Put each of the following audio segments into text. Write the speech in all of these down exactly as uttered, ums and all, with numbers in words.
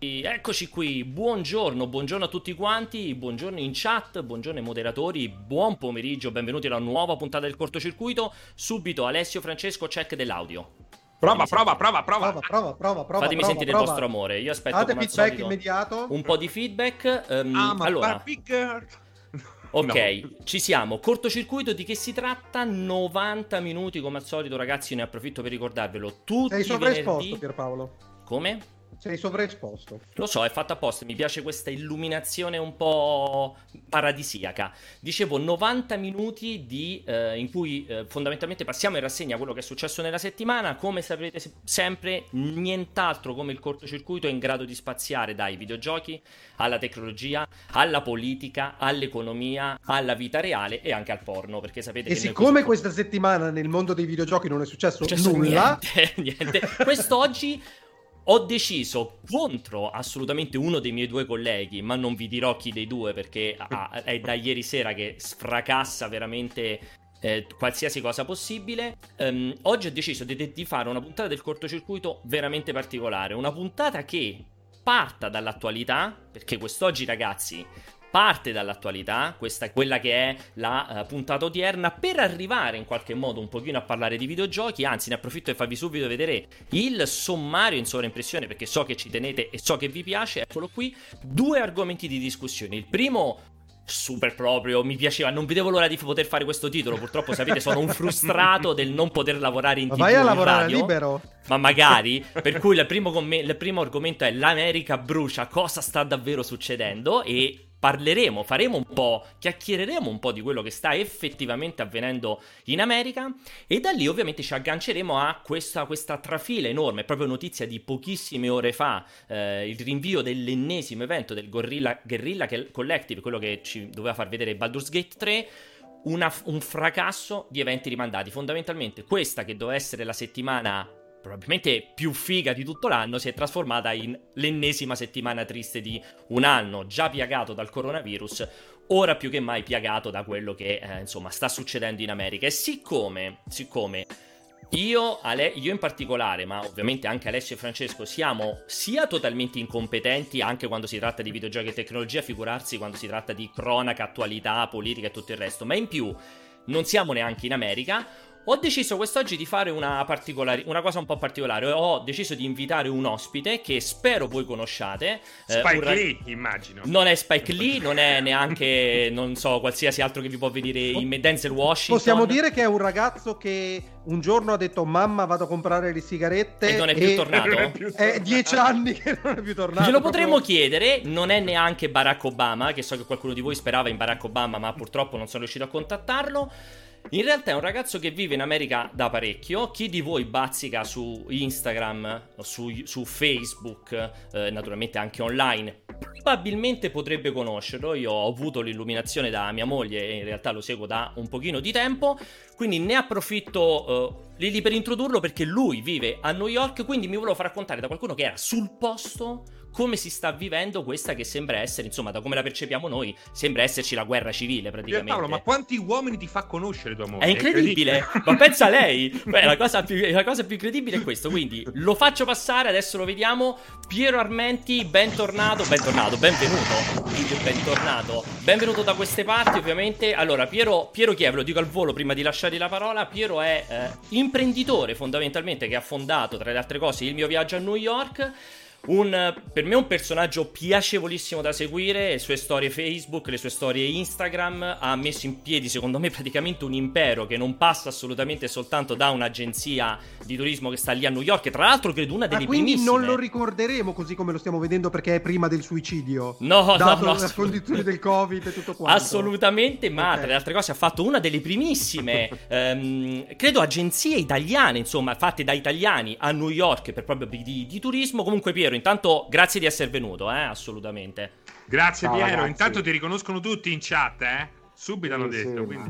Eccoci qui, buongiorno, buongiorno a tutti quanti, buongiorno in chat, buongiorno ai moderatori, buon pomeriggio, benvenuti alla nuova puntata del cortocircuito. Subito Alessio, Francesco, check dell'audio. Prova, prova, prova, prova, prova, prova, prova, prova. Fatemi prova, sentire prova. il vostro amore. Io aspetto Fate come al feedback solito immediato. un po' di feedback. Um, Ah, ma allora, Barbie Girl. ok, No. ci siamo. Cortocircuito, di che si tratta? novanta minuti come al solito, ragazzi. Ne approfitto per ricordarvelo. Tutti Sei i sovraesposto, venerdì. Pierpaolo. Come? Sei sovraesposto. Lo so, è fatto apposta, mi piace questa illuminazione un po' paradisiaca. Dicevo, novanta minuti di, eh, in cui eh, fondamentalmente passiamo in rassegna quello che è successo nella settimana. Come saprete se- sempre, nient'altro come il cortocircuito è in grado di spaziare dai videogiochi alla tecnologia, alla politica, all'economia, alla vita reale e anche al porno, perché sapete E che noi siccome così- questa settimana nel mondo dei videogiochi non è successo, non è successo nulla, niente, niente. Quest'oggi ho deciso contro assolutamente uno dei miei due colleghi, ma non vi dirò chi dei due perché ah, è da ieri sera che sfracassa veramente eh, qualsiasi cosa possibile. Um, oggi ho deciso di, di fare una puntata del cortocircuito veramente particolare, una puntata che parta dall'attualità, perché quest'oggi, ragazzi, parte dall'attualità, questa è quella che è la uh, puntata odierna, per arrivare in qualche modo un pochino a parlare di videogiochi. Anzi, ne approfitto e farvi subito vedere il sommario in sovraimpressione, perché so che ci tenete e so che vi piace. Eccolo qui, due argomenti di discussione. Il primo, super proprio, mi piaceva, non vedevo l'ora di poter fare questo titolo. Purtroppo, sapete, sono un frustrato del non poter lavorare in ma tivù, vai a in lavorare radio. libero. Ma magari, per cui il primo, comm- il primo argomento è l'America brucia, cosa sta davvero succedendo, e parleremo, faremo un po', chiacchiereremo un po' di quello che sta effettivamente avvenendo in America, e da lì ovviamente ci agganceremo a questa, questa trafila enorme, proprio notizia di pochissime ore fa, eh, il rinvio dell'ennesimo evento del Guerrilla, Guerrilla Collective, quello che ci doveva far vedere Baldur's Gate tre. Una, un fracasso di eventi rimandati. Fondamentalmente questa, che doveva essere la settimana probabilmente più figa di tutto l'anno, si è trasformata in l'ennesima settimana triste di un anno già piagato dal coronavirus, ora più che mai piagato da quello che eh, insomma sta succedendo in America. E siccome, siccome io, Ale, io in particolare, ma ovviamente anche Alessio e Francesco, siamo sia totalmente incompetenti anche quando si tratta di videogiochi e tecnologia, figurarsi quando si tratta di cronaca, attualità, politica e tutto il resto, ma in più non siamo neanche in America, ho deciso quest'oggi di fare una particolare, una cosa un po' particolare. Ho deciso di invitare un ospite che spero voi conosciate. Spike eh, un ra- Lee, immagino. Non è Spike Lee, non è neanche, non so, qualsiasi altro che vi può venire in mente, Denzel Washington. Possiamo dire che è un ragazzo che un giorno ha detto mamma vado a comprare le sigarette E non è più tornato? Non è più È dieci anni che non è più tornato. Glielo proprio- potremmo chiedere. Non è neanche Barack Obama, che so che qualcuno di voi sperava in Barack Obama, ma purtroppo non sono riuscito a contattarlo. In realtà è un ragazzo che vive in America da parecchio. Chi di voi bazzica su Instagram, su, su Facebook, eh, naturalmente anche online, probabilmente potrebbe conoscerlo. Io ho avuto l'illuminazione da mia moglie e in realtà lo seguo da un pochino di tempo, quindi ne approfitto eh, lì lì per introdurlo, perché lui vive a New York, quindi mi volevo far raccontare da qualcuno che era sul posto come si sta vivendo questa che sembra essere, insomma, da come la percepiamo noi, sembra esserci la guerra civile praticamente. Paolo, ma quanti uomini ti fa conoscere tua moglie? È incredibile, ma pensa lei. Beh, la cosa più, la cosa più incredibile è questo. Quindi lo faccio passare, adesso lo vediamo. Piero Armenti, bentornato, bentornato, benvenuto. Bentornato, benvenuto da queste parti, ovviamente. Allora, Piero, Piero chi è? Ve lo dico al volo prima di lasciargli la parola. Piero è eh, imprenditore fondamentalmente, che ha fondato, tra le altre cose, Il mio viaggio a New York. Un, per me un personaggio piacevolissimo da seguire, le sue storie Facebook, le sue storie Instagram. Ha messo in piedi, secondo me, praticamente un impero che non passa assolutamente soltanto da un'agenzia di turismo che sta lì a New York, e tra l'altro credo una delle Ah, quindi primissime. non lo ricorderemo così come lo stiamo vedendo perché è prima del suicidio. No, dato no, no, le condizioni del Covid e tutto quanto. Assolutamente, ma Ok. tra le altre cose ha fatto una delle primissime, ehm, credo, agenzie italiane, insomma, fatte da italiani a New York per proprio di, di turismo. Comunque, Piero, intanto grazie di essere venuto, eh, assolutamente. Grazie Ciao, Piero, ragazzi. intanto ti riconoscono tutti in chat, eh? Subito hanno Sì, detto, sì, quindi... ma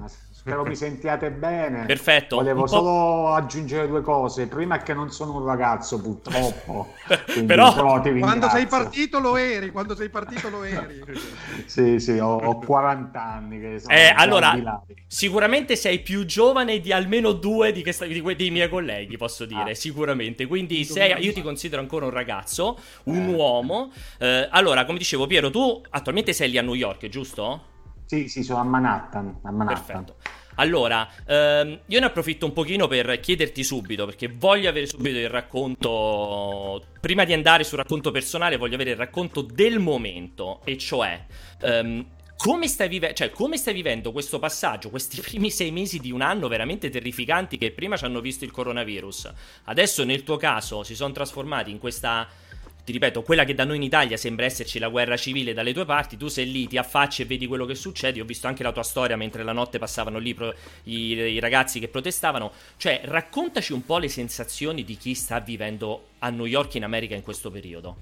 spero mi sentiate bene. Perfetto. Volevo solo aggiungere due cose. Prima, che non sono un ragazzo, purtroppo. Però, però quando sei partito lo eri, quando sei partito lo eri. Sì, sì, ho, ho quaranta anni. Che sono eh, allora, sicuramente sei più giovane di almeno due di, questa, di quei dei miei colleghi, posso dire, ah. sicuramente. Quindi sei, io ti considero ancora un ragazzo, un eh. uomo. Eh, allora, come dicevo, Piero, tu attualmente sei lì a New York, giusto? Sì, sì, sono a Manhattan, a Manhattan. Perfetto. Allora, ehm, io ne approfitto un pochino per chiederti subito, perché voglio avere subito il racconto, prima di andare sul racconto personale, voglio avere il racconto del momento, e cioè, ehm, come stai, vive- cioè, come stai vivendo questo passaggio, questi primi sei mesi di un anno veramente terrificanti che prima ci hanno visto il coronavirus, adesso nel tuo caso si sono trasformati in questa... Ti ripeto, quella che da noi in Italia sembra esserci la guerra civile dalle tue parti, tu sei lì, ti affacci e vedi quello che succede. Ho visto anche la tua storia mentre la notte passavano lì pro- i, i ragazzi che protestavano. Cioè, raccontaci un po' le sensazioni di chi sta vivendo a New York in America in questo periodo.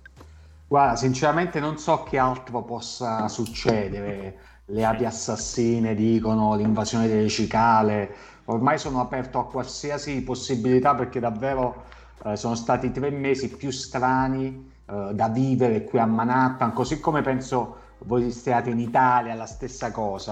Guarda, sinceramente non so che altro possa succedere. Le api assassine dicono, l'invasione delle cicale. Ormai sono aperto a qualsiasi possibilità, perché davvero... Uh, sono stati tre mesi più strani uh, da vivere qui a Manhattan, così come penso voi stiate in Italia, la stessa cosa.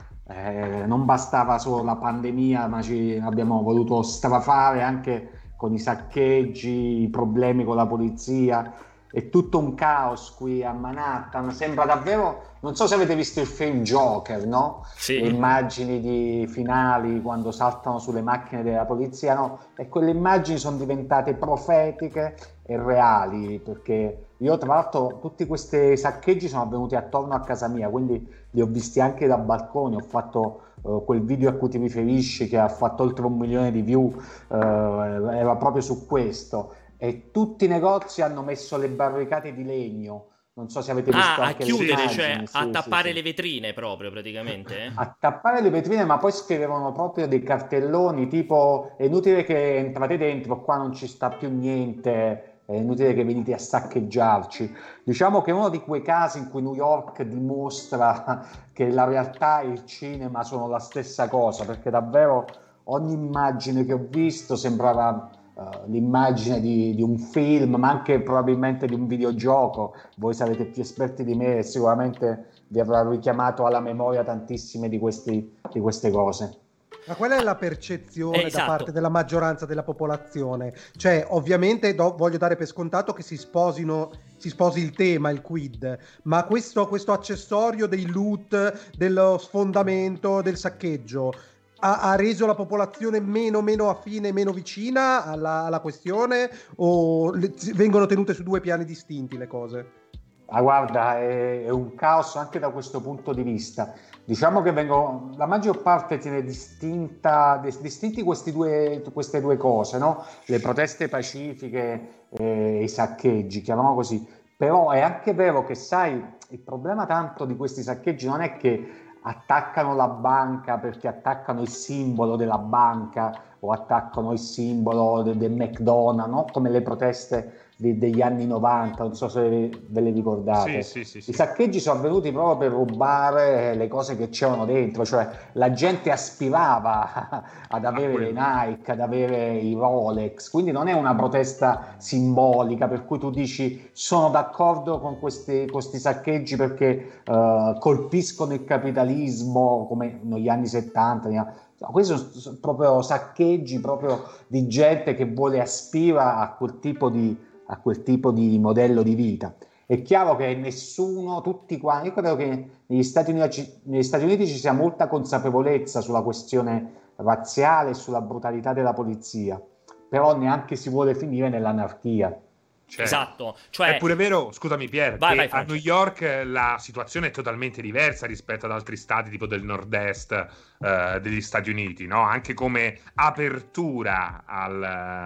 Eh, non bastava solo la pandemia, ma ci abbiamo voluto strafare anche con i saccheggi, i problemi con la polizia. È tutto un caos qui a Manhattan, sembra davvero... Non so se avete visto il film Joker, no? Sì. Le immagini di finali quando saltano sulle macchine della polizia, no? E quelle immagini sono diventate profetiche e reali, perché io tra l'altro tutti questi saccheggi sono avvenuti attorno a casa mia, quindi li ho visti anche da balconi. Ho fatto uh, quel video a cui ti riferisci che ha fatto oltre un milione di view, uh, era proprio su questo, e tutti i negozi hanno messo le barricate di legno. Non so se avete visto ah, anche a chiudere, le immagini, cioè sì, a tappare sì, sì. le vetrine proprio praticamente. A tappare le vetrine, ma poi scrivevano proprio dei cartelloni tipo: è inutile che entrate dentro, qua non ci sta più niente, è inutile che venite a saccheggiarci. Diciamo che è uno di quei casi in cui New York dimostra che la realtà e il cinema sono la stessa cosa, perché davvero ogni immagine che ho visto sembrava Uh, l'immagine di, di un film, ma anche probabilmente di un videogioco. Voi sarete più esperti di me e sicuramente vi avrà richiamato alla memoria tantissime di, questi, di queste cose. Ma qual è la percezione eh, esatto. da parte della maggioranza della popolazione? Cioè, ovviamente do, voglio dare per scontato che si sposino, si sposi il tema, il quid, ma questo, questo accessorio dei loot, dello sfondamento, del saccheggio, Ha, ha reso la popolazione meno, meno affine, meno vicina alla, alla questione, o le, vengono tenute su due piani distinti le cose? Ah, guarda, è, è un caos anche da questo punto di vista. Diciamo che vengono, la maggior parte tiene distinta, distinti questi due, queste due cose, no? Le proteste pacifiche e i saccheggi, chiamiamo così. Però è anche vero che, sai, il problema tanto di questi saccheggi non è che attaccano la banca perché attaccano il simbolo della banca o attaccano il simbolo del, del McDonald's, no? Come le proteste di, degli anni novanta, non so se ve le ricordate. Sì, sì, sì, sì. I saccheggi sono avvenuti proprio per rubare le cose che c'erano dentro, cioè la gente aspirava ad avere le Nike, ad avere i Rolex, quindi non è una protesta simbolica per cui tu dici sono d'accordo con questi, questi saccheggi perché uh, colpiscono il capitalismo come negli anni settanta. No, questi sono proprio saccheggi proprio di gente che vuole aspira a quel tipo di, a quel tipo di modello di vita. È chiaro che nessuno, tutti quanti, io credo che negli Stati Uniti, negli Stati Uniti ci sia molta consapevolezza sulla questione razziale e sulla brutalità della polizia, però neanche si vuole finire nell'anarchia. Cioè, esatto, cioè... è pure vero, scusami Pier, vai, che vai, a New York la situazione è totalmente diversa rispetto ad altri stati tipo del nord-est eh, degli Stati Uniti, no? Anche come apertura al,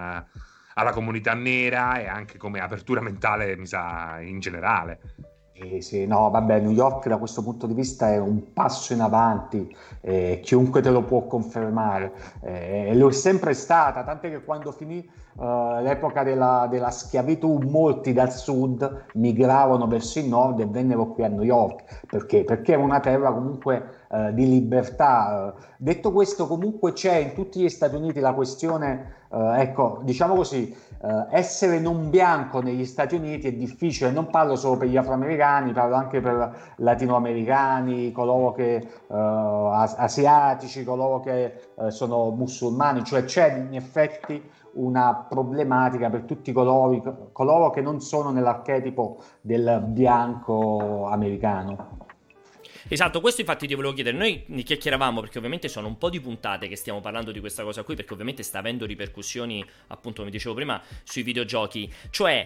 alla comunità nera e anche come apertura mentale, mi sa, in generale. Eh sì, no, vabbè, New York da questo punto di vista è un passo in avanti, eh, chiunque te lo può confermare, eh, lo è sempre stata, tant'è che quando finì uh, l'epoca della, della schiavitù, molti dal sud migravano verso il nord e vennero qui a New York. Perché? Perché era una terra comunque uh, di libertà. Uh, detto questo, comunque c'è in tutti gli Stati Uniti la questione, uh, ecco, diciamo così, uh, essere non bianco negli Stati Uniti è difficile. Non parlo solo per gli afroamericani, parlo anche per latinoamericani, coloro che uh, asiatici, coloro che uh, sono musulmani, cioè c'è in effetti una problematica per tutti coloro, coloro che non sono nell'archetipo del bianco americano. Esatto, questo infatti ti volevo chiedere, noi ne chiacchieravamo perché ovviamente sono un po' di puntate che stiamo parlando di questa cosa qui, perché ovviamente sta avendo ripercussioni, appunto come dicevo prima, sui videogiochi, cioè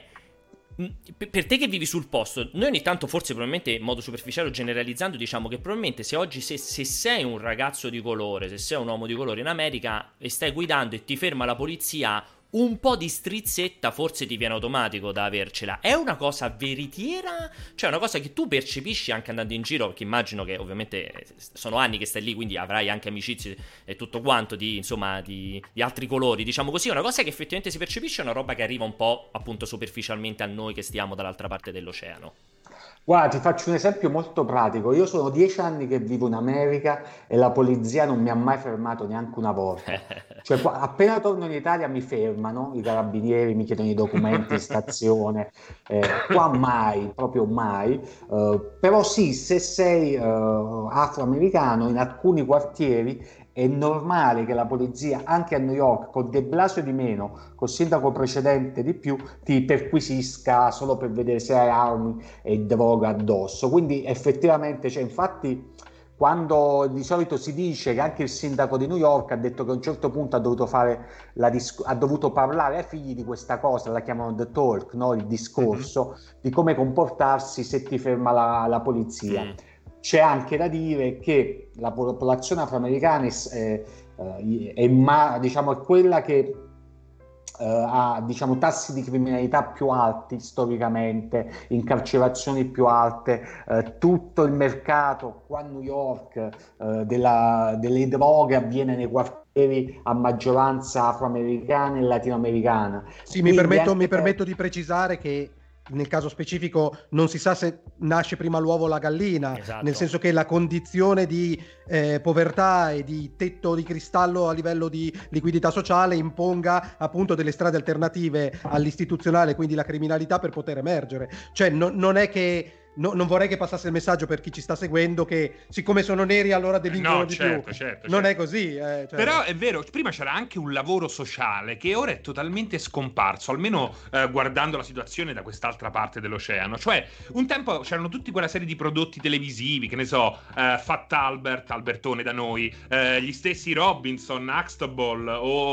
per te che vivi sul posto, noi ogni tanto forse probabilmente in modo superficiale o generalizzando diciamo che probabilmente se oggi se, se sei un ragazzo di colore, se sei un uomo di colore in America e stai guidando e ti ferma la polizia, un po' di strizzetta forse ti viene automatico da avercela. È una cosa veritiera? Cioè una cosa che tu percepisci anche andando in giro, perché immagino che ovviamente sono anni che stai lì, quindi avrai anche amicizie e tutto quanto di, insomma, di, di altri colori, diciamo così. È una cosa che effettivamente si percepisce, è una roba che arriva un po' appunto superficialmente a noi che stiamo dall'altra parte dell'oceano. Guarda, ti faccio un esempio molto pratico. Io sono dieci anni che vivo in America e la polizia non mi ha mai fermato neanche una volta. Cioè, qua- appena torno in Italia mi fermano i carabinieri, mi chiedono i documenti in stazione. Eh, qua mai, proprio mai. Eh, però sì, se sei eh, afroamericano, in alcuni quartieri è normale che la polizia, anche a New York, con De Blasio di meno, col sindaco precedente di più, ti perquisisca solo per vedere se hai armi e droga addosso. Quindi effettivamente, cioè, infatti, quando di solito si dice che anche il sindaco di New York ha detto che a un certo punto ha dovuto fare la dis- ha dovuto parlare ai figli di questa cosa, la chiamano the talk, no? Il discorso mm-hmm. di come comportarsi se ti ferma la, la polizia. Mm. C'è anche da dire che la popolazione afroamericana è, eh, è, ma, diciamo, è quella che eh, ha diciamo, tassi di criminalità più alti storicamente, incarcerazioni più alte, eh, tutto il mercato qua a New York eh, della, delle droghe avviene nei quartieri a maggioranza afroamericana e latinoamericana. Sì, mi permetto, mi permetto di precisare che nel caso specifico non si sa se nasce prima l'uovo o la gallina, esatto. Nel senso che la condizione di eh, povertà e di tetto di cristallo a livello di liquidità sociale imponga appunto delle strade alternative all'istituzionale, quindi la criminalità, per poter emergere. Cioè no, non è che No, non vorrei che passasse il messaggio per chi ci sta seguendo che siccome sono neri allora delinquono no, di certo, più. Certo, non certo. è così. Eh, cioè... Però è vero, prima c'era anche un lavoro sociale che ora è totalmente scomparso, almeno eh, guardando la situazione da quest'altra parte dell'oceano. Cioè, un tempo c'erano tutti quella serie di prodotti televisivi, che ne so, eh, Fat Albert, Albertone da noi, eh, gli stessi Robinson, Huxtable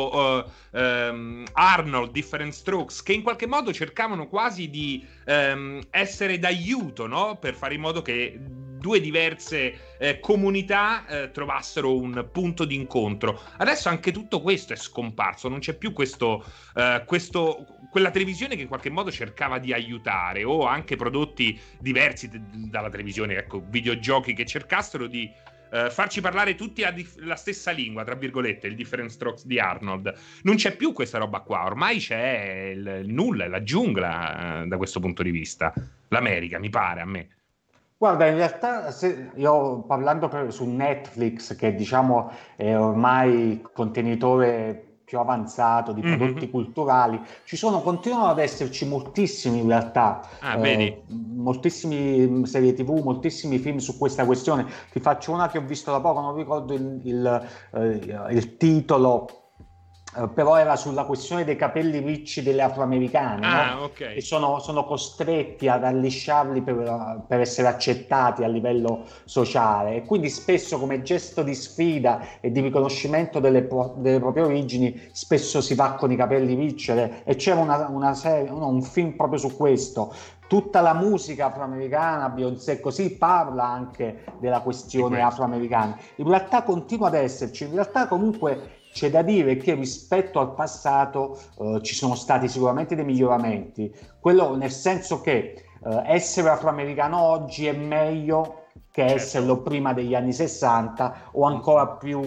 o uh, um, Arnold, Different Strokes, che in qualche modo cercavano quasi di um, essere d'aiuto, no? Per fare in modo che due diverse eh, comunità eh, trovassero un punto di incontro. Adesso anche tutto questo è scomparso, non c'è più questo, eh, questo quella televisione che in qualche modo cercava di aiutare, o anche prodotti diversi d- dalla televisione, ecco, videogiochi che cercassero di eh, farci parlare tutti la, dif- la stessa lingua, tra virgolette, il Different Strokes di Arnold. Non c'è più questa roba qua, ormai c'è il, il nulla, la giungla eh, da questo punto di vista. L'America, mi pare, a me. Guarda, in realtà se io parlando per, su Netflix, che diciamo è ormai contenitore più avanzato di prodotti mm-hmm. culturali, ci sono, continuano ad esserci moltissimi in realtà, ah, eh, moltissimi serie tv, moltissimi film su questa questione. Ti faccio una che ho visto da poco, non ricordo il, il, eh, il titolo, Uh, però era sulla questione dei capelli ricci delle afroamericane, ah, no? Okay. E sono, sono costretti ad allisciarli per, per essere accettati a livello sociale, e quindi spesso come gesto di sfida e di riconoscimento delle, pro, delle proprie origini spesso si va con i capelli ricci, e c'era una, una serie, no, un film proprio su questo. Tutta la musica afroamericana, Beyoncé così, parla anche della questione afroamericana. In realtà continua ad esserci, in realtà comunque c'è da dire che rispetto al passato eh, ci sono stati sicuramente dei miglioramenti, quello nel senso che eh, essere afroamericano oggi è meglio che certo. esserlo prima degli anni sessanta o ancora più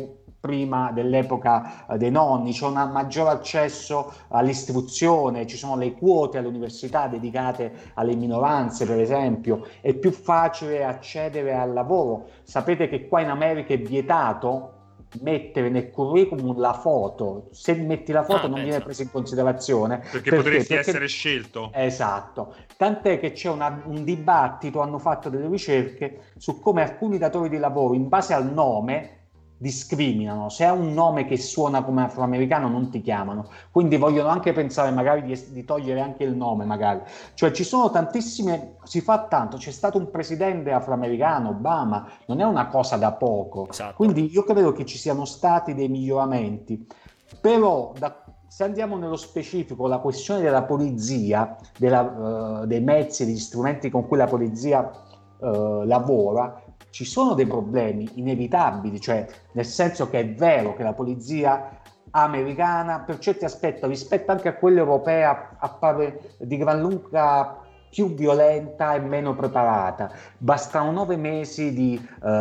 prima dell'epoca dei nonni, c'è un maggior accesso all'istruzione, ci sono le quote all'università dedicate alle minoranze, per esempio, è più facile accedere al lavoro. Sapete che qua in America è vietato mettere nel curriculum la foto, se metti la foto ah, non penso. viene presa in considerazione perché, perché potresti perché... essere scelto. Esatto, tant'è che c'è una, un dibattito, hanno fatto delle ricerche su come alcuni datori di lavoro in base al nome discriminano. Se hai un nome che suona come afroamericano non ti chiamano, quindi vogliono anche pensare magari di, di togliere anche il nome, magari. Cioè ci sono tantissime, si fa tanto, c'è stato un presidente afroamericano, Obama, non è una cosa da poco, Esatto. quindi io credo che ci siano stati dei miglioramenti, però da se andiamo nello specifico, la questione della polizia, della, uh, dei mezzi, degli strumenti con cui la polizia uh, lavora, ci sono dei problemi inevitabili, cioè nel senso che è vero che la polizia americana per certi aspetti rispetto anche a quella europea appare di gran lunga più violenta e meno preparata. Bastano nove mesi di,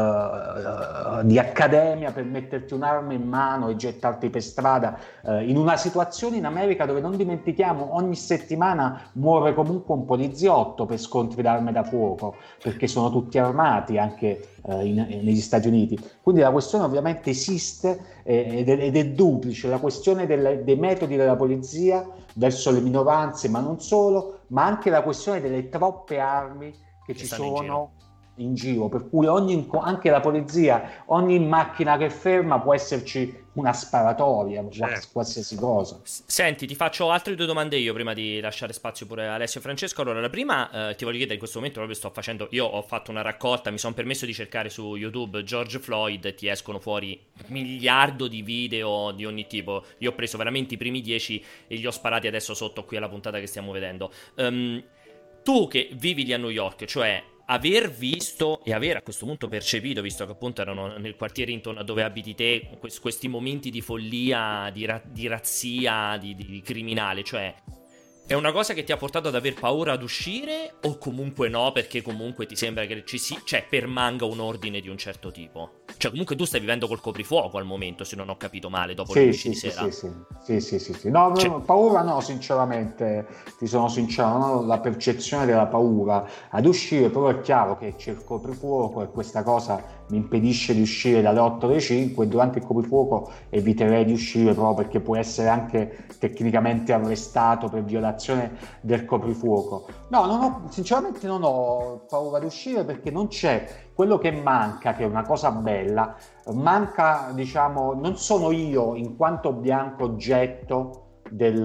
uh, di accademia per metterti un'arma in mano e gettarti per strada uh, in una situazione in America dove, non dimentichiamo, ogni settimana muore comunque un poliziotto per scontri d'arme da fuoco, perché sono tutti armati anche uh, in, negli Stati Uniti. Quindi la questione ovviamente esiste eh, ed, è, ed è duplice, la questione delle, dei metodi della polizia verso le minoranze, ma non solo, ma anche la questione delle troppe armi che, che ci sono in giro. in giro, per cui ogni, anche la polizia, ogni macchina che ferma può esserci una sparatoria, certo. qualsiasi cosa. Senti, ti faccio altre due domande io prima di lasciare spazio pure a Alessio e Francesco. Allora, la prima eh, ti voglio chiedere, in questo momento proprio sto facendo, io ho fatto una raccolta, mi sono permesso di cercare su YouTube George Floyd e ti escono fuori un miliardo di video di ogni tipo. Io ho preso veramente i primi dieci e li ho sparati adesso sotto qui alla puntata che stiamo vedendo. Um, tu che vivi lì a New York, cioè aver visto e aver a questo punto percepito, visto che appunto erano nel quartiere intorno a dove abiti te, questi momenti di follia, di, ra- di razzia, di, di criminale, cioè è una cosa che ti ha portato ad aver paura ad uscire o comunque no, perché comunque ti sembra che ci sia, cioè permanga un ordine di un certo tipo? Cioè comunque tu stai vivendo col coprifuoco al momento, se non ho capito male, dopo sì, le dieci sì, di sì, sera. sì, sì, sì, sì, sì. No, cioè... no, paura no, sinceramente, ti sono sincero, non ho la percezione della paura ad uscire, però è chiaro che c'è il coprifuoco e questa cosa mi impedisce di uscire dalle otto alle cinque, durante il coprifuoco eviterei di uscire proprio perché può essere anche tecnicamente arrestato per violazione del coprifuoco. No, non ho, sinceramente non ho paura di uscire perché non c'è quello che manca, che è una cosa bella, manca, diciamo, non sono io in quanto bianco oggetto del,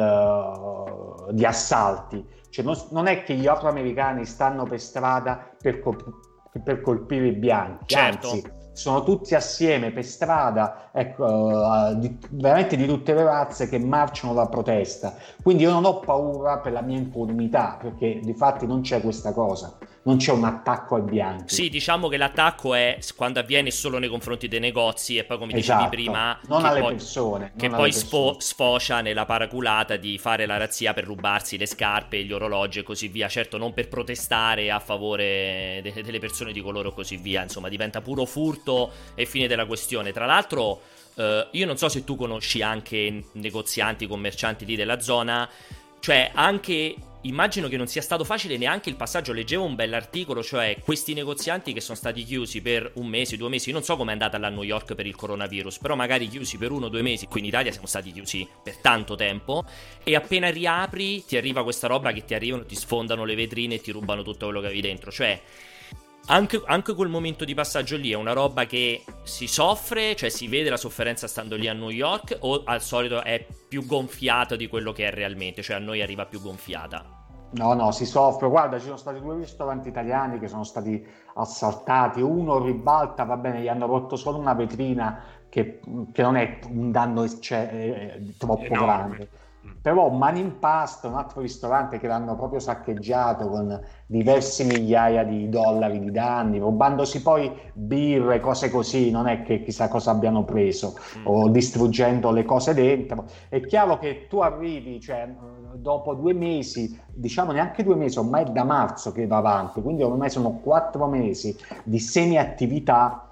uh, di assalti, cioè non, non è che gli afroamericani stanno per strada per, col- per colpire i bianchi, certo. Anzi sono tutti assieme per strada, ecco, uh, di, veramente di tutte le razze che marciano la protesta, quindi io non ho paura per la mia incolumità, perché di fatti non c'è questa cosa, non c'è un attacco ai bianchi. Sì, diciamo che l'attacco è quando avviene solo nei confronti dei negozi e poi, come esatto. dicevi prima, non che alle poi, persone che non poi alle sfo- persone. sfocia nella paraculata di fare la razzia per rubarsi le scarpe, gli orologi e così via, certo non per protestare a favore de- delle persone di colore o così via, insomma diventa puro furto e fine della questione. Tra l'altro eh, io non so se tu conosci anche negozianti, commercianti lì della zona, cioè anche immagino che non sia stato facile neanche il passaggio. Leggevo un bell'articolo, cioè questi negozianti che sono stati chiusi per un mese, due mesi, non so com'è andata là a New York per il coronavirus, però magari chiusi per uno o due mesi. Qui in Italia siamo stati chiusi per tanto tempo e appena riapri ti arriva questa roba che ti arrivano, ti sfondano le vetrine e ti rubano tutto quello che avevi dentro. Cioè Anche, anche quel momento di passaggio lì è una roba che si soffre, cioè si vede la sofferenza stando lì a New York, o al solito è più gonfiata di quello che è realmente, cioè a noi arriva più gonfiata? No, no, si soffre. Guarda, ci sono stati due ristoranti italiani che sono stati assaltati, uno ribalta, va bene, gli hanno rotto solo una vetrina che, che non è un danno cioè, eh, troppo enorme. grande. Però Mani in Pasta, un altro ristorante che l'hanno proprio saccheggiato con diversi migliaia di dollari di danni, rubandosi poi birre, cose così, non è che chissà cosa abbiano preso, mm. o distruggendo le cose dentro. È chiaro che tu arrivi, cioè dopo due mesi, diciamo neanche due mesi, ormai è da marzo che va avanti, quindi ormai sono quattro mesi di semi-attività,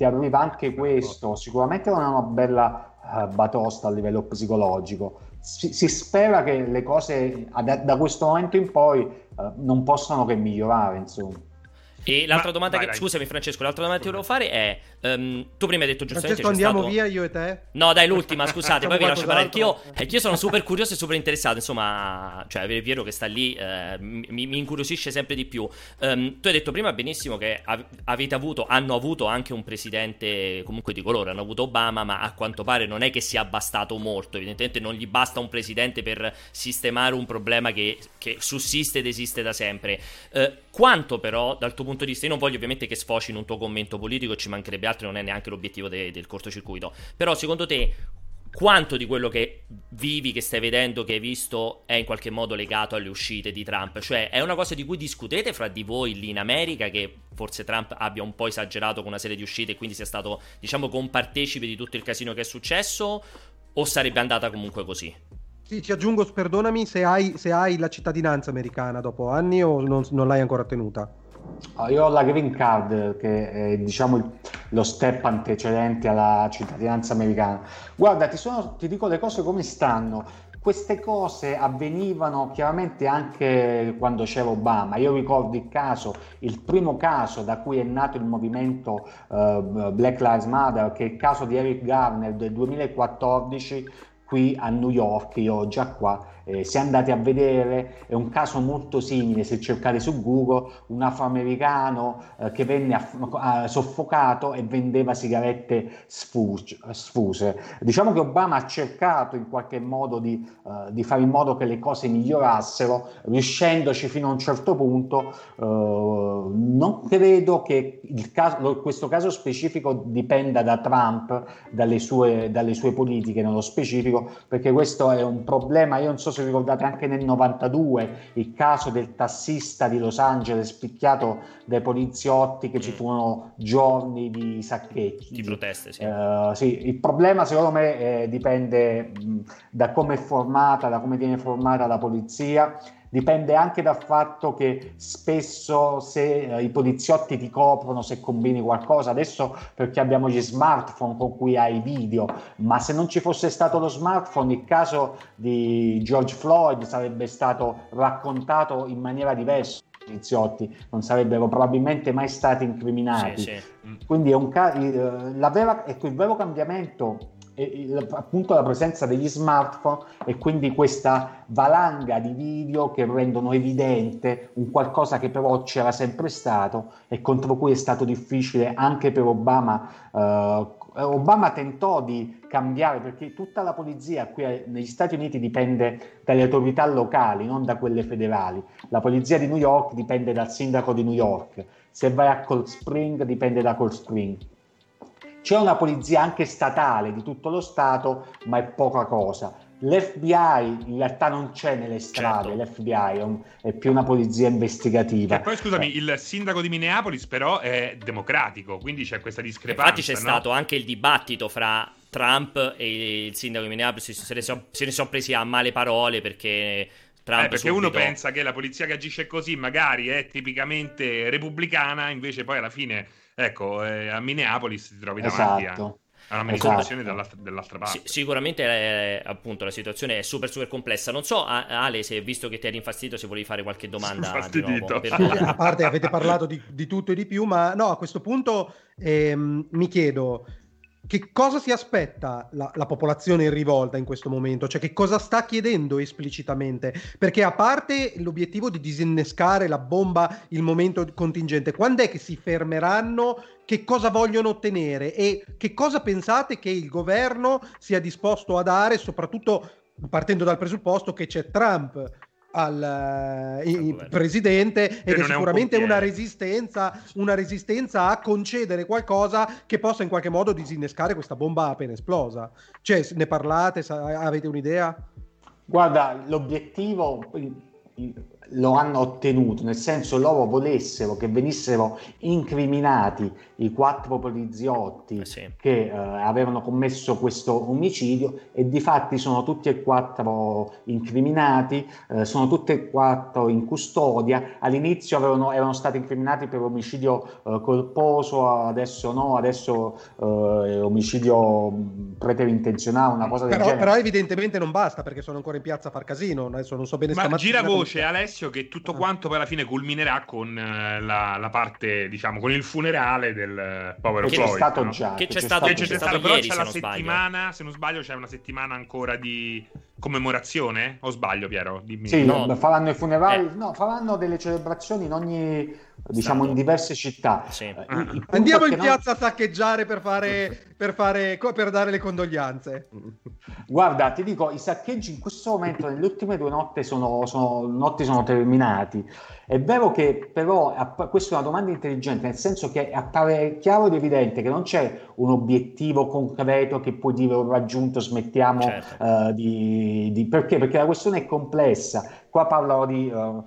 ti arriva anche questo, sicuramente non è una bella uh, batosta a livello psicologico. Si, si spera che le cose da, da questo momento in poi uh, non possano che migliorare, insomma. E l'altra Ma, domanda vai, che vai. scusami Francesco, l'altra domanda che ti volevo fare è um, tu prima hai detto giustamente Francesco, andiamo stato... via io e te? No dai, l'ultima, scusate, poi vi lascio parlare anch'io, qualcos'altro? anch'io sono super curioso e super interessato, insomma, cioè avere Piero che sta lì eh, mi, mi incuriosisce sempre di più. Um, tu hai detto prima benissimo che av- avete avuto, hanno avuto anche un presidente comunque di colore, hanno avuto Obama, ma a quanto pare non è che sia bastato molto, evidentemente non gli basta un presidente per sistemare un problema che, che sussiste ed esiste da sempre. Uh, quanto però, dal tuo punto di vista, io non voglio ovviamente che sfoci in un tuo commento politico, ci mancherebbe altro, non è neanche l'obiettivo de- del cortocircuito, però secondo te quanto di quello che vivi, che stai vedendo, che hai visto è in qualche modo legato alle uscite di Trump? Cioè è una cosa di cui discutete fra di voi lì in America, che forse Trump abbia un po' esagerato con una serie di uscite e quindi sia stato, diciamo, compartecipe di tutto il casino che è successo, o sarebbe andata comunque così? Sì, ci aggiungo, perdonami, se hai, se hai la cittadinanza americana dopo anni o non, non l'hai ancora tenuta? Io ho la green card, che è, diciamo, il- lo step antecedente alla cittadinanza americana. Guarda, ti, sono- ti dico le cose come stanno. Queste cose avvenivano chiaramente anche quando c'era Obama. Io ricordo il caso, il primo caso da cui è nato il movimento eh, Black Lives Matter, che è il caso di Eric Garner del duemilaquattordici qui a New York. Io ho già qua. Eh, se andate a vedere, è un caso molto simile, se cercate su Google, un afroamericano eh, che venne aff- eh, soffocato e vendeva sigarette sfus- sfuse. Diciamo che Obama ha cercato in qualche modo di, eh, di fare in modo che le cose migliorassero, riuscendoci fino a un certo punto. Eh, non credo che il caso, questo caso specifico dipenda da Trump, dalle sue, dalle sue politiche nello specifico, perché questo è un problema. Io non so se ricordate anche nel novantadue il caso del tassista di Los Angeles picchiato dai poliziotti, che ci furono giorni di sacchetti, Di proteste, sì. Uh, sì, il problema secondo me eh, dipende mh, da come è formata, da come viene formata la polizia. Dipende anche dal fatto che spesso se eh, i poliziotti ti coprono se combini qualcosa, adesso perché abbiamo gli smartphone con cui hai video, ma se non ci fosse stato lo smartphone il caso di George Floyd sarebbe stato raccontato in maniera diversa. I poliziotti non sarebbero probabilmente mai stati incriminati. Sì, sì. Quindi è un ca- eh, la vera, ecco, il vero cambiamento è il- appunto la presenza degli smartphone, e quindi questa valanga di video che rendono evidente un qualcosa che però c'era sempre stato e contro cui è stato difficile anche per Obama. eh, Obama tentò di cambiare, perché tutta la polizia qui negli Stati Uniti dipende dalle autorità locali, non da quelle federali. La polizia di New York dipende dal sindaco di New York, se vai a Cold Spring dipende da Cold Spring. C'è una polizia anche statale di tutto lo stato, ma è poca cosa. L'F B I in realtà non c'è nelle strade, Certo. l'F B I è, un- è più una polizia investigativa. E poi scusami, Eh, il sindaco di Minneapolis però è democratico, quindi c'è questa discrepanza. Infatti c'è no? stato anche il dibattito fra Trump e il sindaco di Minneapolis, se ne sono se ne sono presi a male parole perché Trump Eh, perché subito... uno pensa che la polizia che agisce così magari è tipicamente repubblicana, invece poi alla fine, ecco, eh, a Minneapolis ti trovi davanti a, esatto. a un'amministrazione Esatto. dall'altra, dall'altra parte. Sì, sicuramente eh, appunto la situazione è super super complessa. Non so, A- Ale, se visto che ti eri infastidito, se volevi fare qualche domanda di Infastidito. nuovo. Per- Sì, a parte avete parlato di, di tutto e di più, ma no, a questo punto ehm, mi chiedo che cosa si aspetta la, la popolazione in rivolta in questo momento, cioè che cosa sta chiedendo esplicitamente, perché a parte l'obiettivo di disinnescare la bomba, il momento contingente, quando è che si fermeranno, che cosa vogliono ottenere e che cosa pensate che il governo sia disposto a dare, soprattutto partendo dal presupposto che c'è Trump al uh, presidente ed è sicuramente una resistenza una resistenza a concedere qualcosa che possa in qualche modo disinnescare questa bomba appena esplosa. Cioè, ne parlate, sa- avete un'idea? Guarda, l'obiettivo, lo hanno ottenuto, nel senso loro volessero che venissero incriminati i quattro poliziotti eh sì. che eh, avevano commesso questo omicidio, e difatti sono tutti e quattro incriminati, eh, sono tutti e quattro in custodia. All'inizio avevano, erano stati incriminati per omicidio eh, colposo, adesso no, adesso eh, omicidio preterintenzionale, una cosa del però, genere. Però evidentemente non basta, perché sono ancora in piazza a far casino, adesso non so bene. Ma gira voce, come... Alessio, che tutto quanto poi alla fine culminerà con eh, la, la parte, diciamo, con il funerale del eh, povero che Floyd, c'è stato no? già che che c'è c'è stato, stato, Che c'è c'è stato, stato però ieri, c'è se la non sbaglio. settimana, se non sbaglio, c'è una settimana ancora di commemorazione, o sbaglio, Piero? Dimmi. sì, No. faranno i funerali, Eh. no, faranno delle celebrazioni in ogni, diciamo, Stato. in diverse città. Sì. Eh, il- il punto Andiamo è che in non- piazza a saccheggiare per fare, per fare per dare le condoglianze. Guarda, ti dico, i saccheggi in questo momento, nelle ultime due notti sono, sono, notti sono terminati. È vero che però, app- questa è una domanda intelligente, nel senso che appare chiaro ed evidente che non c'è un obiettivo concreto che puoi dire ho raggiunto, smettiamo Certo. eh, di, di... Perché? Perché la questione è complessa. Qua parlano di... eh,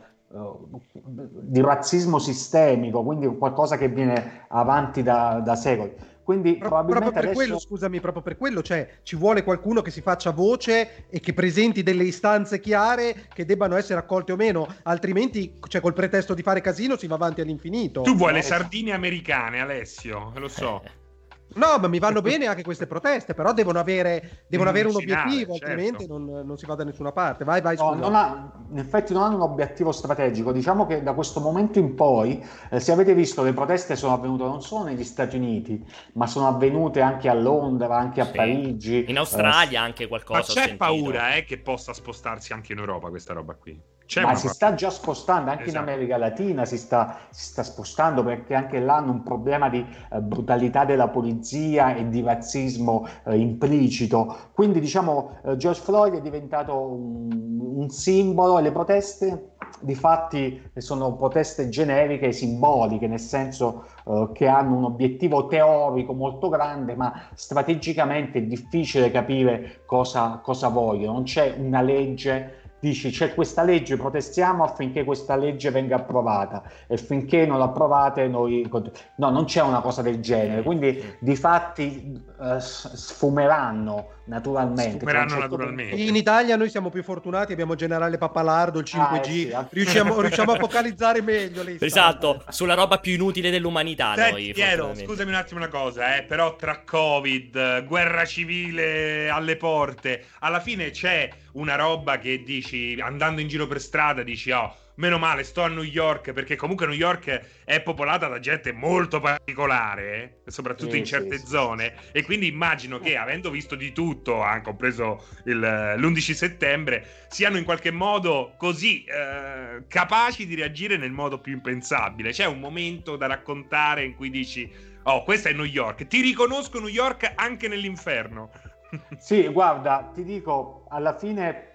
di razzismo sistemico, quindi qualcosa che viene avanti da, da secoli. Quindi Pro- probabilmente proprio per adesso... quello, scusami, proprio per quello, cioè ci vuole qualcuno che si faccia voce e che presenti delle istanze chiare che debbano essere accolte o meno, altrimenti, cioè, col pretesto di fare casino si va avanti all'infinito. Tu vuoi le Eh, sardine americane, Alessio, lo so. No, ma mi vanno bene anche queste proteste, però devono avere, devono avere un Medicinale, obiettivo, certo. altrimenti non, non si va da nessuna parte. Vai, vai, No, scusa. non ha, in effetti non hanno un obiettivo strategico. Diciamo che da questo momento in poi, eh, se avete visto, le proteste sono avvenute non solo negli Stati Uniti, ma sono avvenute anche a Londra, anche a Sì. Parigi. In Australia anche qualcosa Ma ho c'è sentito. paura eh, che possa spostarsi anche in Europa questa roba qui? C'è Ma una si pa- sta già spostando anche Esatto. in America Latina, si sta, si sta spostando, perché anche là hanno un problema di eh, brutalità della polizia e di razzismo eh, implicito. Quindi diciamo eh, George Floyd è diventato un, un simbolo, e le proteste di fatti sono proteste generiche e simboliche, nel senso eh, che hanno un obiettivo teorico molto grande, ma strategicamente è difficile capire cosa, cosa vogliono. Non c'è una legge. Dici c'è questa legge, protestiamo affinché questa legge venga approvata, e finché non l'approvate noi... No, non c'è una cosa del genere, quindi di fatti eh, sfumeranno naturalmente. Sfumeranno Cioè, a un certo naturalmente. In Italia noi siamo più fortunati, abbiamo Generale Pappalardo, il cinque G, Ah, eh sì, eh. riusciamo, riusciamo a focalizzare meglio le istanze. Esatto, sulla roba più inutile dell'umanità. Senti, noi, Piero, fortunatamente. scusami un attimo una cosa, eh, però tra Covid, guerra civile alle porte, alla fine c'è una roba che dici, andando in giro per strada, dici, oh, meno male, sto a New York, perché comunque New York è popolata da gente molto particolare, eh, soprattutto Sì, in certe sì, zone, sì. e quindi immagino che, avendo visto di tutto, anche compreso il, l'undici settembre, siano in qualche modo così eh, capaci di reagire nel modo più impensabile. C'è un momento da raccontare in cui dici, oh, questa è New York, ti riconosco New York anche nell'inferno. Sì, guarda, ti dico, alla fine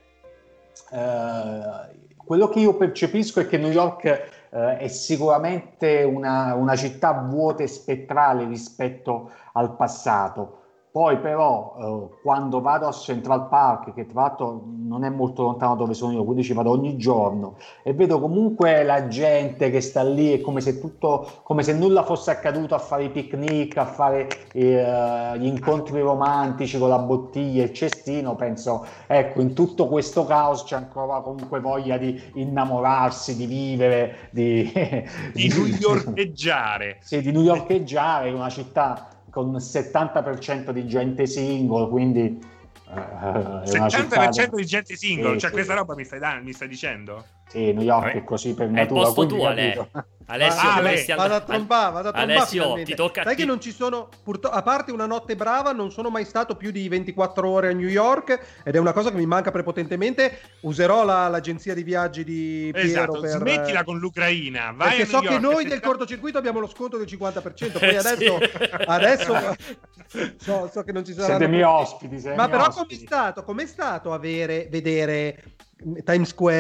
eh, quello che io percepisco è che New York eh, è sicuramente una, una città vuota e spettrale rispetto al passato. Poi però eh, quando vado a Central Park, che tra l'altro non è molto lontano dove sono io, quindi ci vado ogni giorno, e vedo comunque la gente che sta lì, è come se tutto, come se nulla fosse accaduto, a fare i picnic, a fare eh, gli incontri romantici con la bottiglia e il cestino. Penso, ecco, in tutto questo caos c'è ancora comunque voglia di innamorarsi, di vivere, di, Di New Yorkeggiare. sì, di New Yorkeggiare, in una città con il settanta per cento di gente single, quindi eh, è una settanta per cento città... di gente single, Sì, cioè sì. questa roba mi stai, da- mi stai dicendo? Sì, New York Vabbè. è così per È il natura. posto quindi tuo, capito. Ale. Alessio, Ah, dovresti vado a andare- trombare, vado a trombare Alessio, finalmente. ti tocca Sai ti- che non ci sono, purtroppo, a parte una notte brava, non sono mai stato più di ventiquattro ore a New York, ed è una cosa che mi manca prepotentemente. Userò la- l'agenzia di viaggi di Piero Esatto, per... smettila con l'Ucraina, vai perché a so New che York, noi se del sta- cortocircuito abbiamo lo sconto del cinquanta per cento, poi Eh, adesso, sì. adesso so, so che non ci saranno... Siete miei ospiti, siete Ma miei però com'è ospiti. stato, com'è stato avere, vedere Times Square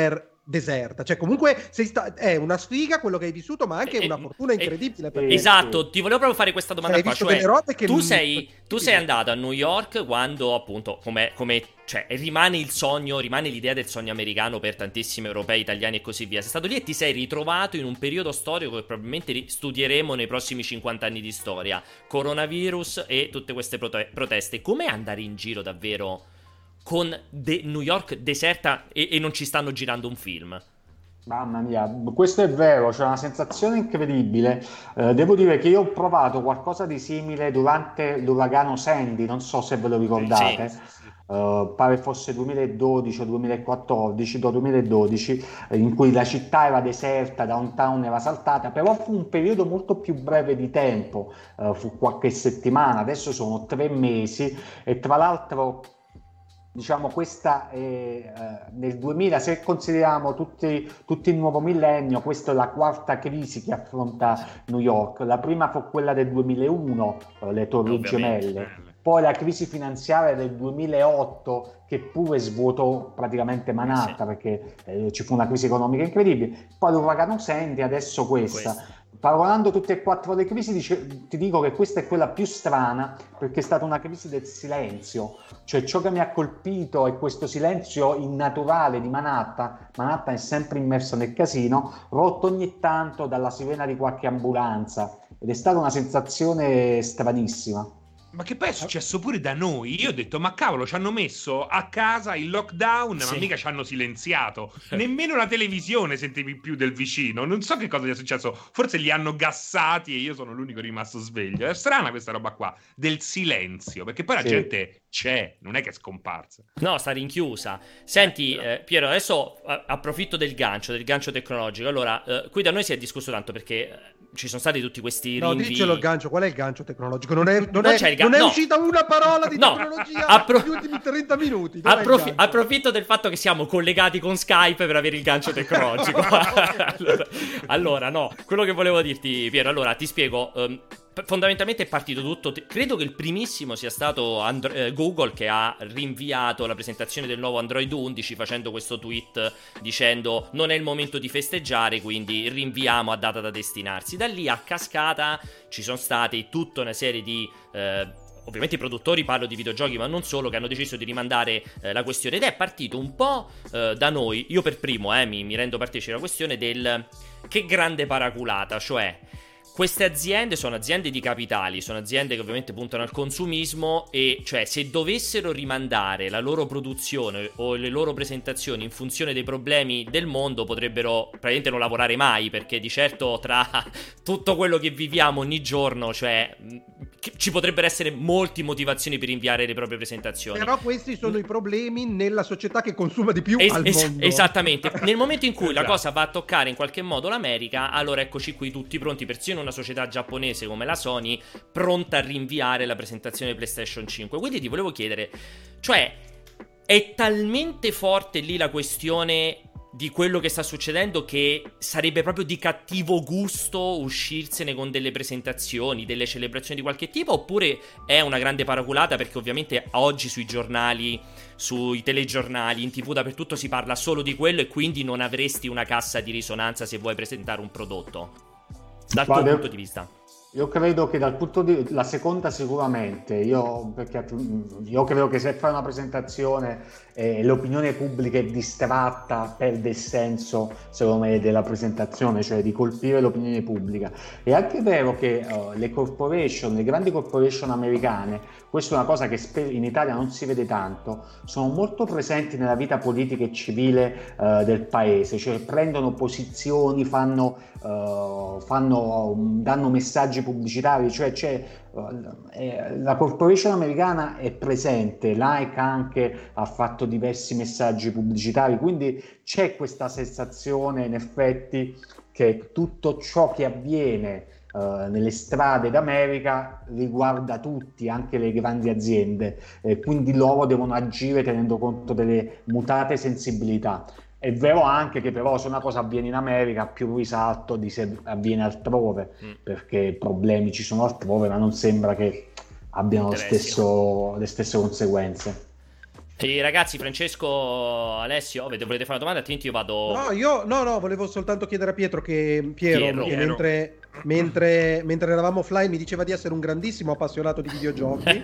deserta, cioè comunque sei sta- è una sfiga quello che hai vissuto, ma anche Eh, una fortuna incredibile eh, per te. esatto, ti volevo proprio fare questa domanda Hai qua, visto cioè delle robe che tu non- sei tu sei andato a New York quando appunto come, come cioè rimane il sogno, rimane l'idea del sogno americano per tantissimi europei, italiani e così via. Sei stato lì e ti sei ritrovato in un periodo storico che probabilmente ri- studieremo nei prossimi cinquanta anni di storia, coronavirus e tutte queste prote- proteste. Com'è andare in giro davvero con de- New York deserta e-, e non ci stanno girando un film? Mamma mia, questo è vero, c'è una sensazione incredibile. Eh, devo dire che io ho provato qualcosa di simile durante l'uragano Sandy, non so se ve lo ricordate. Sì, sì, sì. Uh, pare fosse duemiladodici o duemilaquattordici, do duemiladodici, eh, in cui la città era deserta, downtown era saltata, però fu un periodo molto più breve di tempo, uh, fu qualche settimana, adesso sono tre mesi e tra l'altro diciamo questa è, eh, nel duemila, se consideriamo tutti, tutti il nuovo millennio, questa è la quarta crisi che affronta New York. La prima fu quella del duemilauno, eh, le Torri Ovviamente. Gemelle, poi la crisi finanziaria del duemilaotto che pure svuotò praticamente Manhattan, Sì. perché eh, ci fu una crisi economica incredibile, poi l'uragano Sandy, adesso questa. Questa. Paragonando tutte e quattro le crisi, dice, ti dico che questa è quella più strana perché è stata una crisi del silenzio, cioè ciò che mi ha colpito è questo silenzio innaturale di Manhattan. Manhattan è sempre immersa nel casino, rotto ogni tanto dalla sirena di qualche ambulanza, ed è stata una sensazione stranissima. Ma che poi è successo pure da noi. Io ho detto, ma cavolo, ci hanno messo a casa il lockdown, Sì. ma mica ci hanno silenziato. Nemmeno la televisione sentivi più del vicino. Non so che cosa gli è successo. Forse li hanno gassati e io sono l'unico rimasto sveglio. È strana questa roba qua, del silenzio, perché poi la Sì. gente c'è, non è che è scomparsa. No, sta rinchiusa. Senti, eh, Piero, adesso eh, approfitto del gancio, del gancio tecnologico. Allora, eh, qui da noi si è discusso tanto perché eh, ci sono stati tutti questi No, rinvii. dicelo il gancio, qual è il gancio tecnologico? Non è, non Non è, c'è il ga- non è no. uscita una parola di No. tecnologia Appro- negli ultimi trenta minuti. Dov'è il Approfi- gancio? approfitto del fatto che siamo collegati con Skype per avere il gancio tecnologico. allora, allora, no, quello che volevo dirti, Piero, allora ti spiego. ehm, p- fondamentalmente è partito tutto. t- Credo che il primissimo sia stato Andro- eh, Google, che ha rinviato la presentazione del nuovo Android undici facendo questo tweet dicendo non è il momento di festeggiare, quindi rinviamo a data da destinarsi. Da lì a cascata ci sono state tutta una serie di eh, ovviamente i produttori, parlo di videogiochi ma non solo, che hanno deciso di rimandare eh, la questione, ed è partito un po' eh, da noi. Io per primo eh, mi, mi rendo partecipe della questione del che grande paraculata, cioè queste aziende sono aziende di capitali, sono aziende che ovviamente puntano al consumismo, e cioè se dovessero rimandare la loro produzione o le loro presentazioni in funzione dei problemi del mondo, potrebbero praticamente non lavorare mai, perché di certo tra tutto quello che viviamo ogni giorno, cioè mh, ci potrebbero essere molte motivazioni per rinviare le proprie presentazioni. Però questi sono i problemi nella società che consuma di più Es- al es- mondo. Esattamente. Nel momento in cui la Esatto. cosa va a toccare in qualche modo l'America, allora eccoci qui tutti pronti, persino una società giapponese come la Sony pronta a rinviare la presentazione PlayStation cinque. Quindi ti volevo chiedere, cioè è talmente forte lì la questione di quello che sta succedendo che sarebbe proprio di cattivo gusto uscirsene con delle presentazioni, delle celebrazioni di qualche tipo, oppure è una grande paraculata perché ovviamente oggi sui giornali, sui telegiornali, in tv, dappertutto si parla solo di quello, e quindi non avresti una cassa di risonanza se vuoi presentare un prodotto dal tuo Guarda, punto di vista? Io credo che dal punto di la seconda sicuramente, io, perché io credo che se fai una presentazione e l'opinione pubblica è distratta, perde il senso secondo me della presentazione, cioè di colpire l'opinione pubblica. È anche vero che uh, le corporation, le grandi corporation americane, questa è una cosa che sper- in Italia non si vede tanto, sono molto presenti nella vita politica e civile uh, del paese, cioè prendono posizioni, fanno, uh, fanno danno messaggi pubblicitari, cioè c'è eh, la corporation americana è presente, Nike anche ha fatto diversi messaggi pubblicitari, quindi c'è questa sensazione in effetti che tutto ciò che avviene eh, nelle strade d'America riguarda tutti, anche le grandi aziende, eh, quindi loro devono agire tenendo conto delle mutate sensibilità. È vero anche che però se una cosa avviene in America ha più risalto di se avviene altrove, Mm. perché problemi ci sono altrove, ma non sembra che abbiano lo Interessi. stesso, le stesse conseguenze. Sì, ragazzi, Francesco, Alessio, volete fare una domanda? Altrimenti io vado... No, io no, no, volevo soltanto chiedere a Pietro che Piero, Piero. che Piero. mentre, mentre, mentre eravamo offline mi diceva di essere un grandissimo appassionato di videogiochi.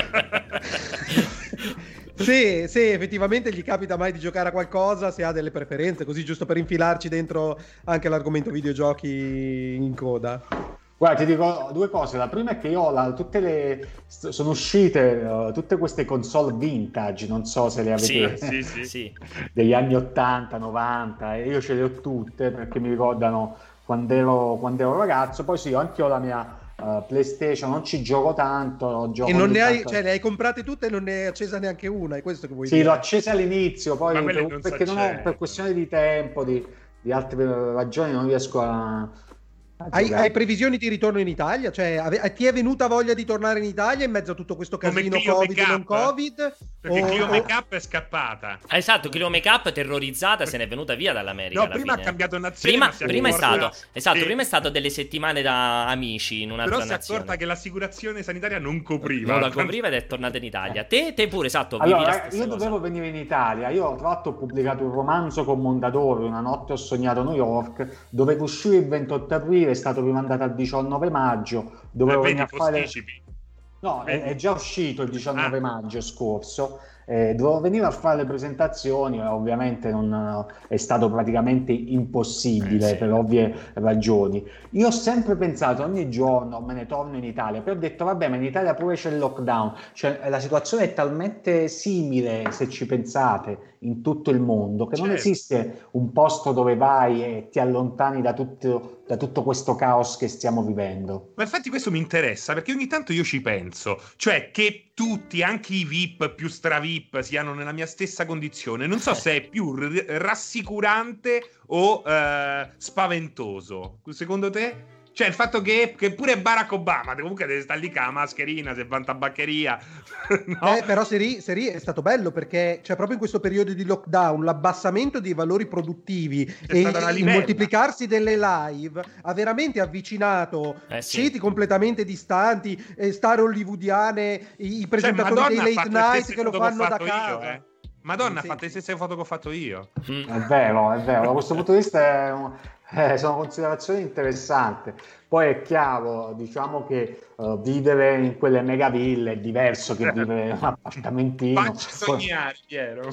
Se, se effettivamente gli capita mai di giocare a qualcosa, se ha delle preferenze, così giusto per infilarci dentro anche l'argomento videogiochi in coda. Guarda, ti dico due cose. La prima è che io ho la, tutte le sono uscite uh, tutte queste console vintage, non so se le avete, sì, sì, sì, sì. degli anni ottanta, novanta, e io ce le ho tutte perché mi ricordano quando ero, quando ero ragazzo. Poi sì, anche io ho la mia uh, PlayStation, non ci gioco tanto, gioco e non ne hai, tanto... cioè, le hai comprate tutte e non ne hai accesa neanche una, è questo che vuoi sì, dire? l'ho accesa all'inizio, poi per, non perché non ho, per questione di tempo, di, di altre ragioni non riesco a... Hai, hai previsioni di ritorno in Italia? Cioè, ave- ti è venuta voglia di tornare in Italia in mezzo a tutto questo casino Covid e non Covid? Perché o... Clio Makeup è scappata. Esatto, Clio Makeup terrorizzata se n'è venuta via dall'America. No, alla prima fine. ha cambiato nazione. Prima, ma si è prima è accorta- stato, esatto, sì. prima è stato delle settimane da amici in un'altra Però si è nazione. accorta che l'assicurazione sanitaria non copriva. Non la copriva ed è tornata in Italia. Te, te pure, esatto, Allora, vivi la stessa io cosa. dovevo venire in Italia. Io tra l'altro ho pubblicato un romanzo con Mondadori, Una notte ho sognato New York, dovevo uscire il ventotto aprile, è stato rimandato al diciannove maggio. Dovevo Eh, venire vedi, a fare... posticipi. No, è, è già uscito il diciannove Ah. maggio scorso. Eh, dovevo venire a fare le presentazioni, eh, ovviamente non, è stato praticamente impossibile Eh, sì. per ovvie ragioni. Io ho sempre pensato ogni giorno me ne torno in Italia, poi ho detto vabbè, ma in Italia pure c'è il lockdown, cioè la situazione è talmente simile, se ci pensate, in tutto il mondo, che non Certo. esiste un posto dove vai e ti allontani da tutto, da tutto questo caos che stiamo vivendo. Ma infatti questo mi interessa perché ogni tanto io ci penso, cioè che tutti, anche i V I P più stra-V I P, siano nella mia stessa condizione. Non so se è più r- rassicurante o eh, spaventoso. Secondo te? Cioè il fatto che, che pure Barack Obama comunque deve stare lì con la mascherina, se va in tabaccheria. No? Eh, però Seri, Seri è stato bello perché cioè, proprio in questo periodo di lockdown l'abbassamento dei valori produttivi C'è e stata una il livella. moltiplicarsi delle live ha veramente avvicinato Eh, sì. siti completamente distanti, eh, star hollywoodiane, i, i Cioè, presentatori Madonna dei ha late fatto le night stesse che lo foto che ho fanno da fatto io, casa. eh. Madonna Sì, ha fatto sì. le stesse foto che ho fatto io. Mm. È vero, è vero, da questo punto di vista è un- eh, sono considerazioni interessanti. Poi è chiaro, diciamo che uh, vivere in quelle megaville è diverso che vivere in un appartamentino. Facci sognare, Piero.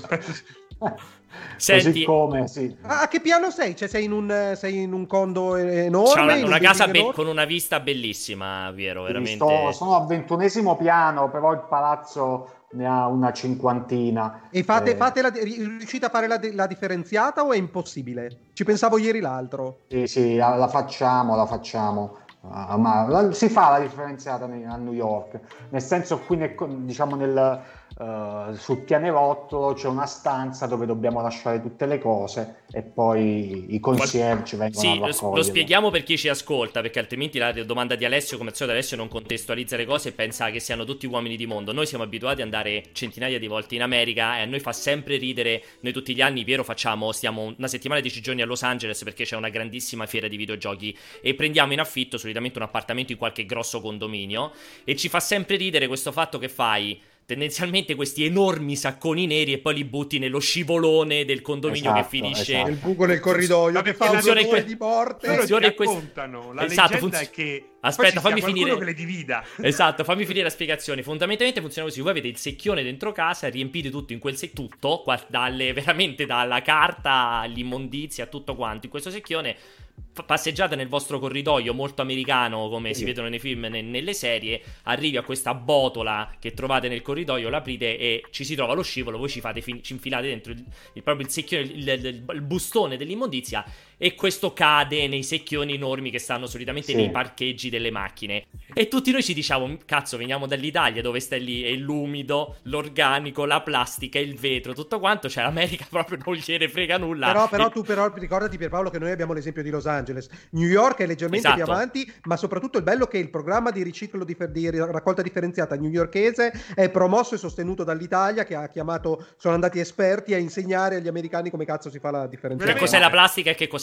Senti- Così come, sì. Ah, a che piano sei? Cioè sei in un, sei in un condo C'ha enorme? una, in un una casa building be- enorme? con una vista bellissima, Piero, Quindi veramente. sto- sono al ventunesimo piano, però il palazzo ne ha una cinquantina. E fate, Eh, fate la, riuscite a fare la, la differenziata o è impossibile? Ci pensavo ieri l'altro. Sì, sì, la, la facciamo, la facciamo. Ah, ma la- si fa la differenziata ne- a New York, nel senso qui nel, diciamo nel, eh, sul pianerottolo c'è una stanza dove dobbiamo lasciare tutte le cose e poi i concierge vengono Sì, a lo, raccogliere. lo spieghiamo per chi ci ascolta, perché altrimenti la domanda di Alessio, come al solito Alessio non contestualizza le cose e pensa che siano tutti uomini di mondo. Noi siamo abituati ad andare centinaia di volte in America e a noi fa sempre ridere. Noi tutti gli anni, Piero, facciamo, stiamo una settimana, dieci giorni a Los Angeles perché c'è una grandissima fiera di videogiochi e prendiamo in affitto solitamente un appartamento in qualche grosso condominio e ci fa sempre ridere questo fatto che fai tendenzialmente questi enormi sacconi neri e poi li butti nello scivolone del condominio Esatto, che finisce esatto. Il buco nel corridoio Ma che perché fa un funziona odore in que- di morte. Loro ti funziona in questo- raccontano, la Esatto, leggenda funz- è che Aspetta, poi ci fammi sia finire. qualcuno che le divida. Esatto, fammi finire la spiegazione. Fondamentalmente funziona così: voi avete il secchione dentro casa, riempite tutto in quel se- tutto, qua- dalle, veramente dalla carta all'immondizia, tutto quanto in questo secchione. F- Passeggiate nel vostro corridoio molto americano, come si vedono nei film e ne- nelle serie. Arrivi a questa botola che trovate nel corridoio, l'aprite e ci si trova lo scivolo. Voi ci fate fin- ci infilate dentro il, il- proprio il secchione, il, il- il bustone dell'immondizia. E questo cade nei secchioni enormi che stanno solitamente Sì. nei parcheggi delle macchine. E tutti noi ci diciamo: cazzo, veniamo dall'Italia dove sta lì, è l'umido, l'organico, la plastica, il vetro, tutto quanto. Cioè, l'America proprio non gliene frega nulla. Però, però E- tu però ricordati, Pierpaolo, che noi abbiamo l'esempio di Los Angeles. New York è leggermente Esatto. più avanti, ma soprattutto il bello è che il programma di riciclo di, di raccolta differenziata newyorkese è promosso e sostenuto dall'Italia, che ha chiamato, sono andati esperti a insegnare agli americani come cazzo si fa la Che differenziazione. cos'è la plastica e che cos'è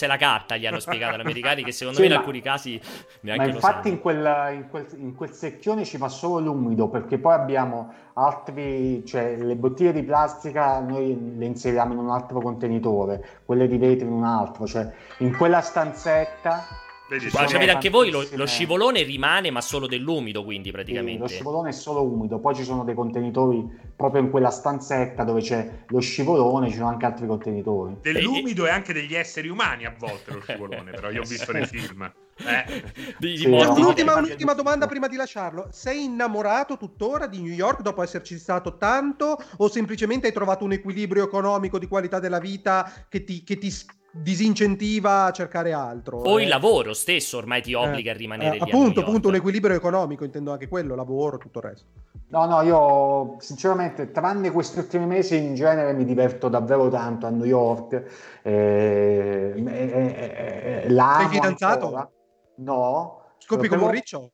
fosse la carta, gli hanno spiegato agli americani, che secondo sì, me in ma, alcuni casi ma neanche lo infatti sanno. in quel, in, quel, in quel secchione ci fa solo l'umido, perché poi abbiamo altri, cioè le bottiglie di plastica noi le inseriamo in un altro contenitore, quelle di vetro in un altro, cioè in quella stanzetta. Vedi, Ma capite anche voi, lo, lo scivolone rimane ma solo dell'umido, quindi praticamente. Sì, lo scivolone è solo umido, poi ci sono dei contenitori proprio in quella stanzetta dove c'è lo scivolone, ci sono anche altri contenitori. Dell'umido e anche degli esseri umani a volte lo scivolone, però io ho visto nei film. Eh. Di, di Sì, morti. Un'ultima, no, un'ultima no. domanda prima di lasciarlo. Sei innamorato tuttora di New York dopo esserci stato tanto, o semplicemente hai trovato un equilibrio economico di qualità della vita che ti, che ti disincentiva a cercare altro? O eh? il lavoro stesso ormai ti obbliga Eh, a rimanere eh, lì a appunto, New York. appunto un equilibrio economico, intendo anche quello, lavoro, tutto il resto. No, no, io sinceramente, tranne questi ultimi mesi, in genere mi diverto davvero tanto a New York. Eh, eh, eh, eh, la Sei amo fidanzato? ancora. No. Scopi però- come un riccio?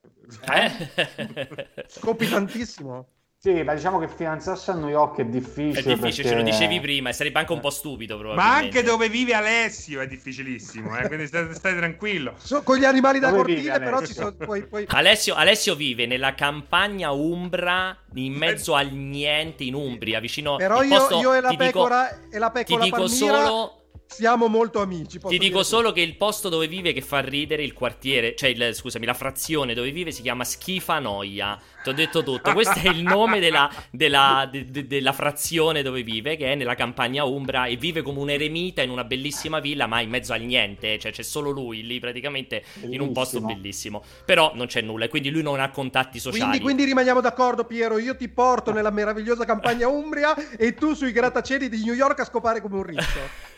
Eh? Scopi tantissimo. Sì, ma diciamo che fidanzarsi a New York è È difficile. difficile, ce perché- lo dicevi prima, e sarebbe anche un po' stupido Ma probabilmente. anche dove vive Alessio è difficilissimo, eh? Quindi stai, stai tranquillo. So- con gli animali da Dove vivi, cortile, però ci Alessio? sono poi, poi... Alessio, Alessio vive nella campagna umbra, in mezzo al niente in Umbria, vicino Però il io, posto, io e la ti dico- pecora e la ti pecora dico Palmira solo siamo molto amici. posso Ti dico dire solo che il posto dove vive, che fa ridere, il quartiere, cioè il, scusami, la frazione dove vive si chiama Schifanoia. Ti ho detto tutto. Questo è il nome della, della, de- de- della frazione dove vive, che è nella campagna umbra, e vive come un eremita in una bellissima villa, ma in mezzo al niente. Cioè c'è solo lui lì praticamente, in un posto Bellissimo. bellissimo. Però non c'è nulla, e quindi lui non ha contatti sociali. Quindi, quindi rimaniamo d'accordo, Piero. Io ti porto nella meravigliosa campagna Umbria e tu sui grattacieli di New York a scopare come un riccio.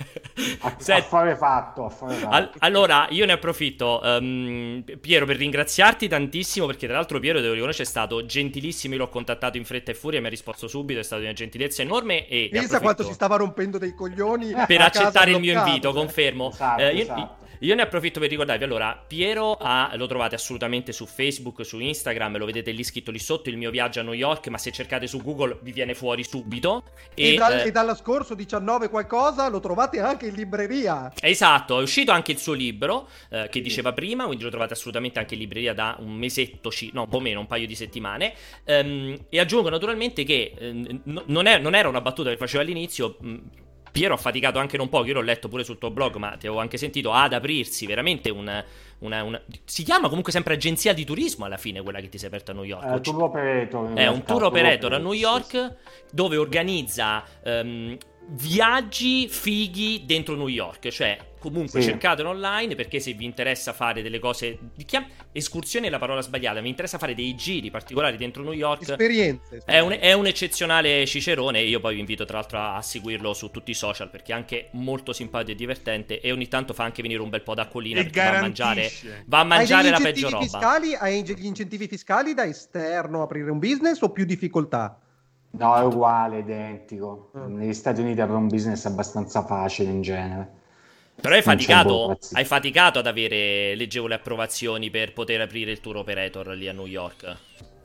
A, Senti- a fare fatto, a fare fatto. Al- allora, io ne approfitto, ehm, Piero, per ringraziarti tantissimo, perché tra l'altro Piero, devo riconoscere, è stato gentilissimo. Io l'ho contattato in fretta e furia e mi ha risposto subito, è stata una gentilezza enorme. E ne Pensa approfitto quanto si stava rompendo dei coglioni per a casa accettare il mio bloccato, invito, cioè. confermo. Esatto, Eh, io, esatto. io ne approfitto per ricordarvi, allora, Piero ha- lo trovate assolutamente su Facebook, su Instagram, lo vedete lì scritto lì sotto, il mio viaggio a New York, ma se cercate su Google vi viene fuori subito. E, E, dal- eh, e dallo scorso diciannove qualcosa lo trovate anche in libreria. Esatto, è uscito anche il suo libro, eh, che diceva prima, quindi lo trovate assolutamente anche in libreria da un mesetto, ci- no, un po' meno, un paio di settimane. Ehm, e aggiungo naturalmente che eh, n- non, è- non era una battuta che facevo all'inizio. mh, Piero ha faticato anche non poco, io l'ho letto pure sul tuo blog, ma ti avevo anche sentito, ad aprirsi veramente un... Una, una- si chiama comunque sempre agenzia di turismo alla fine, quella che ti sei aperta a New York. Eh, tour operator, in È un realtà, tour operator a New sì, York, sì. dove organizza ehm, viaggi fighi dentro New York. Cioè, comunque Sì. cercatelo online, perché se vi interessa fare delle cose di chiam- escursione è la parola sbagliata, mi interessa fare dei giri particolari dentro New York. Esperienze. È un, è un eccezionale cicerone, e io poi vi invito tra l'altro a, a seguirlo su tutti i social, perché è anche molto simpatico e divertente, e ogni tanto fa anche venire un bel po' d'acquolina, E perché va a mangiare, garantisce. va a mangiare Hai la degli peggio incentivi roba. fiscali? Hai gli incentivi fiscali da esterno aprire un business o più difficoltà? No, è uguale, identico. Mm. Negli Stati Uniti avere un business abbastanza facile in genere. Però hai Non c'è faticato, burocrazia. hai faticato ad avere, leggevo, le approvazioni per poter aprire il tour operator lì a New York.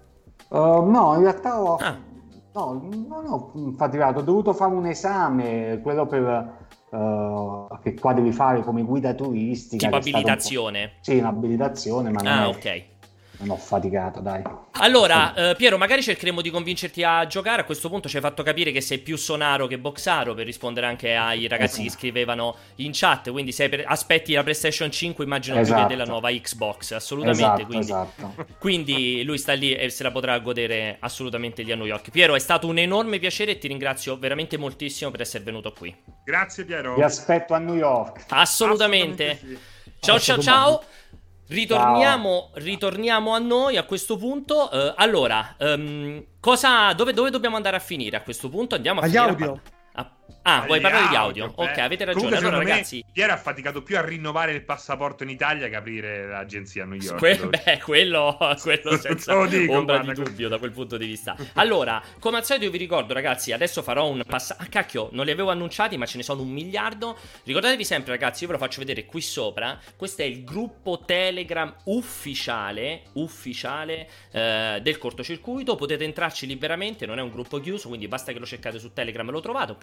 Uh, no, in realtà ho, Ah. no, non ho faticato, ho dovuto fare un esame, quello per uh, che qua devi fare come guida turistica. Tipo che è stato un po'- abilitazione. Sì, un'abilitazione, ma non, Ah, è- ok. non ho faticato, dai. Allora, eh, Piero, magari cercheremo di convincerti a giocare. A questo punto ci hai fatto capire che sei più Sonaro che Boxaro, per rispondere anche ai ragazzi che scrivevano in chat. Quindi sei per- aspetti la PlayStation cinque, immagino più Esatto. che della nuova Xbox, assolutamente. Esatto, quindi, esatto. quindi lui sta lì e se la potrà godere assolutamente lì a New York. Piero, è stato un enorme piacere e ti ringrazio veramente moltissimo per essere venuto qui. Grazie Piero. Vi aspetto a New York. Assolutamente. Assolutamente sì. Ciao, ciao, ciao. Ritorniamo, Ciao. ritorniamo a noi a questo punto. Eh, allora, ehm, cosa, dove, dove dobbiamo andare a finire a questo punto? Andiamo a Agli finire a audio. par- a- ah, vuoi Agli parlare di audio, audio? beh. Ok, avete ragione. Comunque, Allora, secondo me, ragazzi, Piero ha faticato più a rinnovare il passaporto in Italia che aprire l'agenzia a New York. Que- beh, quello, quello senza Te lo dico, ombra guarda, di dubbio da quel punto di vista. Allora, come al solito io vi ricordo, ragazzi, adesso farò un passaggio. Ah, cacchio, non li avevo annunciati, ma ce ne sono un miliardo. Ricordatevi sempre, ragazzi, io ve lo faccio vedere qui sopra. Questo è il gruppo Telegram ufficiale, ufficiale eh, del cortocircuito. Potete entrarci liberamente, non è un gruppo chiuso, quindi basta che lo cercate su Telegram e lo trovate. Oppure se preferite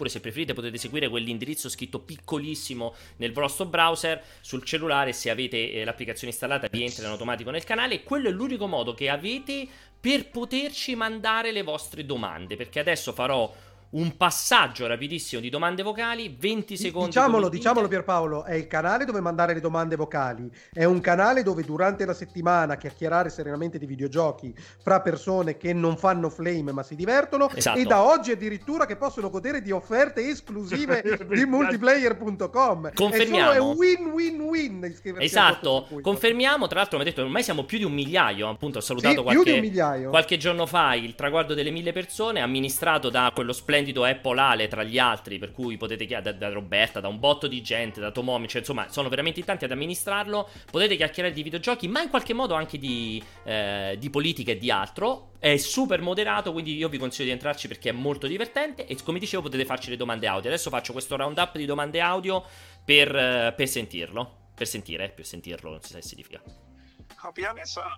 preferite, potete seguire quell'indirizzo scritto piccolissimo nel vostro browser, sul cellulare. Se avete eh, l'applicazione installata vi entra in automatico nel canale, e quello è l'unico modo che avete per poterci mandare le vostre domande, perché adesso farò un passaggio rapidissimo di domande vocali, venti secondi. Diciamolo, diciamolo Pierpaolo, è il canale dove mandare le domande vocali, è un canale dove durante la settimana chiacchierare serenamente di videogiochi fra persone che non fanno flame ma si divertono, esatto. E da oggi addirittura che possono godere di offerte esclusive di multiplayer punto com. Confermiamo. È, solo, è un win win win. Esatto, confermiamo. Tra l'altro mi ha detto ormai siamo più di un migliaio, appunto ho salutato sì, qualche, qualche giorno fa il traguardo delle mille persone, amministrato da quello splendido Apple Ale tra gli altri, per cui potete chiedere da, da Roberta, da un botto di gente, da Tomomi, cioè insomma sono veramente in tanti ad amministrarlo. Potete chiacchierare di videogiochi, ma in qualche modo anche di, eh, di politica e di altro. È super moderato, quindi io vi consiglio di entrarci perché è molto divertente, e come dicevo potete farci le domande audio. Adesso faccio questo round up di domande audio per, uh, per sentirlo, per sentire, per sentirlo, non si sa che significa. Oh, piano sa,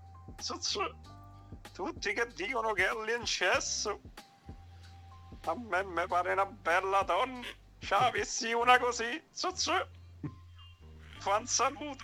tutti che dicono che è all'incesso. A me mi pare una bella donna. Se avessi una così, zuzzu. Fa un saluto.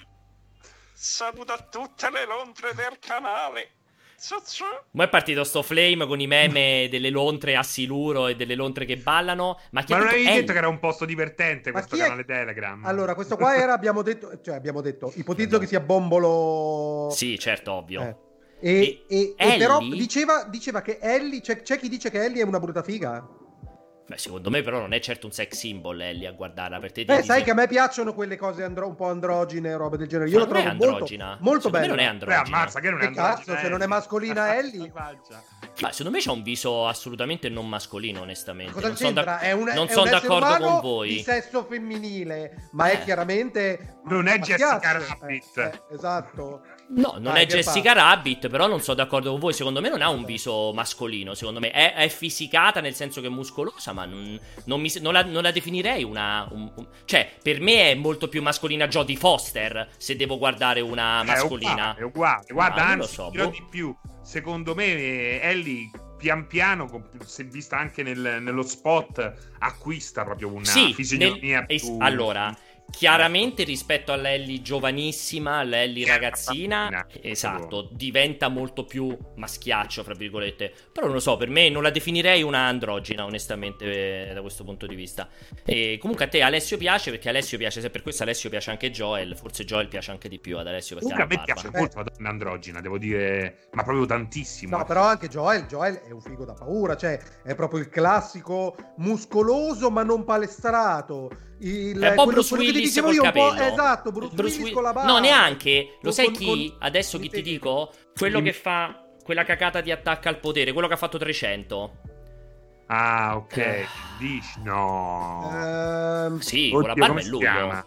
Saluto a tutte le lontre del canale. Zuzzu. Ma è partito sto flame con i meme delle lontre a siluro e delle lontre che ballano. Ma, chi ma non detto? avevi È... detto che era un posto divertente ma questo è... canale Telegram? Allora, questo qua era, abbiamo detto, cioè abbiamo detto, ipotizzo che sia Bombolo. Sì, certo, ovvio. Eh. E, e, e, e però diceva, diceva che Ellie, c'è, c'è chi dice che Ellie è una brutta figa. Beh, secondo me però non è certo un sex symbol Ellie a guardarla per te. Beh, sai che a me piacciono quelle cose andro- un po' androgine e robe del genere. Io ma lo non trovo è androgina. molto, molto bello. Non è androgina. Beh, ammazza, che non è che cazzo, androgina, se non è mascolina Ellie. Ma secondo me c'ha un viso assolutamente non mascolino, onestamente. Cosa non sono da- è un, non è son un d'accordo con voi. Di sesso femminile, ma eh. è chiaramente non è Jessica Rabbit. Eh, eh, esatto. No, non Dai, è Jessica fa? Rabbit, però non sono d'accordo con voi. Secondo me non ha un viso mascolino. Secondo me è, è fisicata nel senso che è muscolosa, ma non, non, mi, non, la, non la definirei una. Un, un, cioè, per me è molto più mascolina Jodie Foster. Se devo guardare una mascolina, è uguale. È uguale. Guarda, no, anzi, so, dirò boh. di più. Secondo me, Ellie, pian piano, se vista anche nel, nello spot, acquista proprio una sì, fisionomia nel, più. Allora. Chiaramente rispetto alla Ellie giovanissima, alla Ellie ragazzina, esatto, diventa molto più maschiaccio, fra virgolette. Però non lo so, per me non la definirei una androgina, onestamente, da questo punto di vista. E comunque a te Alessio piace, perché Alessio piace, se per questo Alessio piace anche Joel, forse Joel piace anche di più ad Alessio perché comunque a me ha piace barba. molto la donna androgina, devo dire, ma proprio tantissimo. No, però anche Joel, Joel è un figo da paura, cioè è proprio il classico muscoloso ma non palestrato. Il, è un po' quello, Bruce quello Willis dicevo col io, capello. Un po', esatto, Bruce, Bruce Willis Will... con la barba. No, neanche. Lo con, sai con, chi? con... Adesso chi ti dico? Quello che fa quella cacata di attacca al potere, quello che ha fatto trecento. Ah, ok. Eh. Dici no. Uh, sì, Oddio, con la barba è lui.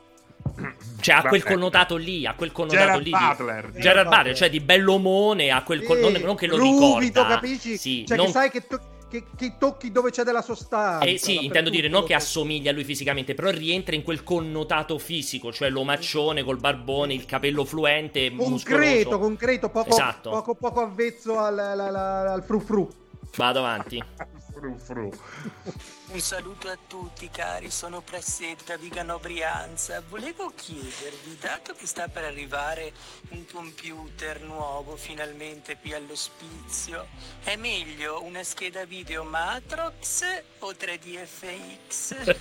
Cioè ha quel connotato lì, ha quel connotato Gerard lì Butler, di... Gerard Butler, cioè di bell'omone, ha quel sì, con... non, non che lo ruvido, ricorda, capisci? sì, cioè non... che sai che, to- che, che tocchi dove c'è della sostanza. Eh sì, intendo dire non che assomiglia a lui fisicamente, però rientra in quel connotato fisico, cioè l'omaccione col barbone, il capello fluente, concreto, muscoloso. concreto, poco, esatto. poco, poco avvezzo al, al, al, al fru fru. Vado avanti. fru fru. Un saluto a tutti cari, sono Pressetta di Gano Brianza. Volevo chiedervi, dato che sta per arrivare un computer nuovo finalmente qui all'ospizio, è meglio una scheda video Matrox o tre D F X?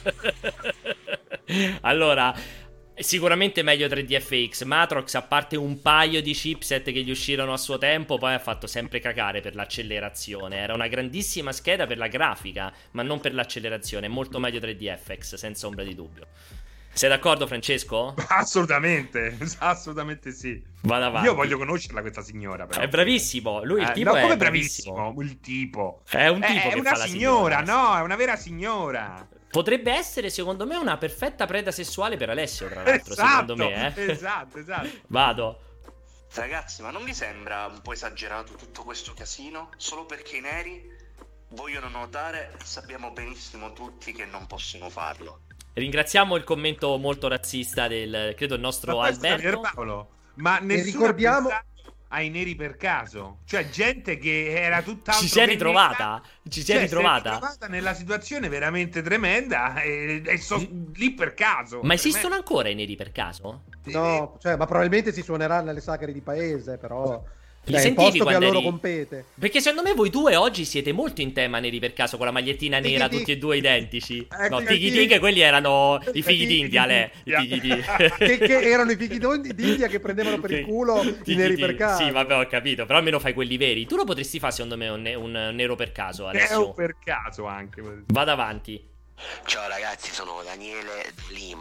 Allora, sicuramente meglio tre D F X. Matrox, a parte un paio di chipset che gli uscirono a suo tempo, poi ha fatto sempre cagare per l'accelerazione. Era una grandissima scheda per la grafica, ma non per l'accelerazione. È molto meglio tre D F X, senza ombra di dubbio. Sei d'accordo, Francesco? Assolutamente, assolutamente sì. Vado avanti. Io voglio conoscerla questa signora, però. È bravissimo. Lui il eh, tipo no, è come bravissimo. bravissimo. Il tipo. È un tipo è che una fa la signora, signora, no, è una vera signora. Potrebbe essere, secondo me, una perfetta preda sessuale per Alessio, tra l'altro, esatto, secondo me, eh. Esatto, esatto. Vado. Ragazzi, ma non vi sembra un po' esagerato tutto questo casino? Solo perché i neri vogliono nuotare, sappiamo benissimo tutti che non possono farlo. Ringraziamo il commento molto razzista del, credo, il nostro ma Alberto. Paolo, ma e ricordiamo, ai neri per caso, cioè gente che era tutt'altro ci si è che ritrovata nera, ci si è cioè, ritrovata si è ritrovata nella situazione veramente tremenda e, e so, lì per caso. ma esistono ancora i neri per caso? No, cioè, ma probabilmente si suonerà nelle sagre di paese, però Li cioè, è il sentivi posto che a quando loro eri- compete. Perché secondo me voi due oggi siete molto in tema neri per caso, con la magliettina Tighi nera, tighi. tutti e due identici. Ecco, No, i Tighi tighi. Tighi, quelli erano i figli Tighi d'India, le. I d'India. Tighi Tighi. che, che erano i fighi d'On- d'India che prendevano per il culo Tighi i neri Tighi. per caso. Sì, vabbè, ho capito, però almeno fai quelli veri. Tu lo potresti fare secondo me un, ne- un nero per caso, Nero Alessio. per caso anche. Vado avanti. Ciao ragazzi, sono Daniele Lima.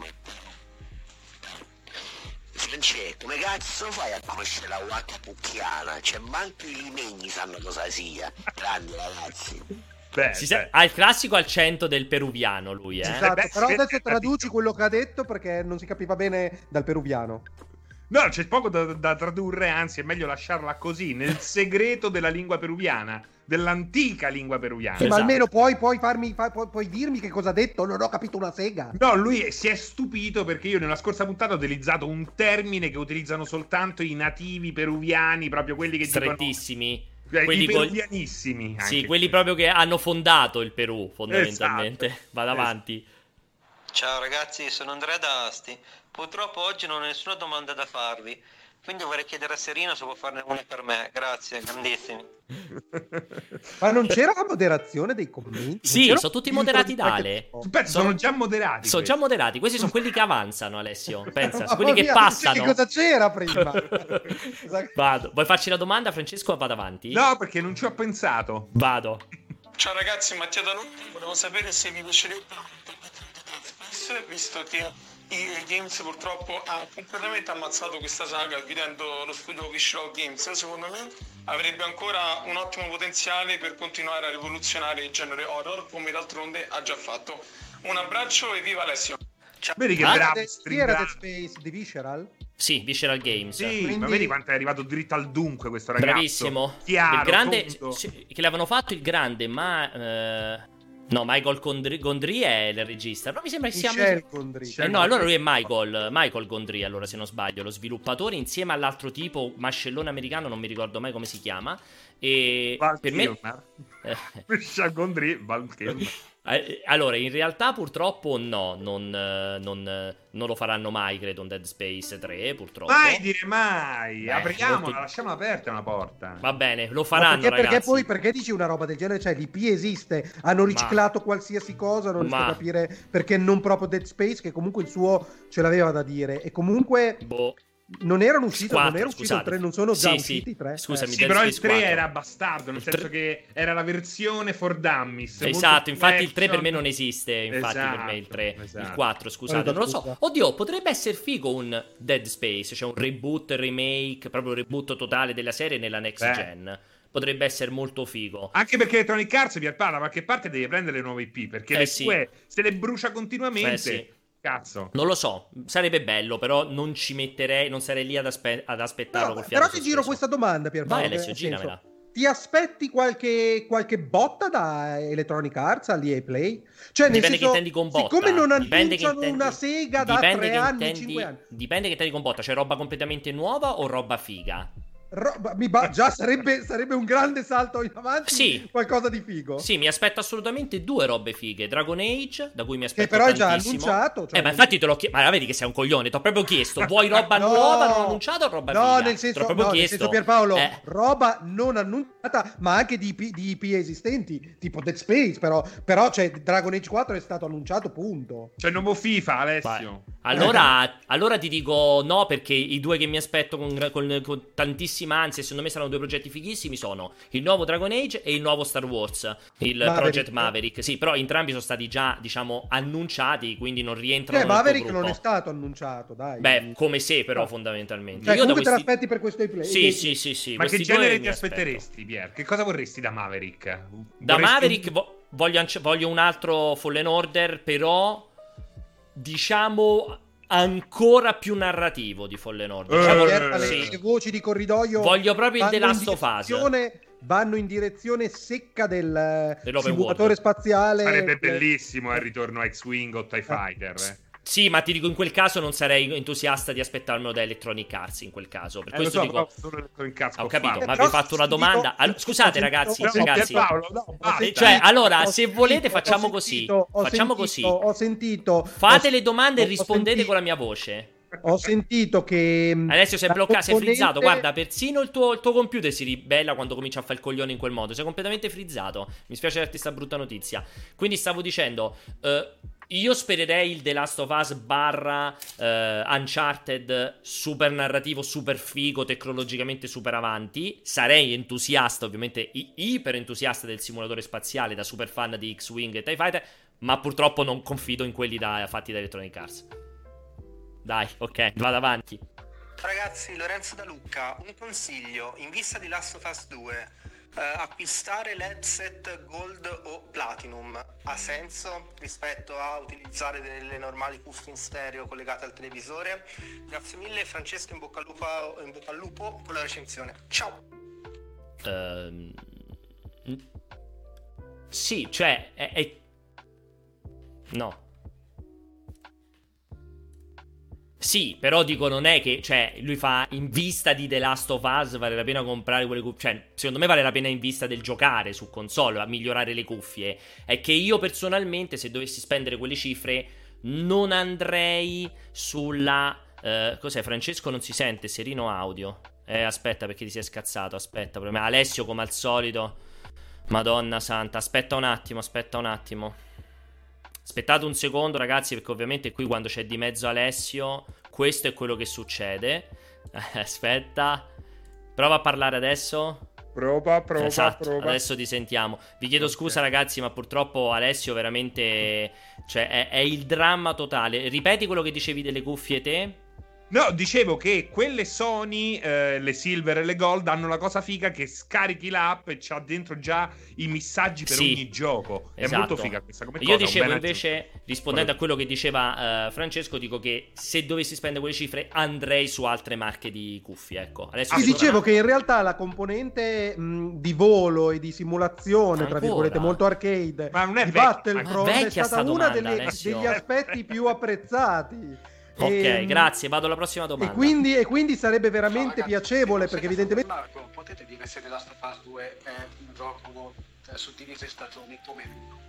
Francesco, come cazzo fai a conoscere la Waka Pucchiana? Cioè, manco i limegni sanno cosa sia. Grandi ragazzi. Beh, Si beh. sa- ha il classico accento del peruviano lui, eh. Esatto, beh, però si vede adesso che traduci capito. quello che ha detto perché non si capiva bene dal peruviano. No, c'è poco da, da tradurre, anzi è meglio lasciarla così, nel segreto della lingua peruviana, dell'antica lingua peruviana. Sì, ma Esatto. almeno puoi, puoi farmi, fa- puoi, puoi dirmi che cosa ha detto? Non ho capito una sega. No, lui si è stupito perché io nella scorsa puntata ho utilizzato un termine che utilizzano soltanto i nativi peruviani, proprio quelli che dicono... Strettissimi. eh, Quelli I col- peruvianissimi. Sì, anche. quelli proprio che hanno fondato il Perù, fondamentalmente. Esatto. Vado Esatto. avanti. Ciao ragazzi, sono Andrea da Asti. Purtroppo oggi non ho nessuna domanda da farvi, quindi vorrei chiedere a Serino se può farne una per me. Grazie, grandissimi. Ma non c'era la moderazione dei commenti? Non Sì, c'era sono tutti un filtro moderati di da qualche Ale. tipo? Aspetta, sono già moderati. Sono già questi. moderati, questi sono quelli che avanzano, Alessio. Pensa, Mamma sono quelli che mia, passano. Che cosa c'era prima? Cosa- Vado. Vuoi farci la domanda, Francesco, o vado avanti? No, perché non ci ho pensato. Vado. Ciao ragazzi, Mattia da Lucca, volevo sapere se vi piacerebbe visto che E A Games purtroppo ha completamente ammazzato questa saga chiudendo lo studio Visual Games. Secondo me avrebbe ancora un ottimo potenziale per continuare a rivoluzionare il genere horror, come d'altronde ha già fatto. Un abbraccio e viva Alessio! Ciao. Vedi che Ah, bravo Chi era stringato. Dead Space di Visceral? Sì, Visceral Games. Sì, Quindi- ma vedi quanto è arrivato dritto al dunque questo ragazzo. Bravissimo. Chiaro, il grande, tondo. sì, che l'avevano fatto il grande, ma eh, no, Michael Gondry, Gondry è il regista. No, mi sembra che sia Michel Gondry. Eh no, allora lui è Michael, Michael Gondry, allora se non sbaglio, lo sviluppatore insieme all'altro tipo, mascellone americano, non mi ricordo mai come si chiama. E Val per me Kilmer. eh, Michel Gondry, Val Kilmer. eh, allora, in realtà purtroppo no, non, eh, non, eh, non lo faranno mai, credo, un Dead Space tre, purtroppo. Mai dire mai. Beh, Apriamola, molto- lasciamola aperta una porta. Va bene, lo Ma faranno, perché, perché ragazzi. poi perché dici una roba del genere? Cioè, l'I P esiste, hanno riciclato qualsiasi cosa, non riesco Ma- a capire perché non proprio Dead Space, che comunque il suo ce l'aveva da dire. E comunque Boh. non erano usciti, non Quattro, era uscito il scusate. tre, non sono già Sì, usciti sì. i tre. Scusami, Eh. Sì, Dead però il Space tre quattro. era bastardo, nel Il senso tre- che era la versione for dummies. molto Esatto, più infatti il tre per action. me non esiste, infatti per me il tre, Esatto, il quattro, scusate, Guarda, non lo so. scusa. Oddio, potrebbe essere figo un Dead Space, cioè un reboot, remake, proprio un reboot totale della serie nella next Beh. gen. Potrebbe essere molto figo. Anche perché Electronic Arts, Pierpaolo, da qualche parte devi prendere le nuove I P, perché Eh le sì. sue, se le brucia continuamente, Eh sì. cazzo. Non lo so, sarebbe bello, però non ci metterei, non sarei lì ad, aspe- ad aspettarlo No, col fiato però ti giro sospeso. questa domanda, Pierpaolo. Vai, Alessio, nel giramela. senso, ti aspetti qualche, qualche botta da Electronic Arts all'E A Play? Cioè, nel Dipende che senso, intendi con botta. siccome non Dipende che annunciano intendi- una sega da dipende tre che anni, intendi- cinque anni. Dipende che intendi con botta, cioè roba completamente nuova o roba figa? Roba- mi ba- già sarebbe, sarebbe un grande salto in avanti, Sì. qualcosa di figo. Sì, mi aspetto assolutamente due robe fighe. Dragon Age, da cui mi aspetto Che però è già tantissimo. annunciato, cioè- eh, ma infatti te l'ho chiesto. Ma la vedi che sei un coglione, ti ho proprio chiesto. Vuoi roba No. nuova non annunciata o roba No, figa? nel Te senso, l'ho proprio no, nel chiesto. senso Pierpaolo, Eh, roba non annunciata, ma anche di, I P di I P esistenti, tipo Dead Space, però, però cioè, Dragon Age quattro è stato annunciato, punto. C'è il nuovo FIFA, vai. Alessio. Allora, allora ti dico no, perché i due che mi aspetto con, gra- con- con tantissima ansia, secondo me saranno due progetti fighissimi, sono il nuovo Dragon Age e il nuovo Star Wars, il Maverick. Project Maverick. Sì, però entrambi sono stati già, diciamo, annunciati, quindi non rientrano Eh, nel tuo Maverick gruppo. non è stato annunciato, dai. Beh, come se però, No. fondamentalmente. Cioè, Io da comunque te questi... l'aspetti per questo I Play? Sì, sì, sì, sì. Ma che questi due genere mi ti aspetto. aspetteresti, Pier? Che cosa vorresti da Maverick? Da Vorresti- Maverick vo- voglio, anci- voglio un altro Fallen Order, però diciamo ancora più narrativo di Fallen Order. Eh, Diciamo- Pierpa, le, sì. le voci di corridoio Voglio proprio il The vanno in Last of Us. direzione- vanno in direzione secca del Dell'open simulatore world. spaziale. Sarebbe Eh, bellissimo il ritorno a X-Wing o TIE Fighter. eh. Sì, ma ti dico, in quel caso non sarei entusiasta di aspettarmelo da Electronic Arts, in quel caso. Per Eh, questo lo so, dico... però solo Electronic Arts Ho può capito, farlo. ma Però vi ho fatto una sentito- domanda. Allora, scusate ho ragazzi, sentito- ragazzi. Pierpaolo, no, basta. sentito- Cioè, allora, ho se sentito- volete ho facciamo sentito- così. ho Facciamo sentito- così. Ho sentito... Fate ho- le domande e ho rispondete sentito- con la mia voce. Ho sentito che... mh, Alessio, sei la bloccato, sei componente- frizzato. Guarda, persino il tuo, il tuo computer si ribella quando comincia a fare il coglione in quel modo. Sei completamente frizzato. Mi spiace darti sta brutta notizia. Quindi stavo dicendo, eh, io spererei il The Last of Us barra eh, Uncharted super narrativo, super figo, tecnologicamente super avanti. Sarei entusiasta, ovviamente i- iper entusiasta del simulatore spaziale, da super fan di X-Wing e TIE Fighter, ma purtroppo non confido in quelli da, fatti da Electronic Arts. Dai, ok, vado avanti. Ragazzi, Lorenzo da Lucca, un consiglio, in vista di Last of Us due, eh, acquistare l'headset Gold o Platinum ha senso rispetto a utilizzare delle normali cuffie in stereo collegate al televisore? Grazie mille Francesco, in bocca al lupo, in bocca al lupo con la recensione. Ciao! Ehm, sì, cioè è, è... No. Sì, però dico, non è che, cioè, lui fa in vista di The Last of Us vale la pena comprare quelle cuffie. Cioè, secondo me vale la pena in vista del giocare su console, a migliorare le cuffie. È che io personalmente, se dovessi spendere quelle cifre, non andrei sulla... Eh, cos'è? Francesco non si sente, Serino audio. Eh, aspetta, perché ti sei scazzato, aspetta. Per me. Alessio, come al solito. Madonna santa, aspetta un attimo, aspetta un attimo. Aspettate un secondo, ragazzi, perché ovviamente qui quando c'è di mezzo Alessio, questo è quello che succede. Aspetta. Prova a parlare adesso. Prova, prova, Esatto, prova. adesso ti sentiamo. Vi chiedo Ok. scusa, ragazzi, ma purtroppo Alessio veramente... Cioè, è, è il dramma totale. Ripeti quello che dicevi delle cuffie te? No, dicevo che quelle Sony, eh, le Silver e le Gold, hanno la cosa figa che scarichi l'app e c'ha dentro già i messaggi per Sì, ogni gioco. È esatto. molto figa questa come cosa. Io un dicevo bel invece, rispondendo a quello che diceva eh, Francesco, dico che se dovessi spendere quelle cifre andrei su altre marche di cuffie, ecco. Adesso Ti secondo dicevo me- che in realtà la componente mh, di volo e di simulazione, tra Ancora? virgolette, molto arcade Ma non è di vecchia, Battlefront ma è è vecchia stata sta una domanda, delle- Alessio. degli aspetti più apprezzati. Ok, E, grazie, vado alla prossima domanda. E quindi, e quindi sarebbe veramente Ciao, ragazzi. piacevole, Sì, perché sì, evidentemente... Marco, potete dire se The Last of Us due è un gioco eh, suddivise stagioni come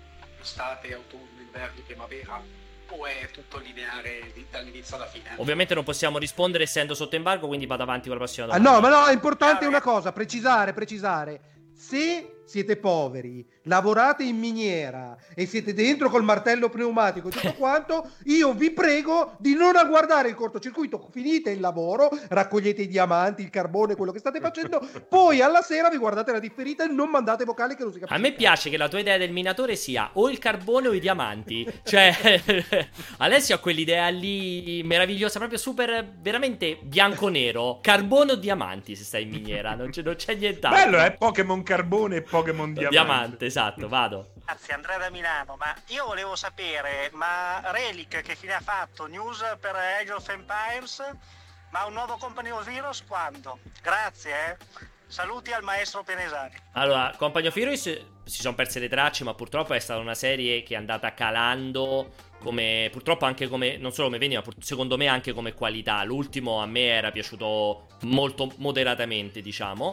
estate, autunno, inverno, primavera, o è tutto lineare di- dall'inizio alla fine? Ovviamente non possiamo rispondere essendo sotto embargo, quindi vado avanti con la prossima Ah, domanda. no, ma no, è importante una cosa, precisare, precisare. Se siete poveri, lavorate in miniera e siete dentro col martello pneumatico e tutto quanto, io vi prego di non guardare il cortocircuito, finite il lavoro, raccogliete i diamanti, il carbone, quello che state facendo, poi alla sera vi guardate la differita e non mandate vocali che non si A capisce. me piace che la tua idea del minatore sia o il carbone o i diamanti. Cioè, Alessio ha quell'idea lì meravigliosa, proprio super, veramente bianco-nero. Carbone o diamanti se stai in miniera, non c'è, non c'è nient'altro. Bello, eh? Pokémon Carbone e Pokémon Diamante. Diamante, esatto, vado. Grazie, Andrea da Milano, ma io volevo sapere, ma Relic che fine ha fatto? News per Age of Empires? Ma un nuovo Company of Heroes quando? Grazie, eh. Saluti al maestro Penesani. Allora, Company of Heroes si sono perse le tracce, ma purtroppo è stata una serie che è andata calando come, purtroppo anche come, non solo come veniva, pur- secondo me anche come qualità. L'ultimo a me era piaciuto molto moderatamente, diciamo.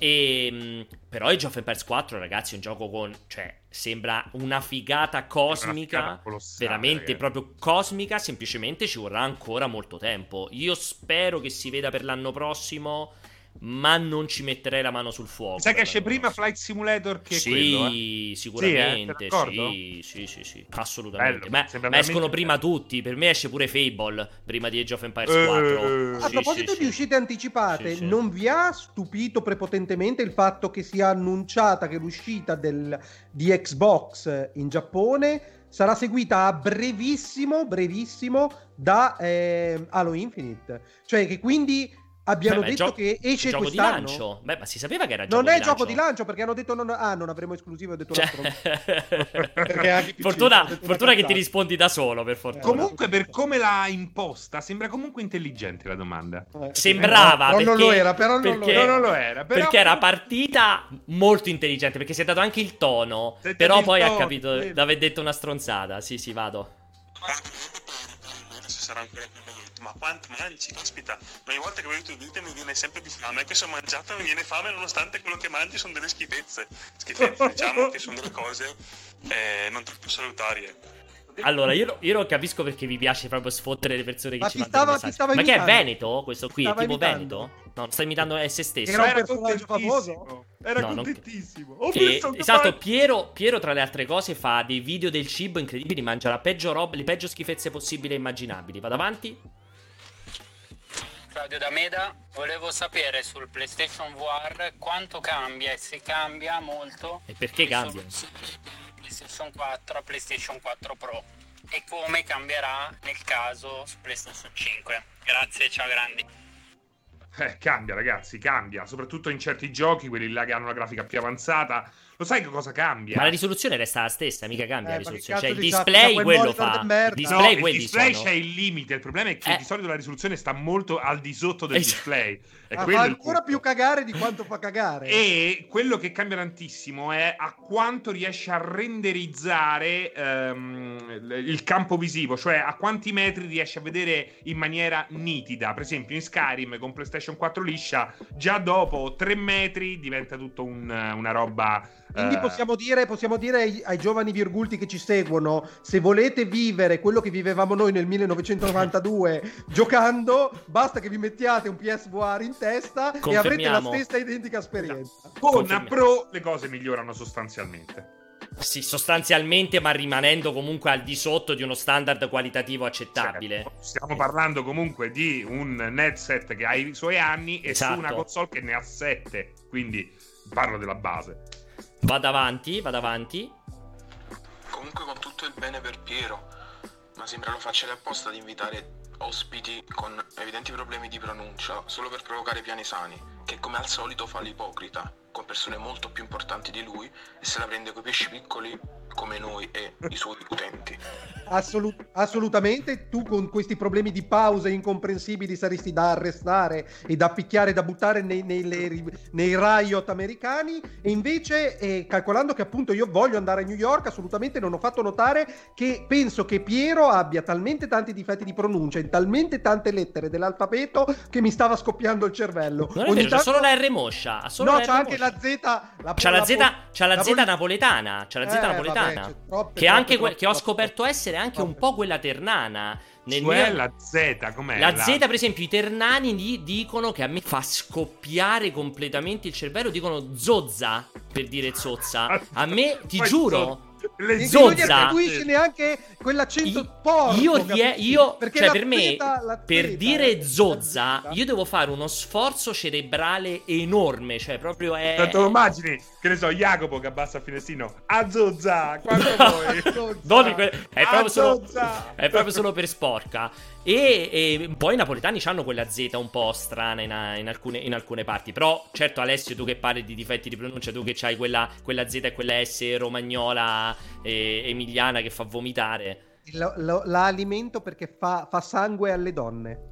E mh, però Age of Empires quattro, ragazzi, è un gioco con, cioè, sembra una figata cosmica, Una figata colossale, veramente ragazzi. proprio cosmica. Semplicemente ci vorrà ancora molto tempo. Io spero che si veda per l'anno prossimo, ma non ci metterei la mano sul fuoco. Sai che per esce l'anno prima prossimo. Flight Simulator che Sì, quello, eh? sicuramente. Sì, eh? Sei d'accordo? Sì, sì, sì, sì, assolutamente. Bello, ma sembra ma escono veramente prima bello. tutti. Per me esce pure Fable prima di Age of Empires Eh, quattro. A Sì, proposito sì, di sì. uscite anticipate, Sì, sì. non vi ha stupito prepotentemente il fatto che sia annunciata che l'uscita del, di Xbox in Giappone sarà seguita a brevissimo, brevissimo da eh, Halo Infinite? Cioè che quindi abbiano Beh, ma è detto gio- che esce gioco quest'anno. di lancio. Beh, ma si sapeva che era gioco Non è di gioco lancio. di lancio perché hanno detto non, ah, non avremo esclusivo, ho detto una Cioè... stronzata. Perché anche P C fortuna ha detto una fortuna che ti cazzata. rispondi da solo, per fortuna. Comunque, per come l'ha imposta, sembra comunque intelligente la domanda. Eh, Sembrava, però non perché- lo era, però non lo perché- era. No, non lo era. Però... Perché era partita molto intelligente, perché si è dato anche il tono. Si è dato Però il poi ha tono, capito sì. di aver detto una stronzata. Sì, sì, vado. sarà ancora più molto. Ma quanto mangi? Caspita, ogni volta che vedo i video mi viene sempre più fame. Anche se ho mangiato mi viene fame, nonostante quello che mangi sono delle schifezze. Schifezze, diciamo che sono delle cose eh, non troppo salutari, ecco. Allora, io, io non capisco perché vi piace proprio sfottere le persone che Ma ci ti mandano stava- messaggi. ti stava Ma che è imitando. Veneto questo qui? È Stava tipo imitando. Veneto? No, sta imitando eh, se stesso. Era un Era personaggio famoso? contentissimo. Era No, non- contentissimo. Ho E- visto che esatto, mangi- Piero, Piero tra le altre cose fa dei video del cibo incredibili, mangia la peggio roba, le peggio schifezze possibili e immaginabili. Vado avanti. Claudio D'Ameda, volevo sapere sul PlayStation V R quanto cambia e se cambia molto. E perché cambia? Su, su PlayStation quattro a PlayStation quattro Pro e come cambierà nel caso su PlayStation cinque. Grazie, ciao grandi. Eh, cambia, ragazzi, cambia. Soprattutto in certi giochi, quelli là che hanno una grafica più avanzata. Lo sai che cosa cambia? Ma la risoluzione resta la stessa, mica cambia Eh, la ma che risoluzione. Cioè il cazzo di display cazzo, quel quello monitor fa. de merda. Il No, display il quelli display sono. c'è il limite. Il problema è che Eh. di solito la risoluzione sta molto al di sotto del Eh, display. È Ah, quello fa il ancora punto. più cagare di quanto fa cagare. E quello che cambia tantissimo è a quanto riesce a renderizzare ehm, il campo visivo, cioè a quanti metri riesce a vedere in maniera nitida. Per esempio in Skyrim con PlayStation quattro liscia, già dopo tre metri diventa tutto un- una roba... Quindi eh, possiamo dire, possiamo dire ai, ai giovani virgulti che ci seguono, se volete vivere quello che vivevamo noi nel millenovecentonovantadue giocando, basta che vi mettiate un P S V R in testa e avrete la Confermiamo. stessa identica esperienza. con Confermiamo. Pro le cose migliorano sostanzialmente. Sì, sostanzialmente, ma rimanendo comunque al di sotto di uno standard qualitativo accettabile. Certo, stiamo parlando comunque di un headset che ha i suoi anni e Esatto. su una console che ne ha sette, quindi parlo della base. Vado avanti, vado avanti. Comunque con tutto il bene per Piero, ma sembra lo faccia apposta di invitare ospiti con evidenti problemi di pronuncia solo per provocare piani sani, che come al solito fa l'ipocrita con persone molto più importanti di lui e se la prende coi pesci piccoli come noi e i suoi utenti. Assolut- assolutamente, tu con questi problemi di pause incomprensibili saresti da arrestare e da picchiare, da buttare nei, nei, nei, nei riot americani, e invece eh, calcolando che appunto io voglio andare a New York, assolutamente non ho fatto notare che penso che Piero abbia talmente tanti difetti di pronuncia in talmente tante lettere dell'alfabeto che mi stava scoppiando il cervello. Non è Ogni vero, c'è tanto- solo la R moscia. ha solo No, la c'è R anche moscia. la Z, la, C'ha la Z, c'ha la la Z poli- napoletana. C'ha la Z Eh, napoletana. vabbè, c'è troppe, che, è anche troppe, que- che ho troppe. scoperto essere anche un po' quella ternana. Nel Cioè mio- la Z, com'è? La Z, per esempio, i ternani di- dicono che a me fa scoppiare completamente il cervello. Dicono zozza per dire zozza. A me, ti Poi giuro, Le E zozza. non gli attribuisci neanche quell'accento I- porco, io, rie- capisci? io Perché cioè la per me, zeta- la per zeta, dire la zozza, zeta- io devo fare uno sforzo cerebrale enorme. Cioè, proprio è. Tanto lo immagini, che ne so, Jacopo che abbassa il finestrino. A zozza, quando vuoi. Zozza. No, di que- è, Ah, proprio solo, zozza. è proprio solo per sporca. E, e poi i napoletani hanno quella Z un po' strana in, in alcune, in alcune parti. Però, certo, Alessio, tu che parli di difetti di pronuncia, tu che c'hai quella, quella Z e quella S romagnola e emiliana che fa vomitare. Lo- lo- la alimento perché fa, fa sangue alle donne.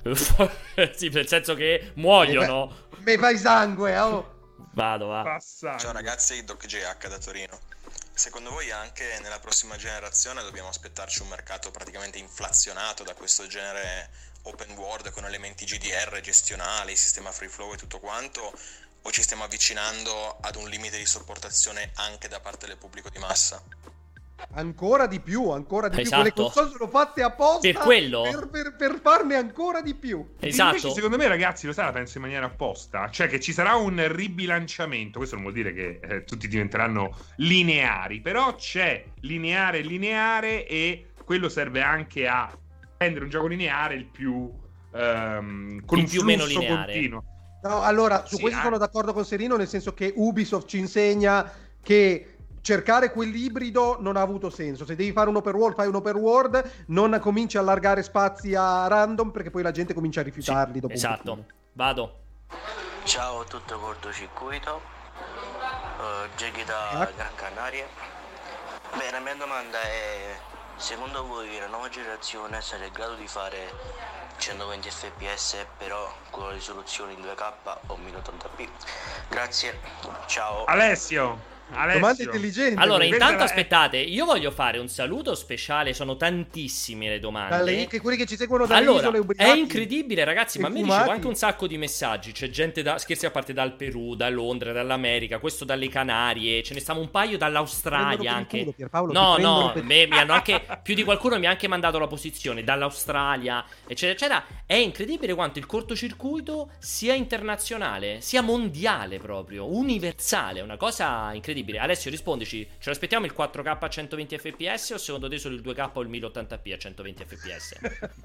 Sì, nel senso che muoiono. Me fai sangue, oh. Vado, va. Passa. Ciao ragazzi, Doc J H da Torino. Secondo voi anche nella prossima generazione dobbiamo aspettarci un mercato praticamente inflazionato da questo genere open world con elementi G D R gestionali, sistema free flow e tutto quanto, o ci stiamo avvicinando ad un limite di sopportazione anche da parte del pubblico di massa? Ancora di più, ancora di Esatto. più. Quelle console sono fatte apposta Per quello. per, per- per farne ancora di più. Esatto. Invece, secondo me, ragazzi, lo sai, la penso in maniera opposta. Cioè, che ci sarà un ribilanciamento. Questo non vuol dire che eh, tutti diventeranno lineari. Però c'è lineare lineare, e quello serve anche a rendere un gioco lineare il più ehm, con Il un più flusso meno lineare. continuo. No, allora, su Sì, questo ah. sono d'accordo con Serino, nel senso che Ubisoft ci insegna che cercare quell'ibrido non ha avuto senso. Se devi fare un open world, fai un open world, non cominci a allargare spazi a random, perché poi la gente comincia a rifiutarli dopo un Esatto. pochino. Vado. Ciao a tutto cortocircuito, uh, Jackie da Ah. Gran Canaria. Beh, la mia domanda è: secondo voi la nuova generazione sarà in grado di fare centoventi F P S però con la risoluzione in due K o mille ottanta p? Grazie, ciao. Alessio, Alessio. Domande intelligenti. Allora, Questa intanto è- aspettate, io voglio fare un saluto speciale, sono tantissime le domande. Dalle, che quelli che ci seguono dalle Allora, isole è ubriachi. incredibile, ragazzi, ma a me fumati. ricevo anche un sacco di messaggi. C'è gente da, scherzi a parte, dal Perù, da Londra, dall'America, questo dalle Canarie, ce ne stiamo un paio dall'Australia Prendono per il anche. culo, Pierpaolo, ti No, prendono no, per- me- mi hanno anche più di qualcuno mi ha anche mandato la posizione dall'Australia, eccetera, eccetera. È incredibile quanto il cortocircuito sia internazionale, sia mondiale proprio, universale, una cosa incredibile. Alessio, rispondici, ce lo aspettiamo il quattro K a centoventi F P S o secondo te solo il due K o il mille ottanta p a centoventi F P S?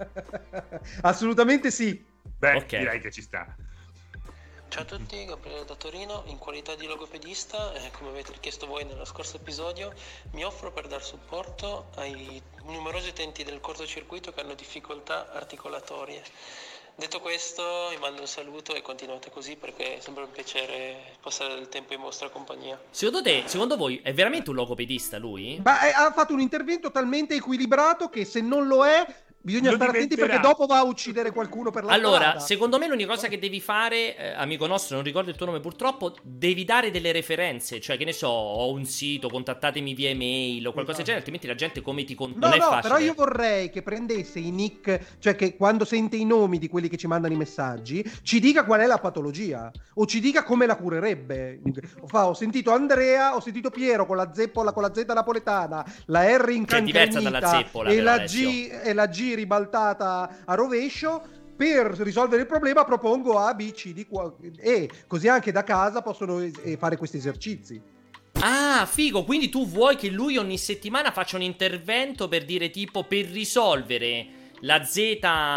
Assolutamente sì. Beh, Ok. direi che ci sta. Ciao a tutti, Gabriele da Torino, in qualità di logopedista, eh, come avete richiesto voi nello scorso episodio, mi offro per dar supporto ai numerosi utenti del cortocircuito che hanno difficoltà articolatorie. Detto questo, vi mando un saluto e continuate così perché è sempre un piacere passare del tempo in vostra compagnia. Secondo te, secondo voi, è veramente un logopedista lui? Ma eh, ha fatto un intervento talmente equilibrato che se non lo è bisogna Lo stare attenti diventerà. perché dopo va a uccidere qualcuno per la Allora, strada. secondo me l'unica cosa che devi fare, eh, amico nostro, non ricordo il tuo nome purtroppo, devi dare delle referenze, cioè che ne so, ho un sito, contattatemi via email o qualcosa del genere, altrimenti la gente come ti con- No, non è no, facile. però io vorrei che prendesse i nick, cioè che quando sente i nomi di quelli che ci mandano i messaggi, ci dica qual è la patologia o ci dica come la curerebbe. Fa, ho sentito Andrea, ho sentito Piero con la zeppola, con la Z napoletana, la R Che è diversa dalla incancrenita zeppola, e, però, la Alessio. G, e la G ribaltata a rovescio. Per risolvere il problema propongo A, B, C, D, qua- E, così anche da casa possono es- eh, fare questi esercizi. Ah, figo, quindi tu vuoi che lui ogni settimana faccia un intervento per dire tipo per risolvere la Z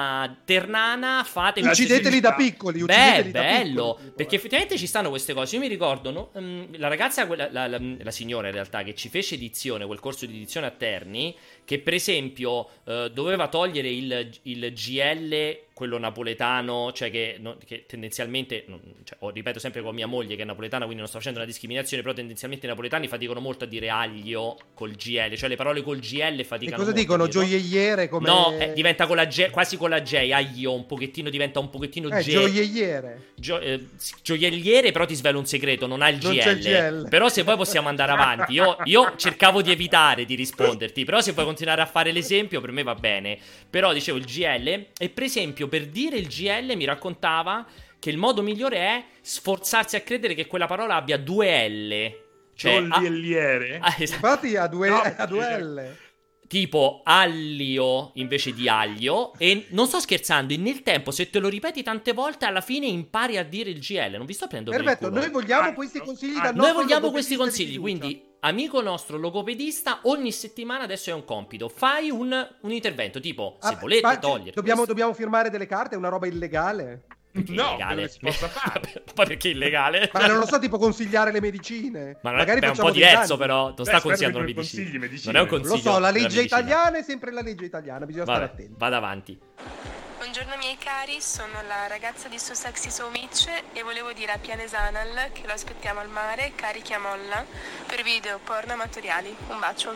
ternana fate Uccideteli da piccoli, Beh, uccideteli da bello, piccoli. perché effettivamente ci stanno queste cose. Io mi ricordo, no? Mm, la ragazza, quella, la, la- la signora in realtà, che ci fece edizione, quel corso di edizione a Terni, che per esempio eh, doveva togliere il, il G L, quello napoletano, cioè che, no, che tendenzialmente, non- cioè, oh, ripeto sempre con mia moglie che è napoletana, quindi non sto facendo una discriminazione, però tendenzialmente i napoletani faticano molto a dire aglio col G L, cioè le parole col G L E faticano cosa molto. dicono? a dirlo. Gioielliere come... No, eh, diventa con la J, quasi con la J, aglio, un pochettino diventa un pochettino Eh, G. gioielliere. Gio- eh, s- gioielliere, però ti svelo un segreto, non ha il G L. Non c'è il G L. Però se poi possiamo andare avanti. Io, io cercavo di evitare di risponderti, però se puoi continuare a fare l'esempio per me va bene. Però dicevo il G L e per esempio per dire il G L mi raccontava che il modo migliore è sforzarsi a credere che quella parola abbia due L. Cioè, a- Gioielliere? ah, esatto. Infatti a due, No, a due cioè- L. Tipo allio invece di aglio. E non sto scherzando, e nel tempo se te lo ripeti tante volte alla fine impari a dire il G L. Non vi sto prendendo per il Perfetto, culo. noi vogliamo Ah, questi no. consigli Ah, da Noi nostro vogliamo questi logopedista di consigli, fiducia. quindi amico nostro logopedista, ogni settimana adesso è un compito. Fai un, un intervento, tipo se Ah, volete ma- togliere dobbiamo, questo, dobbiamo firmare delle carte, è una roba illegale. perché è No, illegale. non si possa fare. Poi perché è illegale? Ma non lo so, tipo consigliare le medicine. Ma non è, Magari beh, è un facciamo po' dei diverso danni. però, non Beh, sta spero consigliando che una tu medicina. consigli medicine. Non è un Lo consiglio so, la della legge medicina. italiana è sempre la legge italiana, bisogna stare Vabbè, attenti. vada avanti. Buongiorno miei cari, sono la ragazza di So Sexy So Mitch e volevo dire a Piane Sanal che lo aspettiamo al mare, carichi a molla, per video porno amatoriali. Un bacio.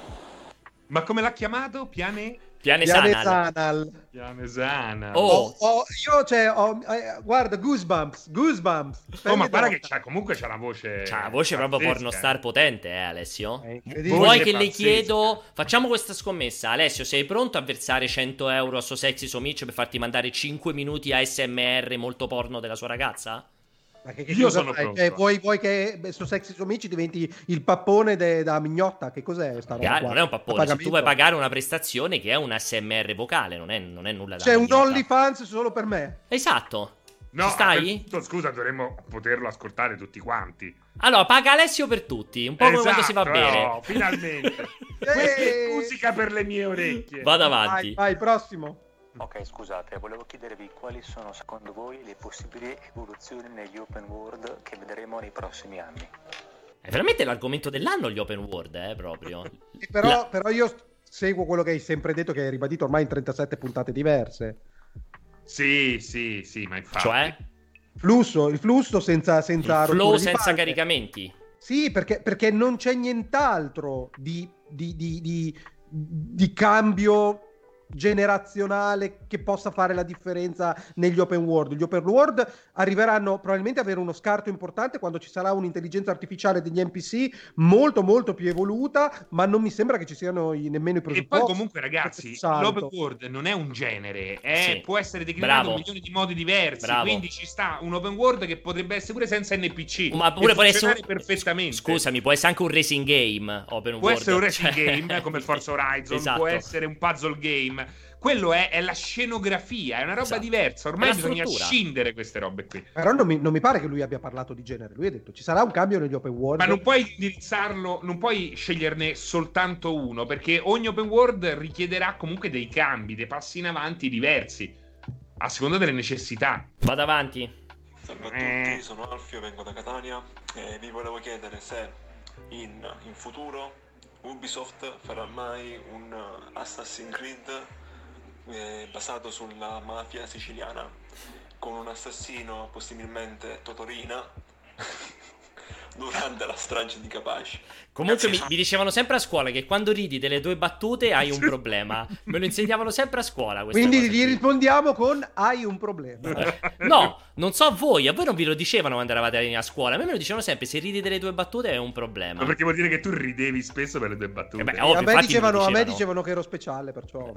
Ma come l'ha chiamato? Piane? Piane Piane Sanal. Sanal. Pianesana. Oh. Ho- ho- io, cioè, ho- eh, guarda, goosebumps, goosebumps. Oh, ma Pelle guarda che d'oca. c'ha, comunque c'ha la voce. C'ha la voce proprio pazzesca, pornostar eh. potente, eh, Alessio? È incredibile. Vuoi Voce che le pazzesca. chiedo? Facciamo questa scommessa. Alessio, sei pronto a versare cento euro a So Sexy So Mitch per farti mandare cinque minuti A S M R molto porno della sua ragazza? Ma che, che Io cosa sono fai? pronto. Cioè, vuoi, vuoi che beh, su Sexy So Amici diventi il pappone de- da mignotta? Che cos'è sta roba Chiaro, qua? non è un A pappone. Se tu pagamento? vuoi pagare una prestazione che è un A S M R vocale, non è, non è nulla da C'è un mignotta. OnlyFans solo per me. Esatto. No, Ci stai? aperto, scusa, dovremmo poterlo ascoltare tutti quanti. Allora, paga Alessio per tutti. Un po' come quando si va a Esatto, bere. no, finalmente. Eh. Questa è musica per le mie orecchie. Vado Vai, avanti. vai, prossimo. Ok, scusate, volevo chiedervi quali sono secondo voi le possibili evoluzioni negli open world che vedremo nei prossimi anni. È veramente l'argomento dell'anno gli open world, eh, proprio. Sì, però, La- però io seguo quello che hai sempre detto, che hai ribadito ormai in trentasette puntate diverse. Sì, sì, sì, ma infatti. Cioè? Flusso, il flusso senza, senza Il flow rotture di senza palle. caricamenti. Sì, perché, perché non c'è nient'altro di, di, di, di, di cambio generazionale che possa fare la differenza negli open world. Gli open world arriveranno probabilmente ad avere uno scarto importante quando ci sarà un'intelligenza artificiale degli N P C molto molto più evoluta, ma non mi sembra che ci siano i, nemmeno i presupposti. E poi comunque ragazzi, l'open world non è un genere, è, Sì. può essere declinato Bravo. in un milione di modi diversi, Bravo. quindi ci sta un open world che potrebbe essere pure senza N P C, Ma pure e può essere funzionare perfettamente. Scusami, può essere anche un racing game open Può world. essere un racing Cioè- game come il Forza Horizon, Esatto. può essere un puzzle game. Quello è, è la scenografia, è una roba Esatto. diversa. Ormai È la bisogna struttura. scindere queste robe qui. Però non mi, non mi pare che lui abbia parlato di genere. Lui ha detto ci sarà un cambio negli open world. Ma non puoi indirizzarlo, non puoi sceglierne soltanto uno, perché ogni open world richiederà comunque dei cambi, dei passi in avanti diversi, a seconda delle necessità. Vado avanti. Salve a Eh. tutti, sono Alfio, vengo da Catania e vi volevo chiedere se in, in futuro Ubisoft farà mai un Assassin's Creed eh, basato sulla mafia siciliana con un assassino possibilmente Totorina durante la strage di Capaci. Comunque mi, mi dicevano sempre a scuola che quando ridi delle tue battute hai un problema. Me lo insegnavano sempre a scuola queste Quindi cose gli qui. rispondiamo con hai un problema. No, non so a voi, a voi non vi lo dicevano quando eravate a scuola. A me me lo dicevano sempre, se ridi delle tue battute è un problema. Ma perché vuol dire che tu ridevi spesso per le tue battute. Eh beh, a, ovvio, me infatti dicevano, mi a me dicevano. dicevano che ero speciale, perciò.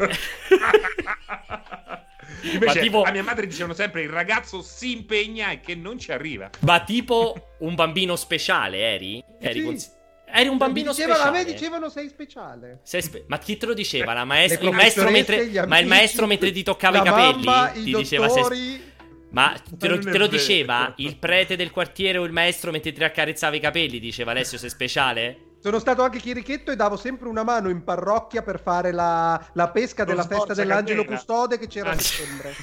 Invece Ma tipo- a mia madre dicevano sempre il ragazzo si impegna e che non ci arriva. Ma tipo un bambino speciale eri? Eri, Sì. cons- eri un bambino Mi dicevano- speciale? A me dicevano sei speciale. Sei spe- Ma chi te lo diceva? La maestra, Le il maestro professoresse, mentre, gli ma il amici, maestro mentre ti toccava la i capelli? mamma, ti i diceva sei spe- dottori. Ma te lo, non è te lo vero. diceva il prete del quartiere o il maestro mentre ti accarezzava i capelli? Diceva Alessio sei speciale? Sono stato anche chierichetto e davo sempre una mano in parrocchia per fare la, la pesca Lo della festa sforza dell'angelo candela. custode che c'era a Ah, settembre.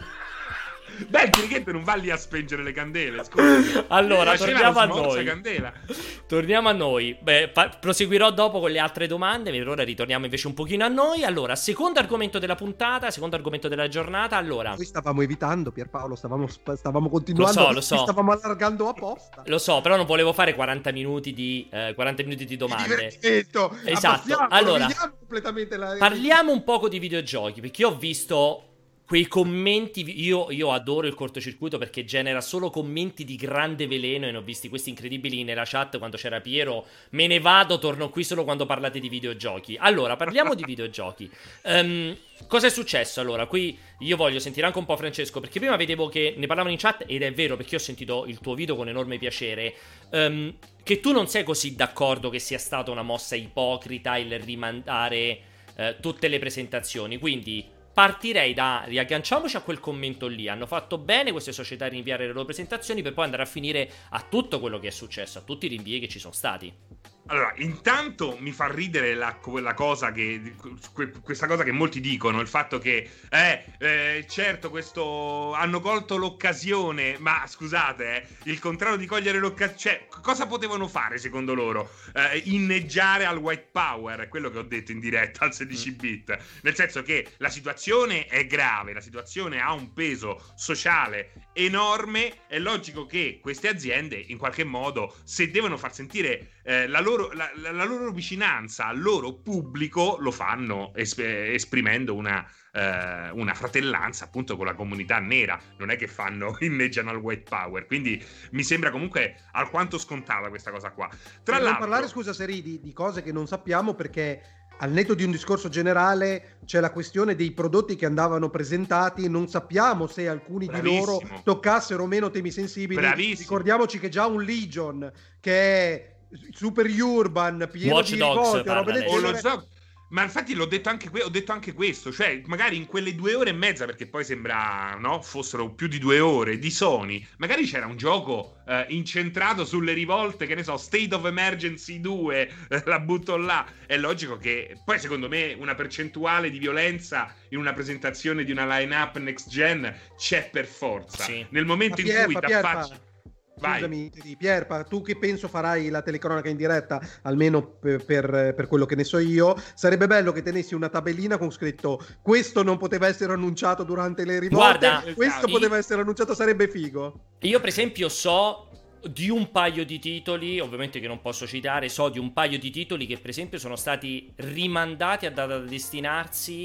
Beh, il chirichetto non va lì a spengere le candele, scusa. Allora, Faceva torniamo la a smorza noi. candela. Torniamo a noi. Beh, fa- proseguirò dopo con le altre domande. Per ora ritorniamo invece un pochino a noi. Allora, secondo argomento della puntata, secondo argomento della giornata. Allora, Noi stavamo evitando, Pierpaolo, stavamo, sp- stavamo continuando, Lo so, lo so. ci stavamo allargando apposta. lo so, però non volevo fare quaranta minuti di, eh, quaranta minuti di domande. Divertimento. Esatto. Abbassiamo, Allora, roviniamo completamente la... parliamo un poco di videogiochi, perché io ho visto quei commenti. vi- Io, io adoro il cortocircuito perché genera solo commenti di grande veleno. E ne ho visti questi incredibili nella chat quando c'era Piero. Me ne vado, torno qui solo quando parlate di videogiochi. Allora, parliamo di videogiochi. Ehm, cosa è successo? Allora, qui io voglio sentire anche un po' Francesco, perché prima vedevo che ne parlavano in chat, ed è vero perché ho sentito il tuo video con enorme piacere. Ehm, che tu non sei così d'accordo che sia stata una mossa ipocrita il rimandare eh, tutte le presentazioni. Quindi partirei da, riagganciamoci a quel commento lì. Hanno fatto bene queste società a rinviare le loro presentazioni per poi andare a finire a tutto quello che è successo, a tutti i rinvii che ci sono stati. Allora, intanto mi fa ridere la, quella cosa che, que- questa cosa che molti dicono, il fatto che, eh, eh, certo, questo hanno colto l'occasione, ma scusate, eh, il contrario di cogliere l'occasione, cioè, cosa potevano fare secondo loro? Eh, inneggiare al white power, è quello che ho detto in diretta al sedici bit, nel senso che la situazione è grave, la situazione ha un peso sociale enorme, è logico che queste aziende, in qualche modo, se devono far sentire eh, la loro La, la, la loro vicinanza al loro pubblico, lo fanno esp- esprimendo una, eh, una fratellanza appunto con la comunità nera. Non è che fanno inneggiano al white power, quindi mi sembra comunque alquanto scontata questa cosa qua. Tra Per non l'altro, parlare, scusa Seri, di, di cose che non sappiamo, perché al netto di un discorso generale c'è la questione dei prodotti che andavano presentati. Non sappiamo se alcuni Bravissimo. di loro toccassero o meno temi sensibili. Bravissimo. Ricordiamoci che già un Legion, che è super urban, pieno Watch di Dogs rivolte, robe del parla o lo genere. so- ma infatti l'ho detto anche que- ho detto anche questo, cioè magari in quelle due ore e mezza, perché poi sembra, no, fossero più di due ore di Sony, magari c'era un gioco eh, incentrato sulle rivolte, che ne so, State of Emergency due, eh, la butto là. È logico che poi secondo me una percentuale di violenza in una presentazione di una line-up next gen c'è per forza. Sì. Nel momento Ma in cui Pierpa, ti Pierpa, affacci... Vai. Scusami, di Pierpa, tu che penso farai la telecronaca in diretta, almeno per, per, per quello che ne so io, sarebbe bello che tenessi una tabellina con scritto questo non poteva essere annunciato durante le rivolte, Guarda, questo esatto. poteva essere annunciato, sarebbe figo. Io per esempio so di un paio di titoli, ovviamente che non posso citare, so di un paio di titoli che per esempio sono stati rimandati a data da destinarsi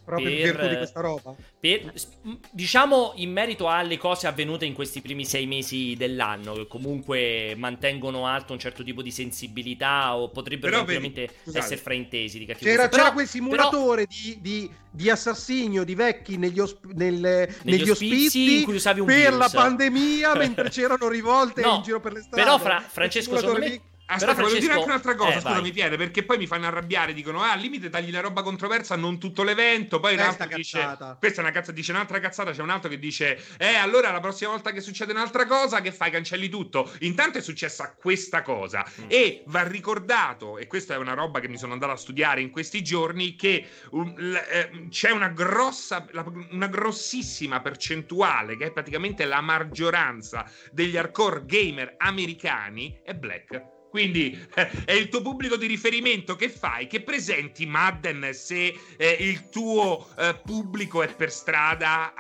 Proprio in per, virtù di questa roba? Per, diciamo in merito alle cose avvenute in questi primi sei mesi dell'anno, che comunque mantengono alto un certo tipo di sensibilità o potrebbero tranquillamente essere fraintesi di cattivo c'era, gusto. c'era Però- quel simulatore di, di, di assassinio di vecchi negli, osp- nel- negli ospizi ospizi in cui usavi un per virus. la pandemia mentre c'erano rivolte No, in giro per le strade. però Fra- Quel Francesco, simulatore secondo me- lì- Aspetta, Però voglio dire Francesco- anche un'altra cosa, Eh, scusami vai. Piede, perché poi mi fanno arrabbiare, dicono ah, al limite tagli la roba controversa, non tutto l'evento, poi un Questa altro dice, cazzata. questa è una cazzata, dice un'altra cazzata, c'è un altro che dice, eh allora la prossima volta che succede un'altra cosa, che fai, cancelli tutto? Intanto è successa questa cosa, Mm. e va ricordato, e questa è una roba che mi sono andato a studiare in questi giorni, che um, l- eh, c'è una grossa, la- una grossissima percentuale, che è praticamente la maggioranza degli hardcore gamer americani, è black. Quindi eh, è il tuo pubblico di riferimento. Che fai? Che presenti Madden se eh, il tuo eh, pubblico è per strada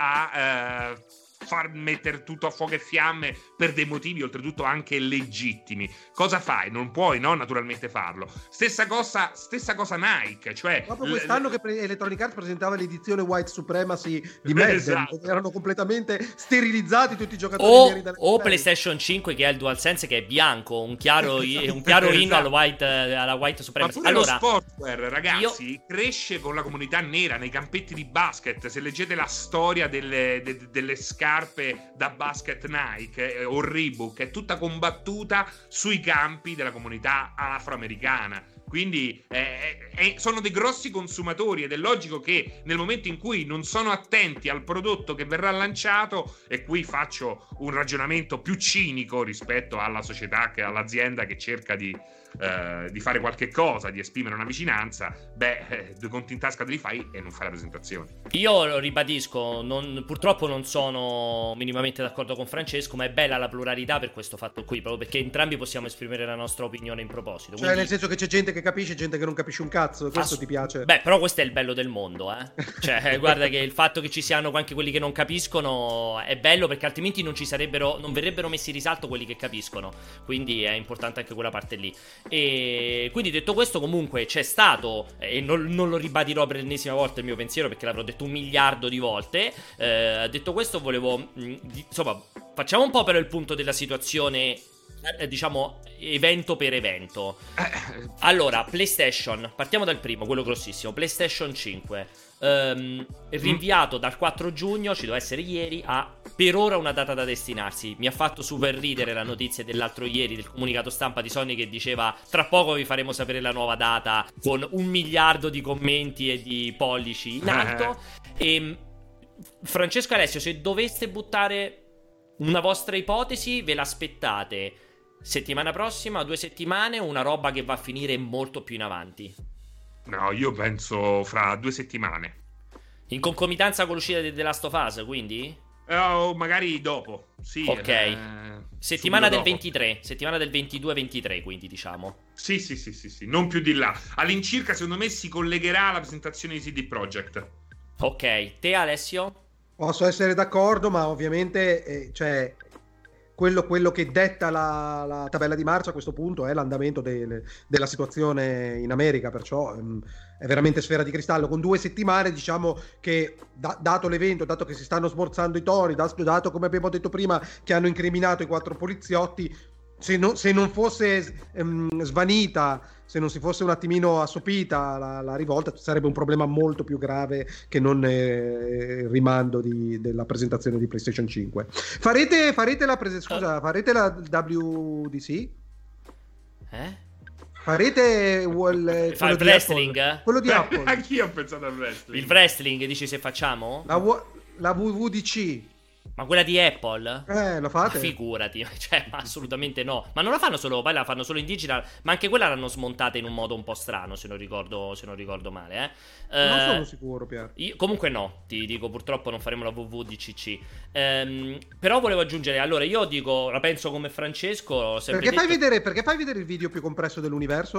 a eh, far mettere tutto a fuoco e fiamme per dei motivi oltretutto anche legittimi? Cosa fai? Non puoi, no? Naturalmente farlo. Stessa cosa, stessa cosa Nike, cioè Proprio l- quest'anno che pre- Electronic Arts presentava l'edizione White Supremacy di Madden, Esatto. dove erano completamente sterilizzati tutti i giocatori O, neri dalle o stelle. PlayStation cinque che ha il DualSense che è bianco, un chiaro, un chiaro inno Esatto. al white, alla White Ma Supremacy. pure Allora, lo sportswear, ragazzi, cresce con la comunità nera nei campetti di basket. Se leggete la storia delle, de- delle scarpe da basket Nike eh, o Reebok, è tutta combattuta sui campi della comunità afroamericana. Quindi eh, eh, sono dei grossi consumatori ed è logico che nel momento in cui non sono attenti al prodotto che verrà lanciato, e qui faccio un ragionamento più cinico rispetto alla società, che all'azienda che cerca di, eh, di fare qualche cosa, di esprimere una vicinanza, beh, eh, due conti in tasca te li fai e non fai la presentazione. io lo ribadisco, non- purtroppo non sono minimamente d'accordo con Francesco, ma è bella la pluralità per questo fatto qui, proprio perché entrambi possiamo esprimere la nostra opinione in proposito. Cioè, Quindi- nel senso che c'è gente che capisce e gente che non capisce un cazzo. Questo Ass- ti piace? Beh, però questo è il bello del mondo, eh. Cioè, guarda che il fatto che ci siano anche quelli che non capiscono è bello, perché altrimenti non ci sarebbero, non verrebbero messi in risalto quelli che capiscono. Quindi è importante anche quella parte lì. E quindi detto questo, comunque c'è stato, e non, non lo ribadirò per l'ennesima volta il mio pensiero, perché l'avrò detto un miliardo di volte. Eh, detto questo, volevo, mh, di- insomma, facciamo un po' però il punto della situazione, eh, diciamo evento per evento. Allora, PlayStation, partiamo dal primo, quello grossissimo, PlayStation cinque, ehm, rinviato dal quattro giugno, ci doveva essere ieri, a per ora una data da destinarsi. Mi ha fatto super ridere la notizia dell'altro ieri del comunicato stampa di Sony che diceva tra poco vi faremo sapere la nuova data, con un miliardo di commenti e di pollici in alto. E Francesco Alessio, se doveste buttare una vostra ipotesi, ve l'aspettate settimana prossima, due settimane, una roba che va a finire molto più in avanti? No, io penso fra due settimane. In concomitanza con l'uscita di The Last of Us, quindi? Eh, O magari dopo, sì. Ok. eh, Settimana subito del dopo. ventitré, settimana del ventidue ventitré, quindi diciamo. Sì, sì, sì, sì, sì, non più di là. All'incirca, secondo me, si collegherà alla presentazione di C D Projekt. Ok, te Alessio? Posso essere d'accordo, ma ovviamente eh, cioè, quello, quello che detta la, la tabella di marcia a questo punto è l'andamento del- della situazione in America, perciò ehm, è veramente sfera di cristallo. Con due settimane, diciamo che da- dato l'evento, dato che si stanno smorzando i toni, da- dato come abbiamo detto prima che hanno incriminato i quattro poliziotti, se, no- se non fosse ehm, svanita, se non si fosse un attimino assopita la, la rivolta, sarebbe un problema molto più grave che non eh, il rimando di- della presentazione di PlayStation cinque. Farete, farete la prese- scusa, farete la W D C? Eh? Farete il, Fa il quello di wrestling? Apple? Quello di Apple. Anch'io ho pensato al wrestling. Il wrestling, dici se facciamo? La, W- la W W D C. Ma quella di Apple? Eh, lo fate? Ma figurati, cioè assolutamente no. Ma non la fanno solo, poi la fanno solo in digital, ma anche quella l'hanno smontata in un modo un po' strano, se non ricordo, se non ricordo male, eh. Non Eh, sono sicuro, Pier. io- comunque no, ti dico, purtroppo non faremo la W W D C C. Ehm, però volevo aggiungere, allora io dico, la penso come Francesco, ho sempre Perché fai, detto- vedere, perché fai vedere il video più compresso dell'universo?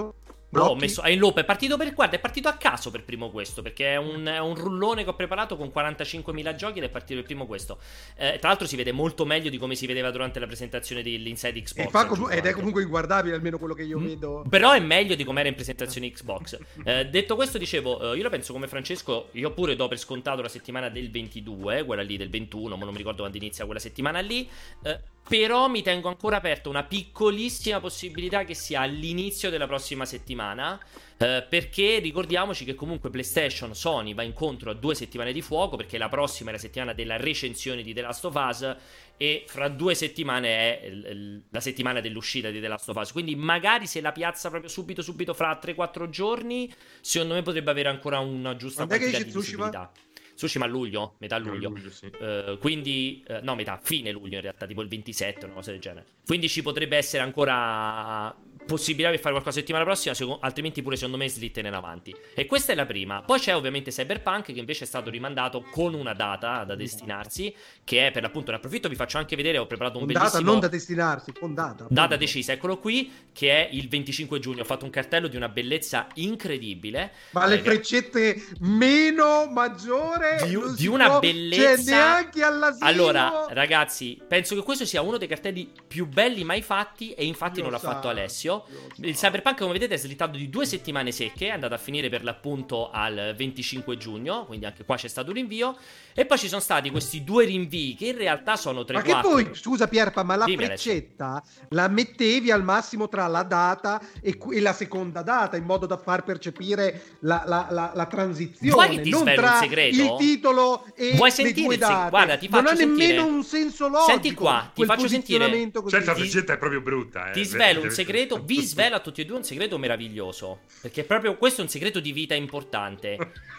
Ho messo, è in loop, è partito per, guarda, è partito a caso per primo questo, perché è un, è un rullone che ho preparato con quarantacinquemila giochi ed è partito il primo questo. Eh, tra l'altro si vede molto meglio di come si vedeva durante la presentazione dell'Inside Xbox. E fa com- ed è comunque inguardabile, almeno quello che io mm. vedo. Però è meglio di com'era in presentazione Xbox. Eh, detto questo, dicevo, eh, io la penso come Francesco, io pure do per scontato la settimana del ventidue, quella lì del ventuno, ma non mi ricordo quando inizia quella settimana lì. Eh, Però mi tengo ancora aperto una piccolissima possibilità che sia all'inizio della prossima settimana, eh, perché ricordiamoci che comunque PlayStation, Sony va incontro a due settimane di fuoco, perché la prossima è la settimana della recensione di The Last of Us e fra due settimane è la settimana dell'uscita di The Last of Us, quindi magari se la piazza proprio subito subito fra tre quattro giorni, secondo me potrebbe avere ancora una giusta Quando quantità è che di dice visibilità. Tsushima a luglio, metà luglio, luglio sì. uh, quindi uh, no, metà, fine luglio in realtà, tipo il ventisette, una cosa del genere. Quindi ci potrebbe essere ancora possibilità per fare qualcosa la settimana prossima, secondo, altrimenti pure secondo me slittene in avanti. E questa è la prima. Poi c'è ovviamente Cyberpunk, che invece è stato rimandato con una data da destinarsi, che è per l'appunto, ne approfitto, vi faccio anche vedere, ho preparato un con bellissimo... data, non da destinarsi, con data. Data decisa, eccolo qui, che è il venticinque giugno. Ho fatto un cartello di una bellezza incredibile. Ma le eh, freccette meno maggiore di, non di si una può, bellezza, cioè, neanche all'asilo. Allora ragazzi, penso che questo sia uno dei cartelli più belli mai fatti, e infatti Io non l'ha sa, fatto Alessio. Il Cyberpunk, come vedete, è slittato di due settimane secche, è andato a finire per l'appunto al venticinque giugno, quindi anche qua c'è stato un rinvio. E poi ci sono stati questi due rinvii che in realtà sono tre quattro. Ma che poi, scusa Pierpa, ma la Dimmi, freccetta Alessio, la mettevi al massimo tra la data e, e la seconda data, in modo da far percepire la, la, la, la transizione. Vuoi che ti non svelo tra un segreto? il titolo e Vuoi le sentire due il seg- date. Guarda, ti non faccio ha nemmeno sentire. un senso logico. Senti qua, ti faccio sentire. Così. Certo, la Ti- freccetta è proprio brutta. Eh. Ti svelo un segreto, vi svelo a tutti e due un segreto meraviglioso, perché proprio questo è un segreto di vita importante.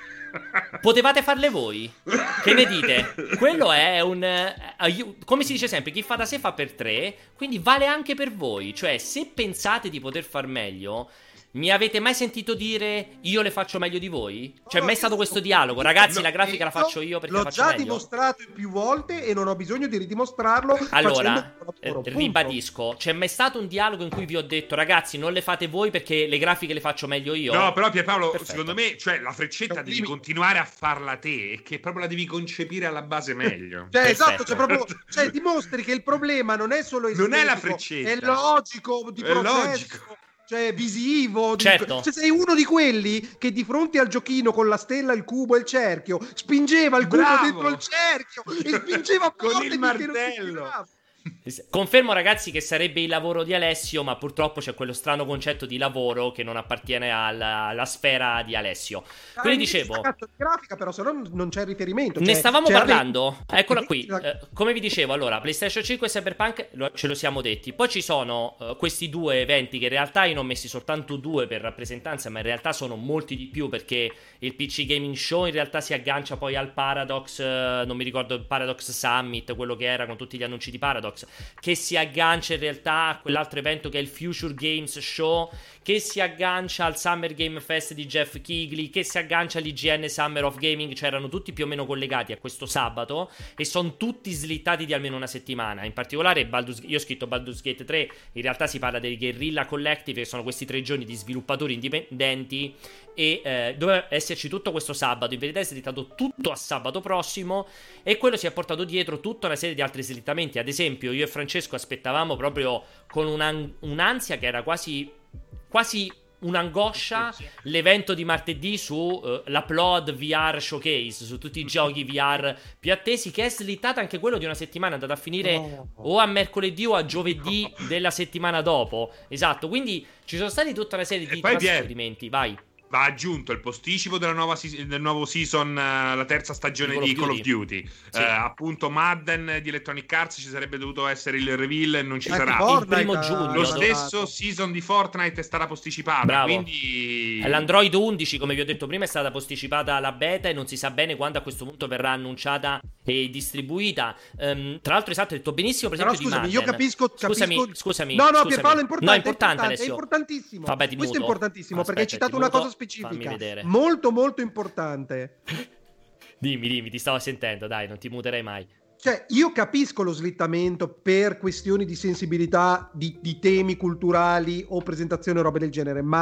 Potevate farle voi? Che ne dite? Quello è un eh, aiu- come si dice sempre, chi fa da sé fa per tre, quindi vale anche per voi. Cioè, se pensate di poter far meglio, mi avete mai sentito dire io le faccio meglio di voi? C'è mai stato questo dialogo? Ragazzi, No, la grafica la faccio io perché la l'ho faccio già meglio? dimostrato più volte e non ho bisogno di ridimostrarlo. Allora, eh, lavoro, ribadisco, c'è mai stato un dialogo in cui vi ho detto ragazzi non le fate voi perché le grafiche le faccio meglio io? No, però Pierpaolo, Perfetto. secondo me, cioè, la freccetta devi continuare a farla te, e che proprio la devi concepire alla base meglio. Cioè, esatto, cioè, proprio, cioè, dimostri che il problema non è solo estetico, Non è la freccetta. è logico, di È progresso, logico. cioè visivo. di- Certo. Cioè, sei uno di quelli che di fronte al giochino con la stella, il cubo e il cerchio spingeva il cubo Bravo. dentro il cerchio e spingeva Con forte il finché non si martello. girava. Confermo ragazzi che sarebbe il lavoro di Alessio, ma purtroppo c'è quello strano concetto di lavoro che non appartiene alla, alla sfera di Alessio. Quindi Ah, dicevo, sta cazzo di grafica, però se no non c'è riferimento. ne cioè, stavamo c'è parlando, eccola qui. La- Eh, come vi dicevo, allora, PlayStation cinque e Cyberpunk lo- ce lo siamo detti. Poi ci sono eh, questi due eventi che in realtà io ne ho messi soltanto due per rappresentanza, ma in realtà sono molti di più, perché il P C Gaming Show in realtà si aggancia poi al Paradox, eh, non mi ricordo, il Paradox Summit, quello che era con tutti gli annunci di Paradox, che si aggancia in realtà a quell'altro evento che è il Future Games Show, che si aggancia al Summer Game Fest di Jeff Keighley, che si aggancia all'I G N Summer of Gaming, cioè erano tutti più o meno collegati a questo sabato e sono tutti slittati di almeno una settimana. In particolare Baldur's, io ho scritto Baldur's Gate tre, in realtà si parla dei Guerrilla Collective, che sono questi tre giorni di sviluppatori indipendenti, e eh, doveva esserci tutto questo sabato. In verità è slittato tutto a sabato prossimo, e quello si è portato dietro tutta una serie di altri slittamenti. Ad esempio io e Francesco aspettavamo proprio con un'an- un'ansia che era quasi quasi un'angoscia l'evento di martedì su uh, l'Upload V R Showcase, su tutti i giochi V R più attesi, che è slittata anche quello di una settimana, è andata a finire No. o a mercoledì o a giovedì della settimana dopo. Esatto, quindi ci sono stati tutta una serie di poi, Pier, trasferimenti. Vai. Va aggiunto il posticipo della nuova se- del nuovo season, eh, la terza stagione Di di Call Call of of Duty. Sì. Eh, appunto Madden di Electronic Arts, ci sarebbe dovuto essere il reveal e non ci Anche sarà. Fortnite Il primo ha- giugno. Lo ha stesso dato. season di Fortnite è stata posticipata, Bravo. quindi L'Android undici, come vi ho detto prima, è stata posticipata alla beta e non si sa bene quando a questo punto verrà annunciata e distribuita. Ehm, tra l'altro, esatto, hai detto benissimo, per Però esempio, scusami, di io Madden. capisco, Scusami, capisco... scusami. No, no, scusami. Pierpaolo, è importante, No, è è importante, importante, Alessio. è importantissimo. Vabbè, ti Questo è muto. importantissimo, perché hai Aspetta, citato ti una muto. cosa specifica. Fammi vedere. Molto, molto importante. Dimmi, dimmi, ti stavo sentendo, dai, non ti muterei mai. Cioè, io capisco lo slittamento per questioni di sensibilità, di, di temi culturali o presentazione o robe del genere, ma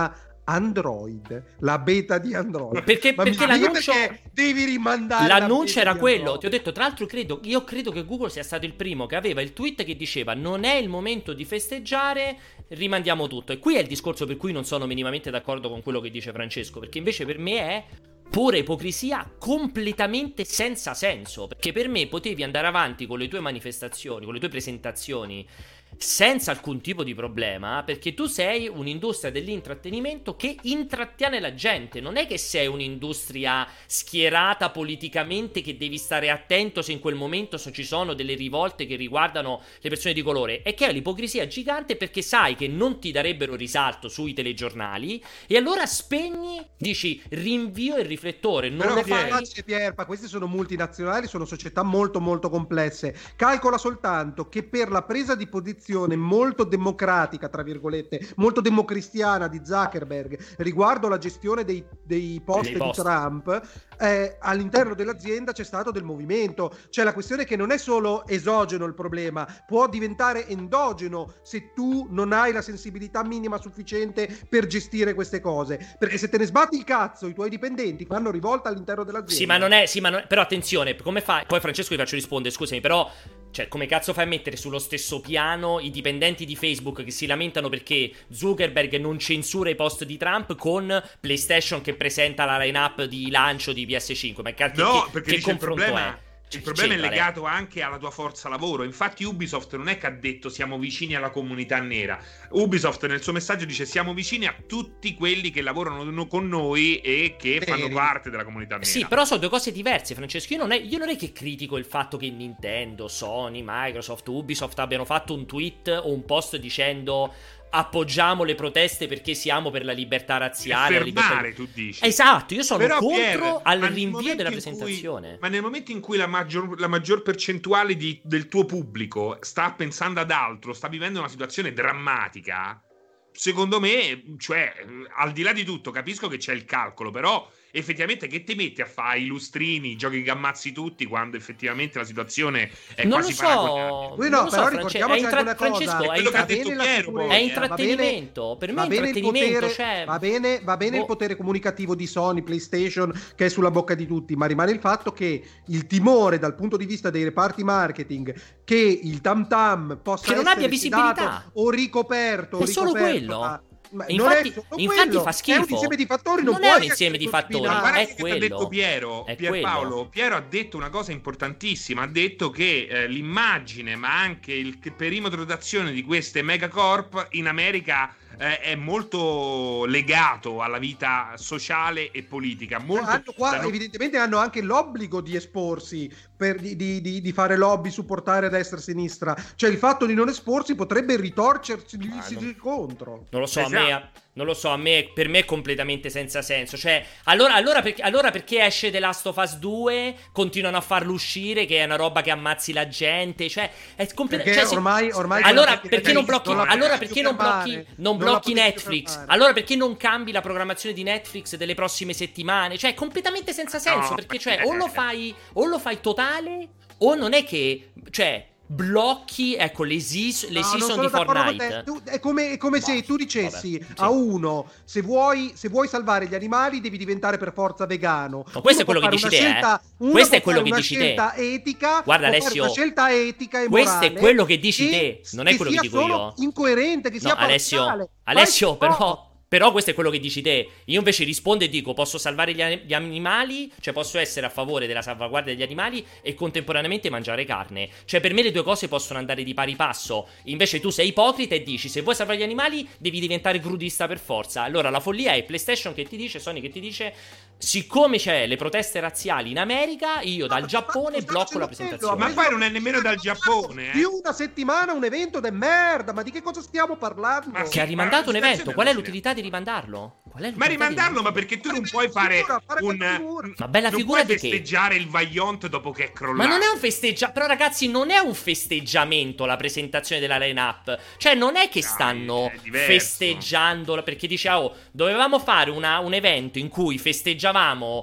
Android, la beta di Android. Perché, Ma perché mi l'annuncio perché devi rimandare l'annuncio la era beta di quello. Android? Ti ho detto, tra l'altro, credo io credo che Google sia stato il primo che aveva il tweet che diceva non è il momento di festeggiare, rimandiamo tutto. E qui è il discorso per cui non sono minimamente d'accordo con quello che dice Francesco, perché invece per me è pura ipocrisia completamente senza senso. Perché per me potevi andare avanti con le tue manifestazioni, con le tue presentazioni senza alcun tipo di problema, perché tu sei un'industria dell'intrattenimento che intrattiene la gente. Non è che sei un'industria schierata politicamente che devi stare attento se in quel momento ci sono delle rivolte che riguardano le persone di colore. È che è l'ipocrisia gigante, perché sai che non ti darebbero risalto sui telegiornali e allora spegni, dici rinvio il riflettore, non Però lo è fai. facile, Pierpa, queste sono multinazionali, sono società molto molto complesse. Calcola soltanto che per la presa di posizione molto democratica, tra virgolette, molto democristiana di Zuckerberg riguardo la gestione dei, dei post Dei di post. Trump, eh, all'interno dell'azienda c'è stato del movimento. Cioè la questione è che non è solo esogeno il problema, può diventare endogeno se tu non hai la sensibilità minima sufficiente per gestire queste cose, perché se te ne sbatti il cazzo i tuoi dipendenti fanno rivolta all'interno dell'azienda. Sì, ma non è, sì, ma non è- però attenzione, come fai? Poi Francesco vi faccio rispondere, scusami, però cioè, come cazzo fai a mettere sullo stesso piano i dipendenti di Facebook che si lamentano perché Zuckerberg non censura i post di Trump con PlayStation che presenta la line-up di lancio di P S cinque? Ma che, No, che, perché che dice il confronto problema, è? il problema è C'entra, legato anche alla tua forza lavoro. Infatti Ubisoft non è che ha detto siamo vicini alla comunità nera. Ubisoft nel suo messaggio dice siamo vicini a tutti quelli che lavorano con noi e che fanno Veri. parte della comunità nera. Sì, però sono due cose diverse, Francesco. Io non, è, io non è che critico il fatto che Nintendo, Sony, Microsoft, Ubisoft abbiano fatto un tweet o un post dicendo appoggiamo le proteste perché siamo per la libertà razziale. La fermare, libertà... tu dici. Esatto, io sono Però, contro Pier, al ma nel rinvio momento della in cui- presentazione. ma nel momento in cui la maggior, la maggior percentuale di- del tuo pubblico sta pensando ad altro, sta vivendo una situazione drammatica, secondo me, cioè, al di là di tutto, capisco che c'è il calcolo, però effettivamente che ti metti a fare i lustrini, i giochi che ammazzi tutti quando effettivamente la situazione è Non quasi lo so, paragonabile? Lui non no, lo però so, ricordiamoci France- è anche intra- una cosa, Francesco, è, quello che ha intra- detto bene la Piero, sicurezza, poi, è eh. intrattenimento. Per me va è bene il intrattenimento. potere, Cioè, va bene, va bene il boh. potere comunicativo di Sony, PlayStation, che è sulla bocca di tutti, ma rimane il fatto che il timore dal punto di vista dei reparti marketing che il tam tam possa Che non essere abbia visibilità. sedato o ricoperto, o È solo ricoperto quello. da- ma E non è infatti- solo infatti quello, fa schifo. è un insieme di fattori, non, Non è puoi un insieme di essere fattori, turbinato. Guarda è che ti ha quello. detto Piero, È Pierpaolo. quello. Piero ha detto una cosa importantissima. Ha detto che eh, l'immagine, ma anche il perimetro d'azione di queste megacorp in America eh, è molto legato alla vita sociale e politica. Molto, Hanno qua- da non- evidentemente hanno anche l'obbligo di esporsi, per, di, di- di- di fare lobby, supportare a destra e a sinistra. Cioè il fatto di non esporsi potrebbe ritorcersi non- contro. Non lo so, Esatto. a me, non lo so, a me, per me è completamente senza senso. Cioè, allora, allora, perché, allora perché esce The Last of Us due, continuano a farlo uscire, che è una roba che ammazzi la gente. Cioè, è completamente. Perché Cioè, se- ormai, ormai allora quella- perché non blocchi, non la allora potevi perché più non blocchi, fermare, non non la blocchi potevi più Netflix? fermare. Allora perché non cambi la programmazione di Netflix delle prossime settimane? Cioè, è completamente senza senso. No, perché, cioè, perché- o lo fai, o lo fai totale, o non è che, cioè, blocchi, ecco, le, sis- le No, non season sono di d'accordo con Fortnite. te. Tu- è come, è come se Bah, tu dicessi vabbè, sì. a uno: se vuoi, se vuoi salvare gli animali, devi diventare per forza vegano. Ma questo Uno è quello può che fare dici una te, scelta- eh. uno Questo è può quello fare che una dici te. scelta etica. Guarda, può fare Alessio, una scelta etica e questo morale. è quello che dici te, non è che quello che sia dico solo io. incoerente, che No, sia Alessio, parziale. Alessio, Fai- però, però questo è quello che dici te. Io invece rispondo e dico: posso salvare gli, an- gli animali, cioè posso essere a favore della salvaguardia degli animali e contemporaneamente mangiare carne. Cioè, per me le due cose possono andare di pari passo. Invece tu sei ipocrita e dici: se vuoi salvare gli animali devi diventare crudista per forza. Allora la follia è PlayStation che ti dice, Sony che ti dice: siccome c'è le proteste razziali in America, io dal Giappone blocco la presentazione. Ma poi non è nemmeno dal Giappone, eh. Più una settimana un evento de merda, ma di che cosa stiamo parlando? Ma Che ha rimandato un Ma- evento. Qual è l'utilità di rimandarlo? Qual è Ma l'utilità di rimandarlo, ma perché tu non puoi fare figura, fare un bella figura. Ma bella non figura puoi di che? festeggiare il Vaillant dopo che è crollato. Ma non è un festeggiamento. Però, ragazzi, non è un festeggiamento la presentazione della line-up. Cioè, non è che stanno è diverso. festeggiando. Perché dice: oh, dovevamo fare una- un evento in cui festeggiavamo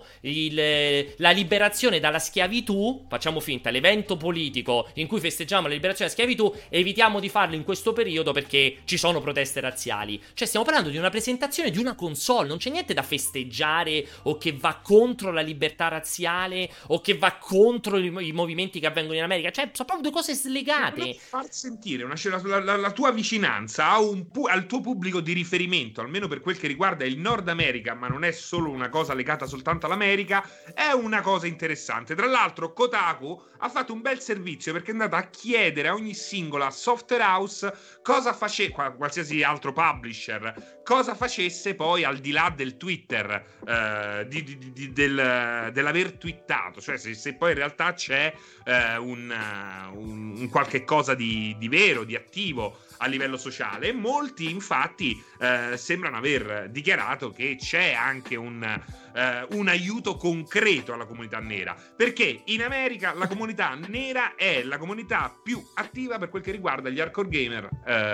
il- la liberazione dalla schiavitù. Facciamo finta, l'evento politico in cui festeggiamo la liberazione dalla schiavitù. Evitiamo di farlo in questo periodo perché ci sono proteste razziali. Cioè, stiamo parlando di una presentazione di una console. console, non c'è niente da festeggiare o che va contro la libertà razziale o che va contro i, i movimenti che avvengono in America, cioè sono proprio due cose slegate. Far sentire una, la, la, la tua vicinanza a un, al tuo pubblico di riferimento, almeno per quel che riguarda il Nord America, ma non è solo una cosa legata soltanto all'America, è una cosa interessante. Tra l'altro Kotaku ha fatto un bel servizio perché è andata a chiedere a ogni singola software house cosa faceva, qualsiasi altro publisher, cosa facesse poi al di là del Twitter, eh, di, di, di, del, dell'aver twittato, cioè se, se poi in realtà c'è eh, un, un, un qualche cosa di, di vero, di attivo a livello sociale. Molti infatti eh, sembrano aver dichiarato che c'è anche un, eh, un aiuto concreto alla comunità nera, perché in America la comunità nera è la comunità più attiva per quel che riguarda gli hardcore gamer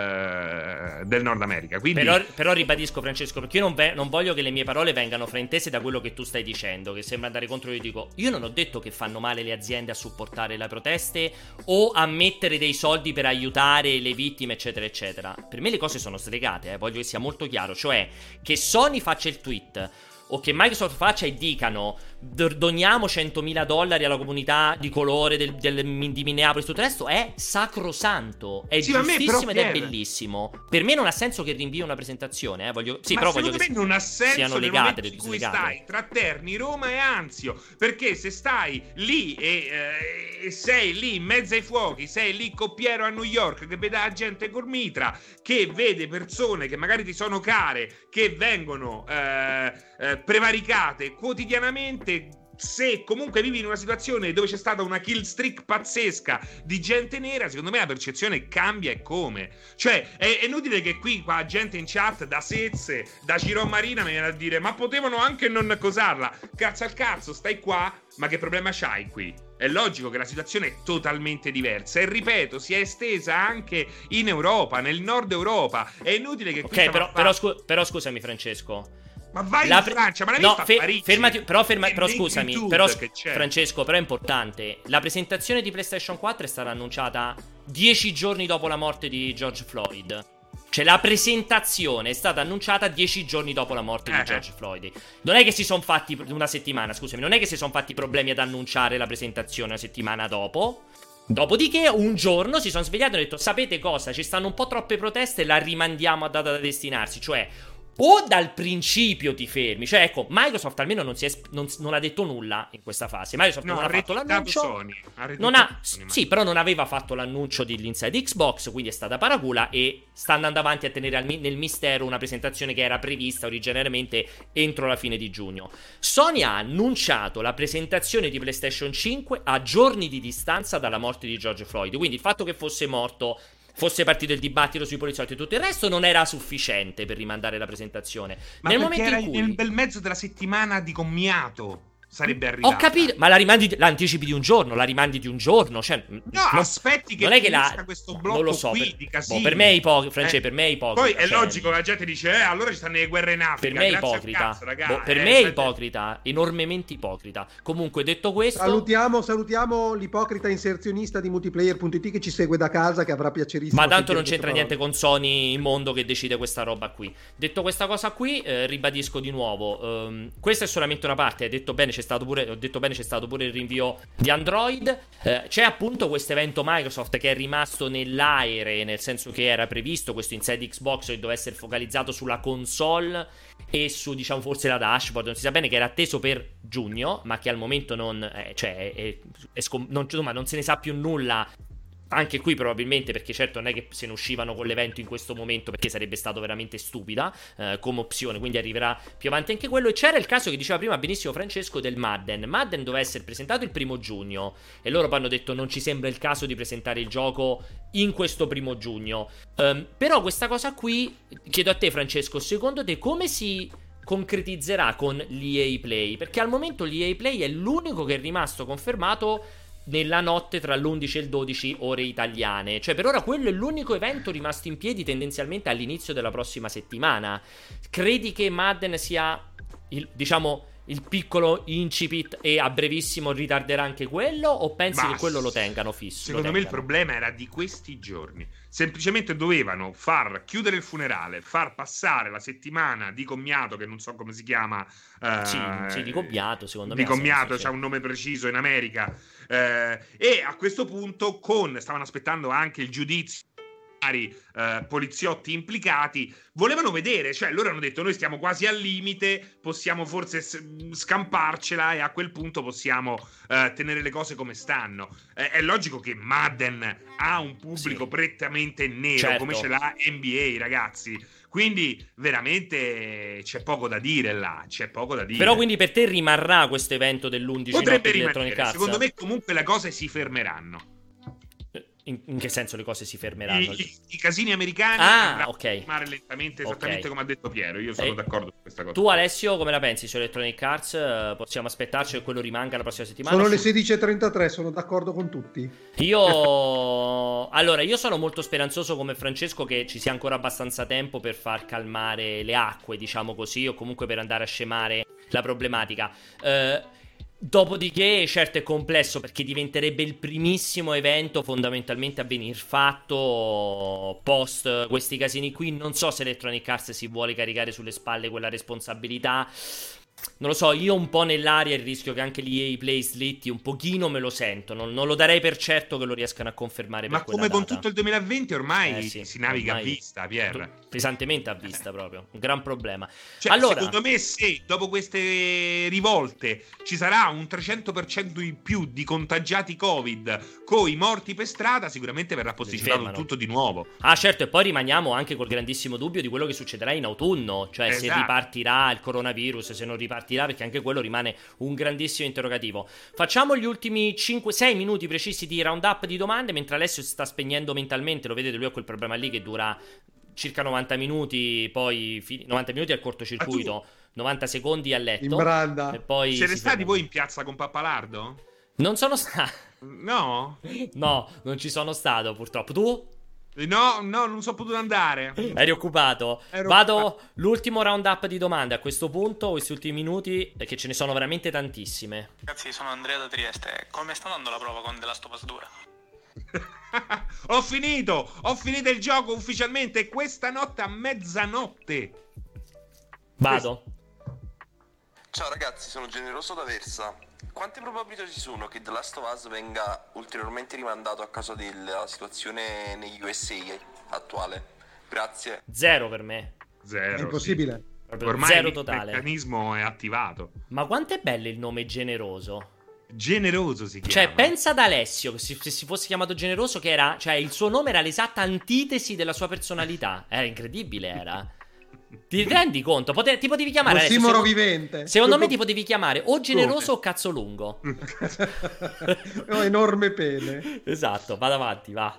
eh, del Nord America. Quindi... Però, però ribadisco, Francesco, perché io non, ve- non voglio che le mie parole vengano fraintese da quello che tu stai dicendo, che sembra andare contro. Io dico, io non ho detto che fanno male le aziende a supportare le proteste o a mettere dei soldi per aiutare le vittime, eccetera eccetera. Per me le cose sono slegate, eh, voglio che sia molto chiaro, cioè che Sony faccia il tweet o che Microsoft faccia e dicano doniamo centomila dollari alla comunità di colore del, del, di Minneapolis, tutto il resto è sacrosanto, è sì, giustissimo ed è bellissimo. Per me non ha senso che rinvii una presentazione, eh, voglio, sì, ma però voglio che me non ha senso siano nel legate, momento in cui legate. Stai tra Terni, Roma e Anzio, perché se stai lì e, eh, e sei lì in mezzo ai fuochi, sei lì coppiero a New York che vede la gente col mitra, che vede persone che magari ti sono care, che vengono eh, eh, prevaricate quotidianamente, se comunque vivi in una situazione dove c'è stata una kill streak pazzesca di gente nera, secondo me la percezione cambia. E come? Cioè è, è inutile che qui qua gente in chat da Sezze, da Ciro Marina mi viene a dire ma potevano anche non cosarla. Cazzo al cazzo, stai qua, ma che problema c'hai qui? È logico che la situazione è totalmente diversa e ripeto, si è estesa anche in Europa, nel nord Europa. È inutile che qui ok, però, però, scu- però scusami Francesco, ma vai la in pre- Francia, ma l'hai no, vista fe- a Parigi? Fermati, però, ferma- però scusami, però, c'è. Francesco, però è importante. La presentazione di PlayStation quattro è stata annunciata dieci giorni dopo la morte di George Floyd. Cioè la presentazione è stata annunciata dieci giorni dopo la morte eh. di George Floyd. Non è che si sono fatti una settimana, scusami, non è che si sono fatti problemi ad annunciare la presentazione una settimana dopo. Dopodiché un giorno si sono svegliati e hanno detto sapete cosa, ci stanno un po' troppe proteste, la rimandiamo a data da destinarsi. Cioè o dal principio ti fermi, cioè ecco, Microsoft almeno non, si è, non, non ha detto nulla in questa fase. Microsoft no, non ha fatto l'annuncio Sony, ha non ha, Sony, sì, però non aveva fatto l'annuncio dell'Inside Xbox, quindi è stata paracula e sta andando avanti a tenere al, nel mistero una presentazione che era prevista originariamente entro la fine di giugno. Sony ha annunciato la presentazione di PlayStation cinque a giorni di distanza dalla morte di George Floyd, quindi il fatto che fosse morto, fosse partito il dibattito sui poliziotti e tutto il resto non era sufficiente per rimandare la presentazione. Ma nel momento momento era in cui nel bel mezzo della settimana di commiato sarebbe arrivata. Ho capito, ma la rimandi, l'anticipi di un giorno, la rimandi di un giorno, cioè no, non, aspetti che non è che la, questo blocco non lo so, qui per, di casini. boh, per me è ipocrita, Francesco, eh. per me è ipocrita. Poi è cioè, logico che la gente dice "Eh, allora ci stanno le guerre in Africa". Per me è Grazie ipocrita. Cazzo, raga, boh, per eh, me è ipocrita, enormemente ipocrita. Comunque, detto questo, salutiamo, salutiamo l'ipocrita inserzionista di multiplayer punto it che ci segue da casa, che avrà piacerissimo. Ma tanto non c'entra niente con Sony in mondo che decide questa roba qui. Detto questa cosa qui, eh, ribadisco di nuovo, ehm, questa è solamente una parte. Hai detto bene, c'è stato pure, ho detto bene, c'è stato pure il rinvio di Android. Eh, c'è appunto questo evento Microsoft che è rimasto nell'aere, nel senso che era previsto questo Inside Xbox che doveva essere focalizzato sulla console e su, diciamo, forse la dashboard, non si sa bene, che era atteso per giugno, ma che al momento non, eh, cioè, è, è, è scom- non, insomma, non se ne sa più nulla. Anche qui probabilmente, perché certo non è che se ne uscivano con l'evento in questo momento, perché sarebbe stato veramente stupida eh, come opzione, quindi arriverà più avanti anche quello. E c'era il caso che diceva prima benissimo Francesco del Madden. Madden doveva essere presentato il primo giugno e loro hanno detto non ci sembra il caso di presentare il gioco in questo primo giugno. um, Però questa cosa qui, chiedo a te Francesco, secondo te come si concretizzerà con l'E A Play? Perché al momento l'E A Play è l'unico che è rimasto confermato nella notte tra l'undici e il dodici ore italiane. Cioè per ora quello è l'unico evento rimasto in piedi tendenzialmente all'inizio della prossima settimana. Credi che Madden sia il, diciamo il piccolo incipit e a brevissimo ritarderà anche quello, o pensi Ma che quello lo tengano fisso? Secondo lo me il tengano? problema era di questi giorni. Semplicemente dovevano far chiudere il funerale, far passare la settimana di commiato, che non so come si chiama. eh, Sì, sì, di commiato, secondo me Di ha senso, commiato, sì. c'ha un nome preciso in America. eh, e a questo punto, con stavano aspettando anche il giudizio. Eh, poliziotti implicati volevano vedere, cioè loro hanno detto noi stiamo quasi al limite, possiamo forse s- scamparcela e a quel punto possiamo eh, tenere le cose come stanno. Eh, è logico che Madden ha un pubblico Sì. prettamente nero, Certo. come ce l'ha N B A, ragazzi, quindi veramente c'è poco da dire là, c'è poco da dire. Però quindi per te rimarrà questo evento dell'undici notte potrebbe di Electronic rimanere, Arts? secondo me comunque le cose si fermeranno. In, in che senso le cose si fermeranno? I, i- i casini americani Ah, andranno ok. a fermare lentamente, esattamente Ok. come ha detto Piero. Io sono E d'accordo su questa cosa. Tu Alessio come la pensi su Electronic Arts? Eh, Possiamo aspettarci che quello rimanga la prossima settimana? Sono le Su- sedici e trentatré, sono d'accordo con tutti. Io allora io sono molto speranzoso come Francesco che ci sia ancora abbastanza tempo per far calmare le acque, diciamo così, o comunque per andare a scemare la problematica. Eh, dopodiché, certo, è complesso perché diventerebbe il primissimo evento fondamentalmente a venir fatto post questi casini qui. Non so se Electronic Arts si vuole caricare sulle spalle quella responsabilità. Non lo so, io un po' nell'aria il rischio che anche l'E A Play slitti un pochino me lo sento. Non, non lo darei per certo che lo riescano a confermare per Ma quella come con data. tutto il duemilaventi ormai Eh sì, si naviga ormai a vista, Pier. Pesantemente a vista proprio, un gran problema. Cioè, allora, secondo me se dopo queste rivolte ci sarà un trecento per cento in più di contagiati Covid con i morti per strada, sicuramente verrà posticipato fermano. tutto di nuovo. ah certo, e poi rimaniamo anche col grandissimo dubbio di quello che succederà in autunno, cioè se Esatto. ripartirà il coronavirus, se non ripartirà, perché anche quello rimane un grandissimo interrogativo. Facciamo gli ultimi cinque sei minuti precisi di round up di domande mentre Alessio si sta spegnendo mentalmente. Lo vedete, lui ha quel problema lì che dura circa novanta minuti, poi fi- novanta minuti al cortocircuito, novanta secondi a letto In branda. e poi Siete si stati ferma. voi in piazza con Pappalardo? Non sono stato. No? No, non ci sono stato purtroppo. Tu? No, no, non sono potuto andare. Eri occupato. Ero Vado occupato. l'ultimo round up di domande a questo punto, questi ultimi minuti, perché ce ne sono veramente tantissime. Ragazzi, sono Andrea da Trieste. Come sta andando la prova con The Last of Us due? Ho finito, ho finito il gioco ufficialmente questa notte a mezzanotte. Vado. Ciao ragazzi, sono Generoso da Versa. Quante probabilità ci sono che The Last of Us venga ulteriormente rimandato a causa della situazione negli U S A attuale? Grazie. Zero per me. Zero. È impossibile. Proprio Ormai zero il totale. meccanismo è attivato. Ma quanto è bello il nome Generoso. Generoso si chiama. Cioè, pensa ad Alessio, che se se si fosse chiamato Generoso, che era, cioè, il suo nome era l'esatta antitesi della sua personalità. Era incredibile, era. Ti rendi conto? Pote- ti potevi chiamare Alessio, Ossimoro secondo- vivente. Secondo me ti potevi chiamare o Generoso o Cazzo Lungo. Ho enorme pene. Esatto, vado avanti, va.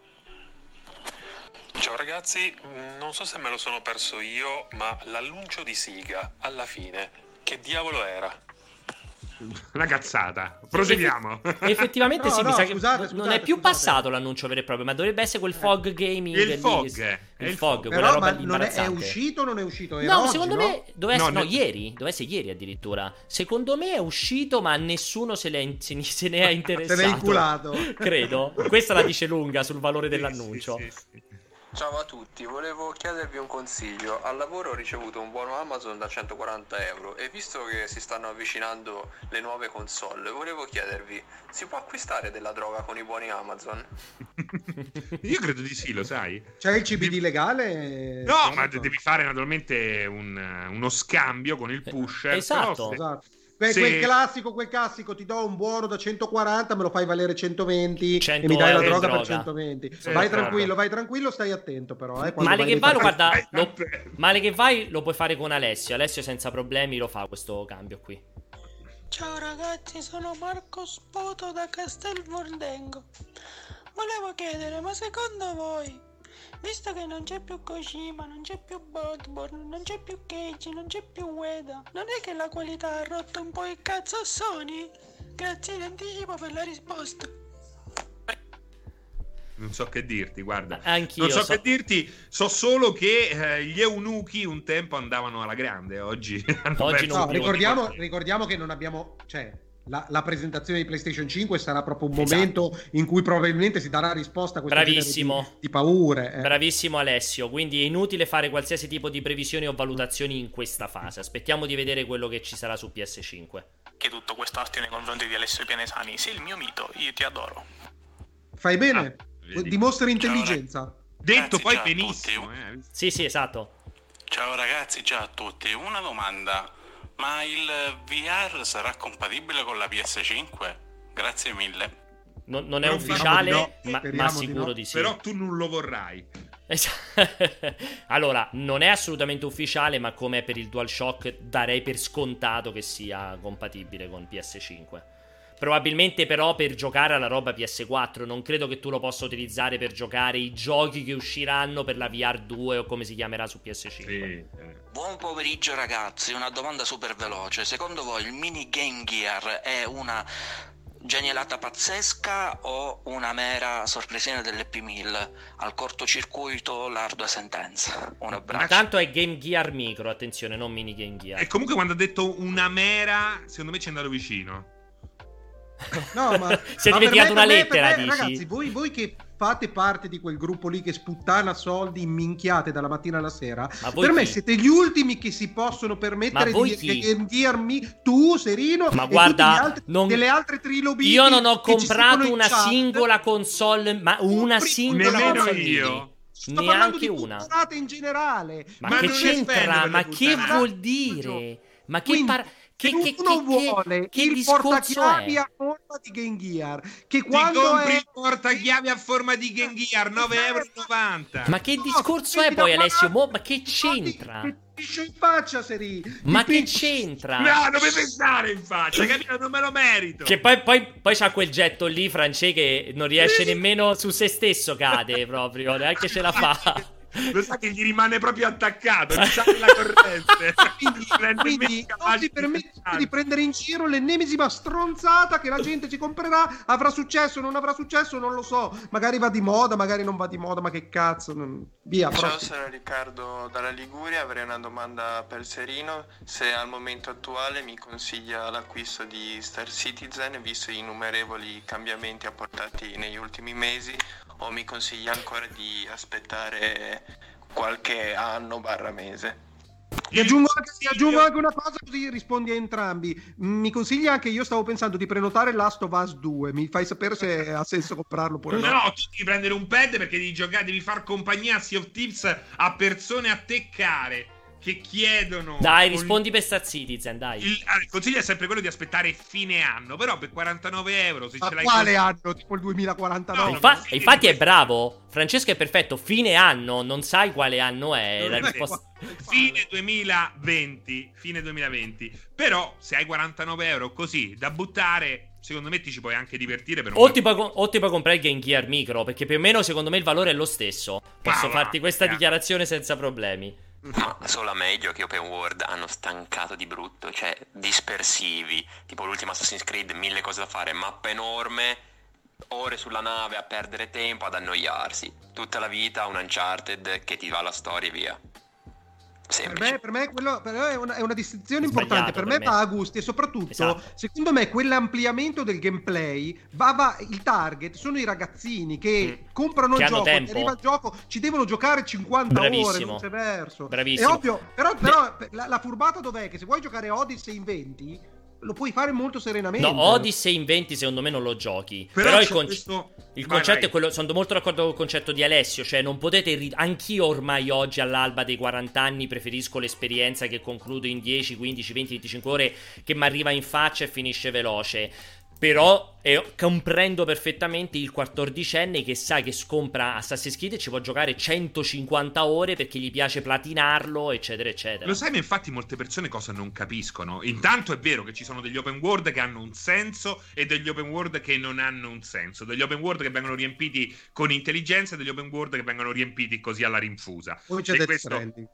Ciao ragazzi, non so se me lo sono perso io, ma l'annuncio di Siga alla fine, che diavolo era? Una cazzata. Proseguiamo. Effettivamente No, sì, no, mi sa che scusate, non scusate, è più scusate. passato l'annuncio vero e proprio, ma dovrebbe essere quel fog gaming Il lì fog, che- è il il fog, fog. quella Però roba ma lì non è, è imbarazzante. uscito o non è uscito? Era No, oggi, secondo no? me doveva No, essere, no, ne- ieri, doveva essere ieri addirittura. Secondo me è uscito, ma nessuno se, l'è in- se ne- se ne è interessato. Se n'è inculato. Credo. Questa la dice lunga sul valore dell'annuncio. Sì, sì, sì. Ciao a tutti, volevo chiedervi un consiglio. Al lavoro ho ricevuto un buono Amazon da centoquaranta euro e visto che si stanno avvicinando le nuove console, volevo chiedervi, si può acquistare della droga con i buoni Amazon? Io credo di sì, lo sai. C'è il C B D legale? No, Sì, ma Amazon. devi fare naturalmente un- uno scambio con il pusher. Esatto. però se- Esatto. Que- Se- Quel classico, quel classico, ti do un buono da centoquaranta, me lo fai valere centoventi cento e mi dai la euro in droga per droga. centoventi. Sì, vai esatto. tranquillo, vai tranquillo, stai attento però. Eh, quando Male vai che nei vai, lo pacchetti. guarda, lo- Vai, male che vai lo puoi fare con Alessio. Alessio senza problemi lo fa questo cambio qui. Ciao ragazzi, sono Marco Spoto da Castel Voldengo. Volevo chiedere, ma secondo voi, visto che non c'è più Kojima, non c'è più Bloodborne, non c'è più Cage, non c'è più Ueda, non è che la qualità ha rotto un po' il cazzo a Sony? Grazie in anticipo per la risposta. Non so che dirti, guarda. Anch'io non so, so che dirti, so solo che eh, gli eunuchi un tempo andavano alla grande, oggi hanno Oggi perso No, un ricordiamo, po' di- ricordiamo che non abbiamo, cioè, la, la presentazione di PlayStation cinque sarà proprio un Esatto. momento in cui probabilmente si darà risposta a questo Bravissimo. genere di, di paure. eh. Bravissimo Alessio, quindi è inutile fare qualsiasi tipo di previsioni o valutazioni in questa fase. Aspettiamo di vedere quello che ci sarà su P S cinque. Che tutto questo astio nei confronti di Alessio Pianesani. Sei il mio mito, io ti adoro. Fai bene? vedi. Dimostra intelligenza. Detto Ragazzi, poi ciao a benissimo. tutti. eh. Sì, sì, esatto. Ciao ragazzi, ciao a tutti. Una domanda, ma il V R sarà compatibile con la P S cinque? Grazie mille. Non, non è Però ufficiale, speriamo di no, ma, speriamo ma di sicuro no. di sì. Però tu non lo vorrai. Es- allora, non è assolutamente ufficiale, ma come è per il DualShock, darei per scontato che sia compatibile con P S cinque. Probabilmente però per giocare alla roba P S quattro, non credo che tu lo possa utilizzare per giocare i giochi che usciranno per la V R due o come si chiamerà su P S cinque. Sì, eh. Buon pomeriggio ragazzi, una domanda super veloce. Secondo voi il mini Game Gear è una genialata pazzesca o una mera sorpresina dell'Happy Meal? Al cortocircuito l'ardua sentenza. Un abbraccio. Intanto è Game Gear Micro, attenzione, non mini Game Gear. E comunque quando ha detto una mera, secondo me ci è andato vicino. No, ma Si è ma per dimenticato me- una per me- lettera, per me, dici? Ragazzi, voi, voi che fate parte di quel gruppo lì che sputtana soldi in minchiate dalla mattina alla sera, Ma voi per me chi? siete gli ultimi che si possono permettere Ma voi di chi? che Game Me, tu, Serino, Ma e guarda, tutti gli altri, non- delle altre trilobiti. Io non ho che ci comprato seguono in una chat. singola console, ma una singola Nemmeno console io. mini. Sto parlando Neanche di una. puttanate in generale. Ma, Ma che non le spendo c'entra? per Ma le che puttanate. vuol dire? Ma che Quindi, par- che, se che, uno che- vuole che il discorso portachiavi è? a forma di Game Gear, che Ti quando compri è il portachiavi a forma di Game Gear, nove virgola novanta euro. Ma che No, discorso vedi è da poi, quaranta Alessio? Mo- ma che c'entra? Ti piscio in faccia, Seri. Ma Ti che piscio- c'entra? No, non mi pensare in faccia, capito? Non me lo merito. Che poi, poi, poi c'ha quel getto lì, Francesco, che non riesce nemmeno su se stesso, cade proprio, neanche ce la fa. Lo sa che gli rimane proprio attaccato, non sa la corrente. Quindi, quindi non ti permettete di prendere in giro l'ennesima stronzata che la gente ci comprerà. Avrà successo, non avrà successo, non lo so. Magari va di moda, magari non va di moda, ma che cazzo. non- Via, Ciao, prossimo. sono Riccardo dalla Liguria, avrei una domanda per Serino. Se al momento attuale mi consiglia l'acquisto di Star Citizen, visto gli innumerevoli cambiamenti apportati negli ultimi mesi, o mi consiglia ancora di aspettare qualche anno barra mese. Ti aggiungo, anche, ti aggiungo anche una cosa così rispondi a entrambi. Mi consiglia anche, io stavo pensando di prenotare Last of Us due. Mi fai sapere se ha senso comprarlo oppure No, no. no, tu devi prendere un pad perché devi giocare, devi far compagnia a Sea of Thieves a persone a te care che chiedono. Dai, con- rispondi per Star Citizen, dai. Il, allora, il consiglio è sempre quello di aspettare fine anno, però per quarantanove euro se Ma ce l'hai quale così- anno? Tipo il duemilaquarantanove? No, Infa- sì, infatti sì. è bravo. Francesco è perfetto. Fine anno, non sai quale anno è. Non La è risposta... Fine duemilaventi, fine duemilaventi. Però se hai quarantanove euro così da buttare, secondo me ti ci puoi anche divertire per un O bel ti, puoi, o ti puoi comprare il Game Gear Micro, perché più o meno secondo me il valore è lo stesso. Posso Ma va, farti questa eh. dichiarazione senza problemi. Ma solo a meglio che Open World hanno stancato di brutto, cioè dispersivi, tipo l'ultimo Assassin's Creed, mille cose da fare, mappa enorme, ore sulla nave a perdere tempo, ad annoiarsi. Tutta la vita un Uncharted che ti va la storia e via. Per Semplice. me, per me quello però è una, è una distinzione importante. Sbagliato Per per me me. va a gusti e soprattutto, Esatto. secondo me, quell'ampliamento del gameplay va, va il target sono i ragazzini che Mm. comprano Che il hanno gioco, tempo. che arriva il gioco, ci devono giocare cinquanta ore, Bravissimo. non c'è verso. Bravissimo. È ovvio, però, però la, la furbata dov'è? Che se vuoi giocare Odyssey in venti, lo puoi fare molto serenamente. No, Odyssey in venti secondo me non lo giochi. Però Però, il, c'è conce- questo- il Vai, concetto vai. è quello. Sono molto d'accordo con il concetto di Alessio. Cioè, non potete. ri- Anch'io ormai oggi, all'alba dei quaranta anni, preferisco l'esperienza che concludo in dieci, quindici, venti, venticinque ore, che mi arriva in faccia e finisce veloce. Però eh, comprendo perfettamente il quattordicenne che sa che scompra Assassin's Creed e ci può giocare centocinquanta ore perché gli piace platinarlo, eccetera, eccetera. Lo sai, ma infatti molte persone cosa non capiscono. Intanto è vero che ci sono degli open world che hanno un senso e degli open world che non hanno un senso. Degli open world che vengono riempiti con intelligenza e degli open world che vengono riempiti così alla rinfusa. Poi c'è E Death questo- Stranding.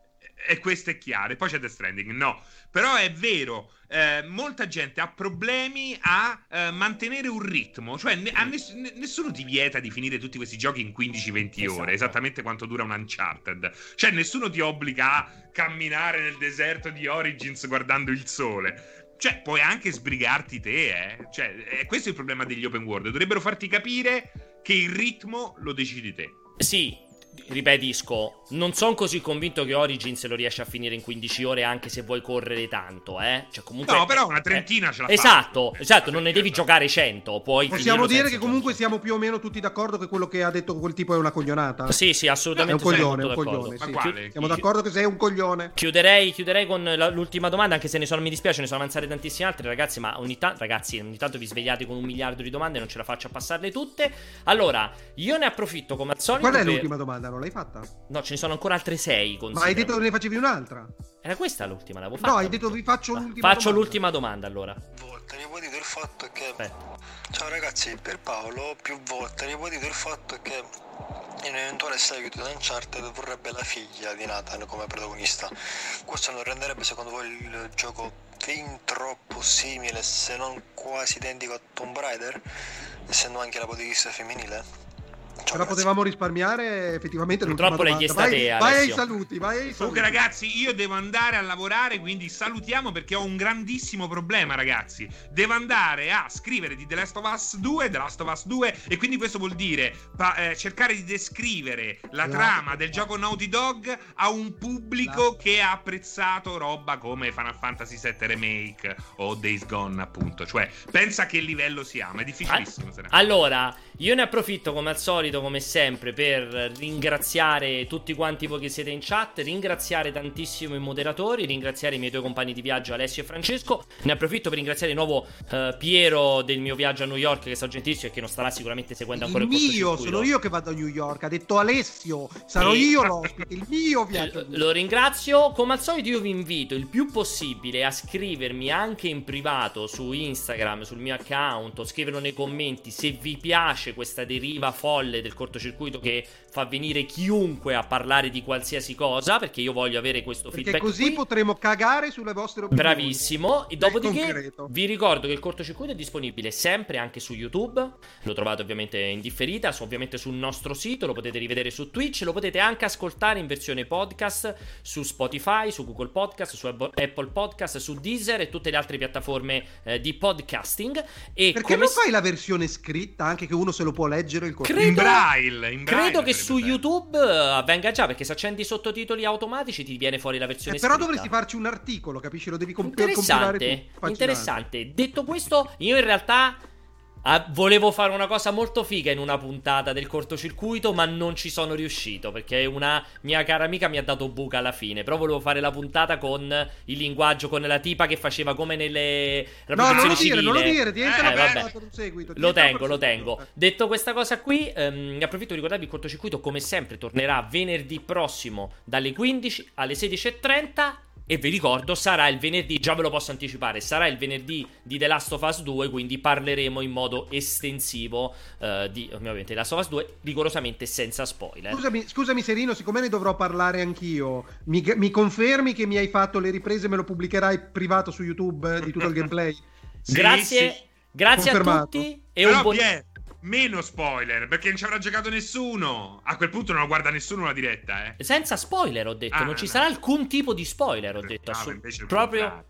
e questo è chiaro. E poi c'è Death Stranding, no. Però è vero, eh, molta gente ha problemi a eh, mantenere un ritmo. Cioè ne- a ness- nessuno ti vieta di finire tutti questi giochi in quindici venti Esatto. ore, esattamente quanto dura un Uncharted. Cioè nessuno ti obbliga a camminare nel deserto di Origins guardando il sole. Cioè puoi anche sbrigarti te, eh. Cioè, eh, questo è il problema degli open world. Dovrebbero farti capire che il ritmo lo decidi te. Sì, ripetisco, non sono così convinto che Origins lo riesce a finire in quindici ore anche se vuoi correre tanto, eh. Cioè, comunque, no, però una trentina eh, ce la fa. Esatto, esatto, non ne devi giocare cento. Puoi Possiamo dire che senza comunque siamo più o meno tutti d'accordo che quello che ha detto quel tipo è una coglionata? Sì, sì, assolutamente. È un coglione, sono è un d'accordo. coglione. Ma Sì. quale? Siamo Chi? d'accordo che sei un coglione. Chiuderei, chiuderei con la- l'ultima domanda, anche se ne sono, mi dispiace, ne sono avanzate tantissime altre, ragazzi, ma ogni tanto, ragazzi, ogni tanto vi svegliate con un miliardo di domande e non ce la faccio a passarle tutte. Allora, io ne approfitto come al solito. Qual è per- l'ultima domanda? Non l'hai fatta? No, ce ne sono ancora altre sei. Ma hai considero. detto che ne facevi un'altra? Era questa l'ultima, l'avevo fatta. No, hai detto vi faccio l'ultima Faccio domanda. l'ultima domanda allora. volte ribadito il fatto che Aspetta. ciao ragazzi, per Paolo più volte ribadito il fatto che in un eventuale seguito di Uncharted vorrebbe la figlia di Nathan come protagonista. Questo non renderebbe secondo voi il gioco fin troppo simile, se non quasi identico a Tomb Raider, essendo anche la protagonista femminile? Ce la potevamo risparmiare effettivamente. Purtroppo l'ultima l'hai domanda. chiesta vai, te, vai ai Alessio. saluti, vai ai saluti. Comunque ragazzi, io devo andare a lavorare, quindi salutiamo perché ho un grandissimo problema, ragazzi. Devo andare a scrivere di The Last of Us due, The Last of Us due, e quindi questo vuol dire pa- eh, cercare di descrivere la La- trama del gioco Naughty Dog a un pubblico che ha apprezzato roba come Final Fantasy sette Remake o Days Gone, appunto. Cioè, pensa a che livello siamo, è difficilissimo. se ne- Allora, io ne approfitto come al solito, come sempre, per ringraziare tutti quanti voi che siete in chat, ringraziare tantissimo i moderatori, ringraziare i miei due compagni di viaggio Alessio e Francesco. Ne approfitto per ringraziare di nuovo eh, Piero del mio viaggio a New York, che è stato gentilissimo e che non starà sicuramente seguendo ancora Il il mio, cortocircuito. sono io che vado a New York. Ha detto Alessio, sarò E- io l'ospite. Il mio viaggio. Lo ringrazio. Come al solito io vi invito il più possibile a scrivermi anche in privato su Instagram, sul mio account, o scriverlo nei commenti se vi piace questa deriva folle del cortocircuito che fa venire chiunque a parlare di qualsiasi cosa, perché io voglio avere questo Perché feedback così qui. potremo cagare sulle vostre opinioni. Bravissimo. E Nel dopodiché concreto. vi ricordo che il cortocircuito è disponibile sempre anche su YouTube. Lo trovate ovviamente in differita, su- ovviamente sul nostro sito, lo potete rivedere su Twitch, lo potete anche ascoltare in versione podcast su Spotify, su Google Podcast, su Ab- Apple Podcast, su Deezer e tutte le altre piattaforme eh, di podcasting. E Perché come non s- fai la versione scritta anche che uno se lo può leggere il corso? Credo- In braille, in braille Credo che sarebbe su bello. YouTube eh, avvenga già, perché se accendi i sottotitoli automatici ti viene fuori la versione Eh, però scritta. dovresti farci un articolo, capisci? Lo devi comp- compilare tu. Interessante, Facilante. interessante. Detto questo, io in realtà ah, volevo fare una cosa molto figa in una puntata del cortocircuito, ma non ci sono riuscito perché una mia cara amica mi ha dato buca alla fine. Però volevo fare la puntata con il linguaggio, con la tipa che faceva come nelle No, non protezione lo dire, civile. non lo dire, diventa Eh, una vabbè. puntata un seguito. Lo diventa una tengo, lo persona- tengo. Detto questa cosa qui, ehm, ne approfitto di ricordarvi il cortocircuito come sempre tornerà venerdì prossimo dalle quindici alle sedici e trenta. E vi ricordo, sarà il venerdì, già ve lo posso anticipare, sarà il venerdì di The Last of Us due, quindi parleremo in modo estensivo eh, di, ovviamente, The Last of Us due, rigorosamente senza spoiler. Scusami, scusami Serino, siccome ne dovrò parlare anch'io, mi, mi confermi che mi hai fatto le riprese e me lo pubblicherai privato su YouTube eh, di tutto il gameplay? Sì, grazie, sì. grazie a Confermato. tutti e Però un buon... Pier, meno spoiler, perché non ci avrà giocato nessuno. A quel punto non lo guarda nessuno la diretta, eh. Senza spoiler ho detto, Ah, non ci no. sarà alcun tipo di spoiler, ho detto, Sembrava assolut- invece il proprio...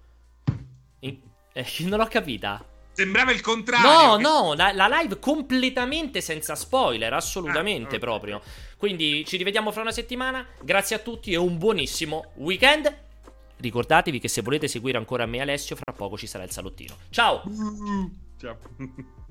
In- eh, non l'ho capita. Sembrava il contrario. No, che- no, la, la live completamente senza spoiler, assolutamente Ah, ok. proprio. Quindi ci rivediamo fra una settimana. Grazie a tutti e un buonissimo weekend. Ricordatevi che se volete seguire ancora me e Alessio, fra poco ci sarà il salottino. Ciao! Ciao.